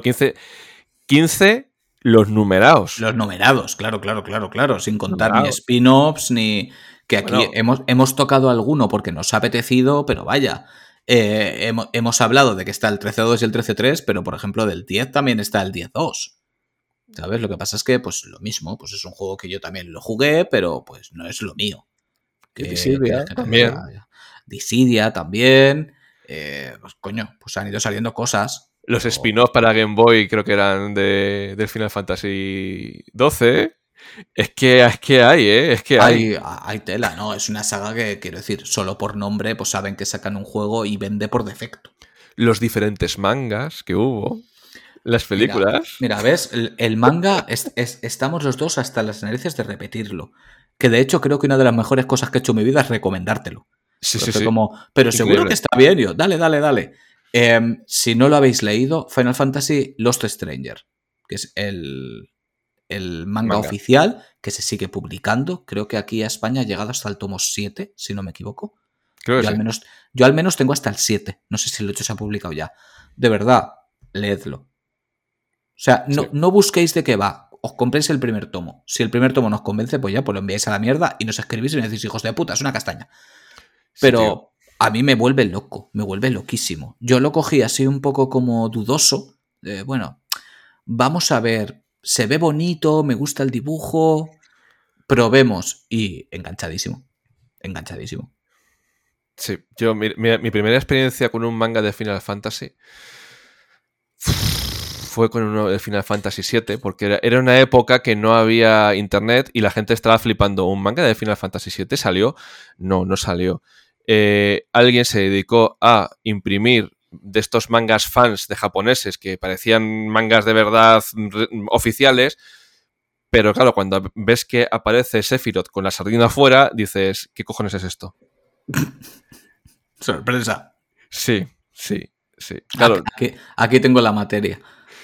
15 los numerados. Los numerados, claro, claro, claro, claro. Sin contar ni Numerados. spin-offs, ni. Que aquí Bueno, hemos tocado alguno porque nos ha apetecido, pero vaya. Hemos hablado de que está el 13.2 y el 13.3, pero por ejemplo del 10 también está el 10.2. ¿Sabes? Lo que pasa es que, pues lo mismo, pues es un juego que yo también lo jugué, pero pues no es lo mío. y Que Dissidia deje de también. Dissidia también. Pues coño, pues han ido saliendo cosas. Los Pero spin-offs para Game Boy creo que eran del Final Fantasy XII. Es que hay, ¿eh? Es que hay. hay tela, ¿no? Es una saga que, quiero decir, solo por nombre, pues saben que sacan un juego y vende por defecto. Los diferentes mangas que hubo. Las Mira, películas. mira, ¿ves? El manga, estamos los dos hasta las narices de repetirlo. Que de hecho creo que una de las mejores cosas que he hecho en mi vida es recomendártelo. Sí, Porque sí, fue sí. como, pero seguro que Increíble. está bien, yo, dale, dale, dale. Si no lo habéis leído, Final Fantasy Lost Stranger, que es el manga Manga. oficial que se sigue publicando. Creo que aquí a España ha llegado hasta el tomo 7, si no me equivoco. Creo que Yo al sí. menos, yo al menos tengo hasta el 7. No sé si el 8 se ha publicado ya. De verdad, leedlo. O sea, Sí. no busquéis de qué va. Os compréis el primer tomo. Si el primer tomo nos convence, pues ya pues lo enviáis a la mierda y nos escribís y me decís, hijos de puta, es una castaña. Sí, tío. Pero a mí me vuelve loco, me vuelve loquísimo. Yo lo cogí así un poco como dudoso. Bueno, vamos a ver, se ve bonito, me gusta el dibujo, probemos. Y enganchadísimo, enganchadísimo. Sí. Yo, mi primera experiencia con un manga de Final Fantasy fue con uno de Final Fantasy VII, porque era una época que no había internet y la gente estaba flipando. ¿Un manga de Final Fantasy VII salió? No, no salió. Alguien se dedicó a imprimir de estos mangas fans de japoneses que parecían mangas de verdad oficiales, Pero claro, cuando ves que aparece Sephiroth con la sardina afuera, dices, ¿qué cojones es esto? Sorpresa. Sí. Claro, Aquí tengo la materia.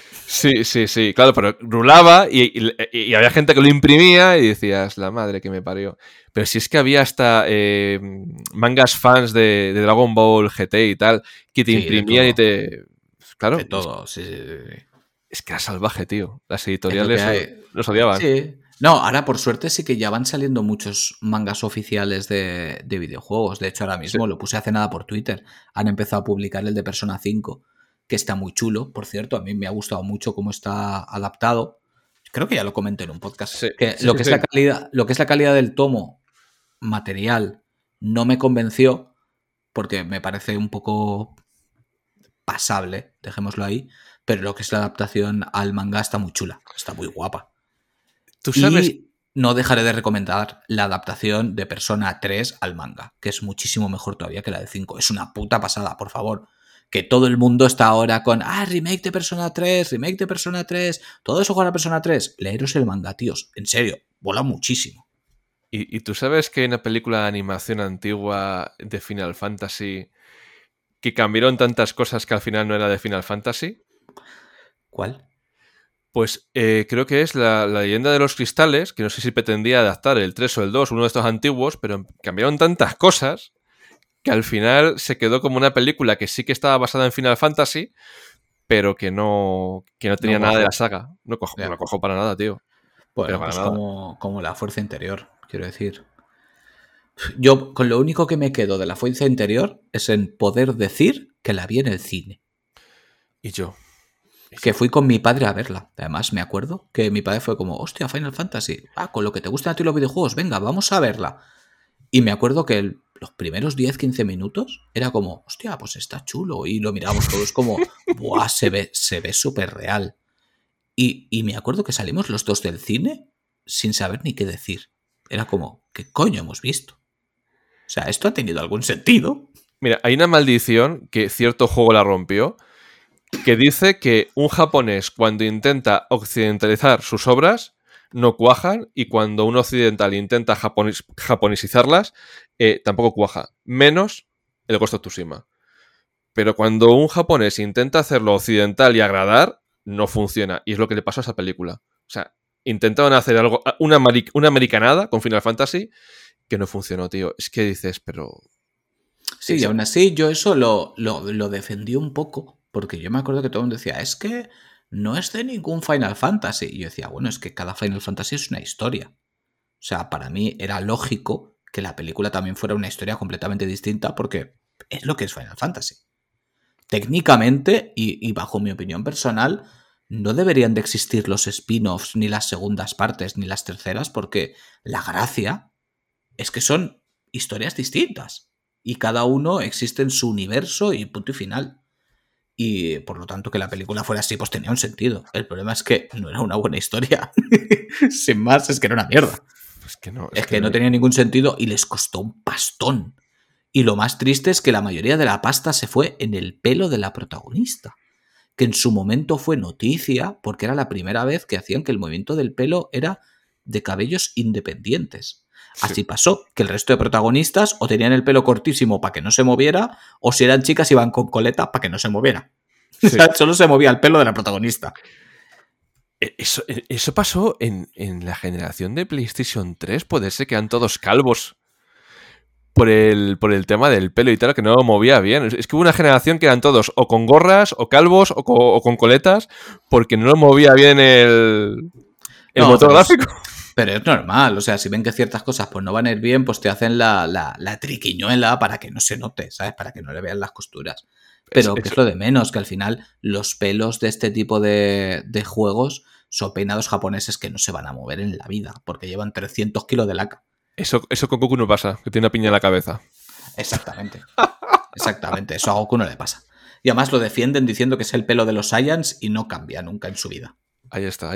sí. Claro, pero rulaba y había gente que lo imprimía y decías, la madre que me parió. Pero si es que había hasta mangas fans de Dragon Ball GT y tal, que te Sí, de imprimían y todo. te... Claro, De todo, sí. es que era salvaje, tío. Las Es lo que editoriales hay. los odiaban. Sí. No, ahora por suerte sí que ya van saliendo muchos mangas oficiales de videojuegos. De hecho, ahora Sí. mismo lo puse hace nada por Twitter. Han empezado a publicar el de Persona 5, que está muy chulo, por cierto. A mí me ha gustado mucho cómo está adaptado. Creo que ya lo comenté en un podcast. Sí, Que sí, lo que es sí. la calidad del tomo material no me convenció, porque me parece un poco pasable, dejémoslo ahí. Pero lo que es la adaptación al manga está muy chula, está muy guapa. Tú sabes, Y no dejaré de recomendar la adaptación de Persona 3 al manga, que es muchísimo mejor todavía que la de 5. Es una puta pasada, por favor. Que todo el mundo está ahora con, remake de Persona 3, remake de Persona 3, todo eso juega a Persona 3. Leeros el manga, tíos. En serio, mola muchísimo. y tú sabes que hay una película de animación antigua de Final Fantasy que cambiaron tantas cosas que al final no era de Final Fantasy. ¿Cuál? Pues creo que es la leyenda de los cristales, que no sé si pretendía adaptar el 3 o el 2, uno de estos antiguos, pero cambiaron tantas cosas que al final se quedó como una película que sí que estaba basada en Final Fantasy, pero que no tenía No nada de la cuajo. saga. No Ya. cojo para nada, tío. Pero Bueno, para pues nada. como la fuerza interior, quiero decir. Yo con lo único que me quedo de la fuerza interior es en poder decir que la vi en el cine. Y yo. Que fui con mi padre a verla. Además, me acuerdo que mi padre fue como, hostia, Final Fantasy. Con lo que te gustan a ti los videojuegos, venga, vamos a verla. Y me acuerdo que los primeros 10-15 minutos era como, hostia, pues está chulo. Y lo mirábamos todos como, buah, se ve súper real. Y me acuerdo que salimos los dos del cine sin saber ni qué decir. Era como, ¿qué coño hemos visto? O sea, ¿esto ha tenido algún sentido? Mira, hay una maldición que cierto juego la rompió, que dice que un japonés cuando intenta occidentalizar sus obras no cuajan y cuando un occidental intenta japonesizarlas tampoco cuaja, menos el Ghost of Tsushima. Pero cuando un japonés intenta hacerlo occidental y agradar, no funciona. Y es lo que le pasó a esa película. O sea, intentaron hacer algo, una americanada con Final Fantasy que no funcionó, tío. Es que dices, pero... Sí, y aún así yo eso lo defendí un poco, porque yo me acuerdo que todo el mundo decía, es que no es de ningún Final Fantasy. Y yo decía, bueno, es que cada Final Fantasy es una historia. O sea, para mí era lógico que la película también fuera una historia completamente distinta, porque es lo que es Final Fantasy. Técnicamente, y bajo mi opinión personal, no deberían de existir los spin-offs, ni las segundas partes, ni las terceras, porque la gracia es que son historias distintas. Y cada uno existe en su universo y punto y final. Y por lo tanto, que la película fuera así, pues tenía un sentido. El problema es que no era una buena historia. Sin más, es que era una mierda. Es que no, Es que no tenía ningún sentido y les costó un pastón. Y lo más triste es que la mayoría de la pasta se fue en el pelo de la protagonista. Que en su momento fue noticia porque era la primera vez que hacían que el movimiento del pelo era de cabellos independientes. Sí. Así pasó, que el resto de protagonistas o tenían el pelo cortísimo para que no se moviera, o si eran chicas iban con coleta para que no se moviera. Sí. O sea, solo se movía el pelo de la protagonista. Eso pasó en la generación de PlayStation 3. Puede ser que eran todos calvos por el tema del pelo y tal, que no lo movía bien. Es que hubo una generación que eran todos o con gorras, o calvos, o con coletas, porque no lo movía bien el motor gráfico. Pero es normal, o sea, si ven que ciertas cosas pues no van a ir bien, pues te hacen la triquiñuela para que no se note, ¿sabes? Para que no le vean las costuras. Pero que es lo de menos, que al final los pelos de este tipo de juegos son peinados japoneses que no se van a mover en la vida, porque llevan 300 kilos de laca. Eso con Goku no pasa, que tiene una piña en la cabeza. Exactamente. Exactamente, eso a Goku no le pasa. Y además lo defienden diciendo que es el pelo de los Saiyans y no cambia nunca en su vida. Ahí está.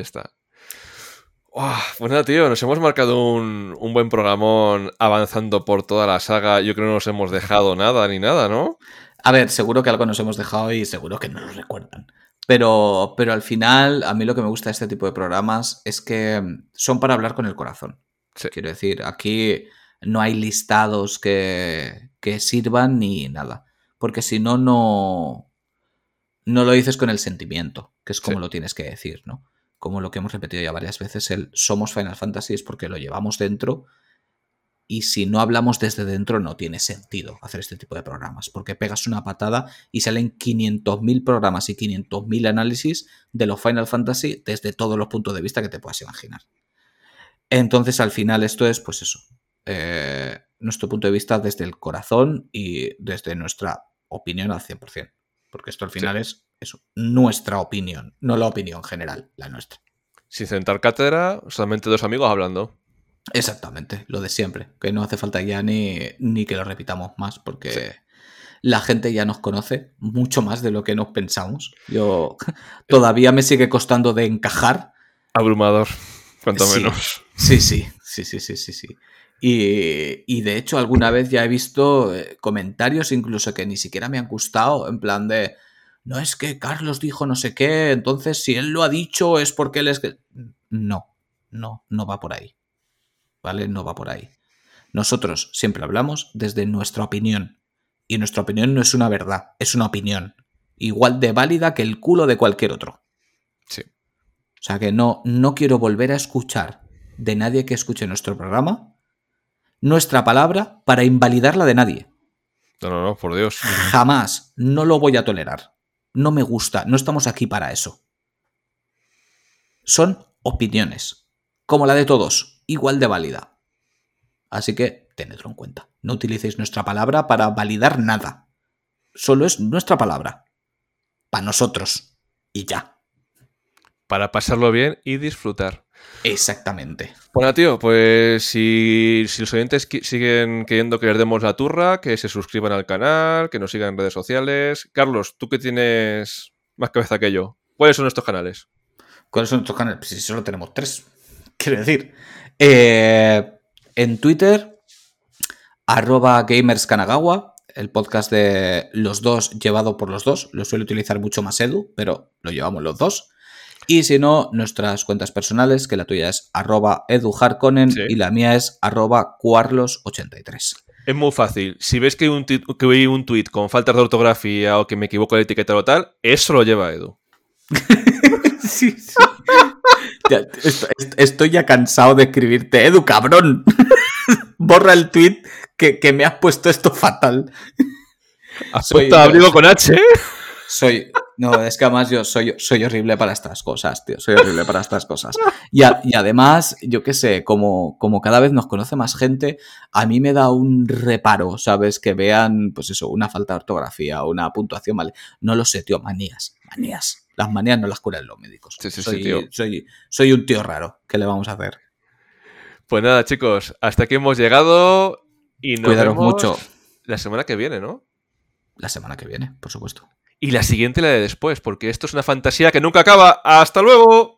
Pues nada, tío, nos hemos marcado un buen programón avanzando por toda la saga. Yo creo que no nos hemos dejado nada ni nada, ¿no? A ver, seguro que algo nos hemos dejado y seguro que no nos recuerdan. Pero al final, a mí lo que me gusta de este tipo de programas es que son para hablar con el corazón. Sí. Quiero decir, aquí no hay listados que sirvan ni nada. Porque si no, no lo dices con el sentimiento, que es como Sí. lo tienes que decir, ¿no? Como lo que hemos repetido ya varias veces, el somos Final Fantasy es porque lo llevamos dentro. Y si no hablamos desde dentro, no tiene sentido hacer este tipo de programas, porque pegas una patada y salen 500.000 programas y 500.000 análisis de los Final Fantasy desde todos los puntos de vista que te puedas imaginar. Entonces, al final, esto es, pues eso, nuestro punto de vista desde el corazón y desde nuestra opinión al 100%. Porque esto al final es eso, nuestra opinión, no la opinión general, la nuestra. Sin sentar cátedra, solamente dos amigos hablando. Exactamente, lo de siempre, que no hace falta ya ni que lo repitamos más, porque la gente ya nos conoce mucho más de lo que nos pensamos. Yo todavía me sigue costando de encajar. Abrumador, cuanto Sí, menos. sí. Y de hecho alguna vez ya he visto comentarios incluso que ni siquiera me han gustado, en plan de, no es que Carlos dijo no sé qué, entonces si él lo ha dicho es porque él es que... No va por ahí. ¿Vale? No va por ahí. Nosotros siempre hablamos desde nuestra opinión. Y nuestra opinión no es una verdad, es una opinión. Igual de válida que el culo de cualquier otro. Sí. O sea que no quiero volver a escuchar de nadie que escuche nuestro programa nuestra palabra para invalidar la de nadie. No, por Dios. Jamás. No lo voy a tolerar. No me gusta. No estamos aquí para eso. Son opiniones. Como la de todos. Igual de válida. Así que tenedlo en cuenta. No utilicéis nuestra palabra para validar nada. Solo es nuestra palabra. Para nosotros. Y ya. Para pasarlo bien y disfrutar. Exactamente. Bueno, tío, pues si los oyentes siguen queriendo que les demos la turra, que se suscriban al canal, que nos sigan en redes sociales. Carlos, tú que tienes más cabeza que yo, ¿cuáles son nuestros canales? ¿Cuáles son nuestros canales? Pues si solo tenemos 3. Quiero decir. En Twitter, @gamerskanagawa, el podcast de los dos llevado por los dos. Lo suele utilizar mucho más Edu, pero lo llevamos los dos. Y si no, nuestras cuentas personales, que la tuya es @eduharkonnen y la mía es @cuarlos83. Es muy fácil. Si ves que hay un tweet con faltas de ortografía o que me equivoco de etiqueta o tal, eso lo lleva Edu. Sí. Ya, estoy ya cansado de escribirte, Edu, cabrón. Borra el tweet que me has puesto esto fatal. ¿Has puesto abrigo con H? No, es que además yo soy horrible para estas cosas, tío. Soy horrible para estas cosas. Y además, yo qué sé, como cada vez nos conoce más gente, a mí me da un reparo, ¿sabes? Que vean, pues eso, una falta de ortografía o una puntuación mal. No lo sé, tío, manías. Las manías no las curan los médicos. Sí, tío. Soy un tío raro. ¿Qué le vamos a hacer? Pues nada, chicos, hasta aquí hemos llegado y nos Cuidaros vemos mucho. La semana que viene, ¿no? La semana que viene, por supuesto. Y la siguiente la de después, porque esto es una fantasía que nunca acaba. ¡Hasta luego!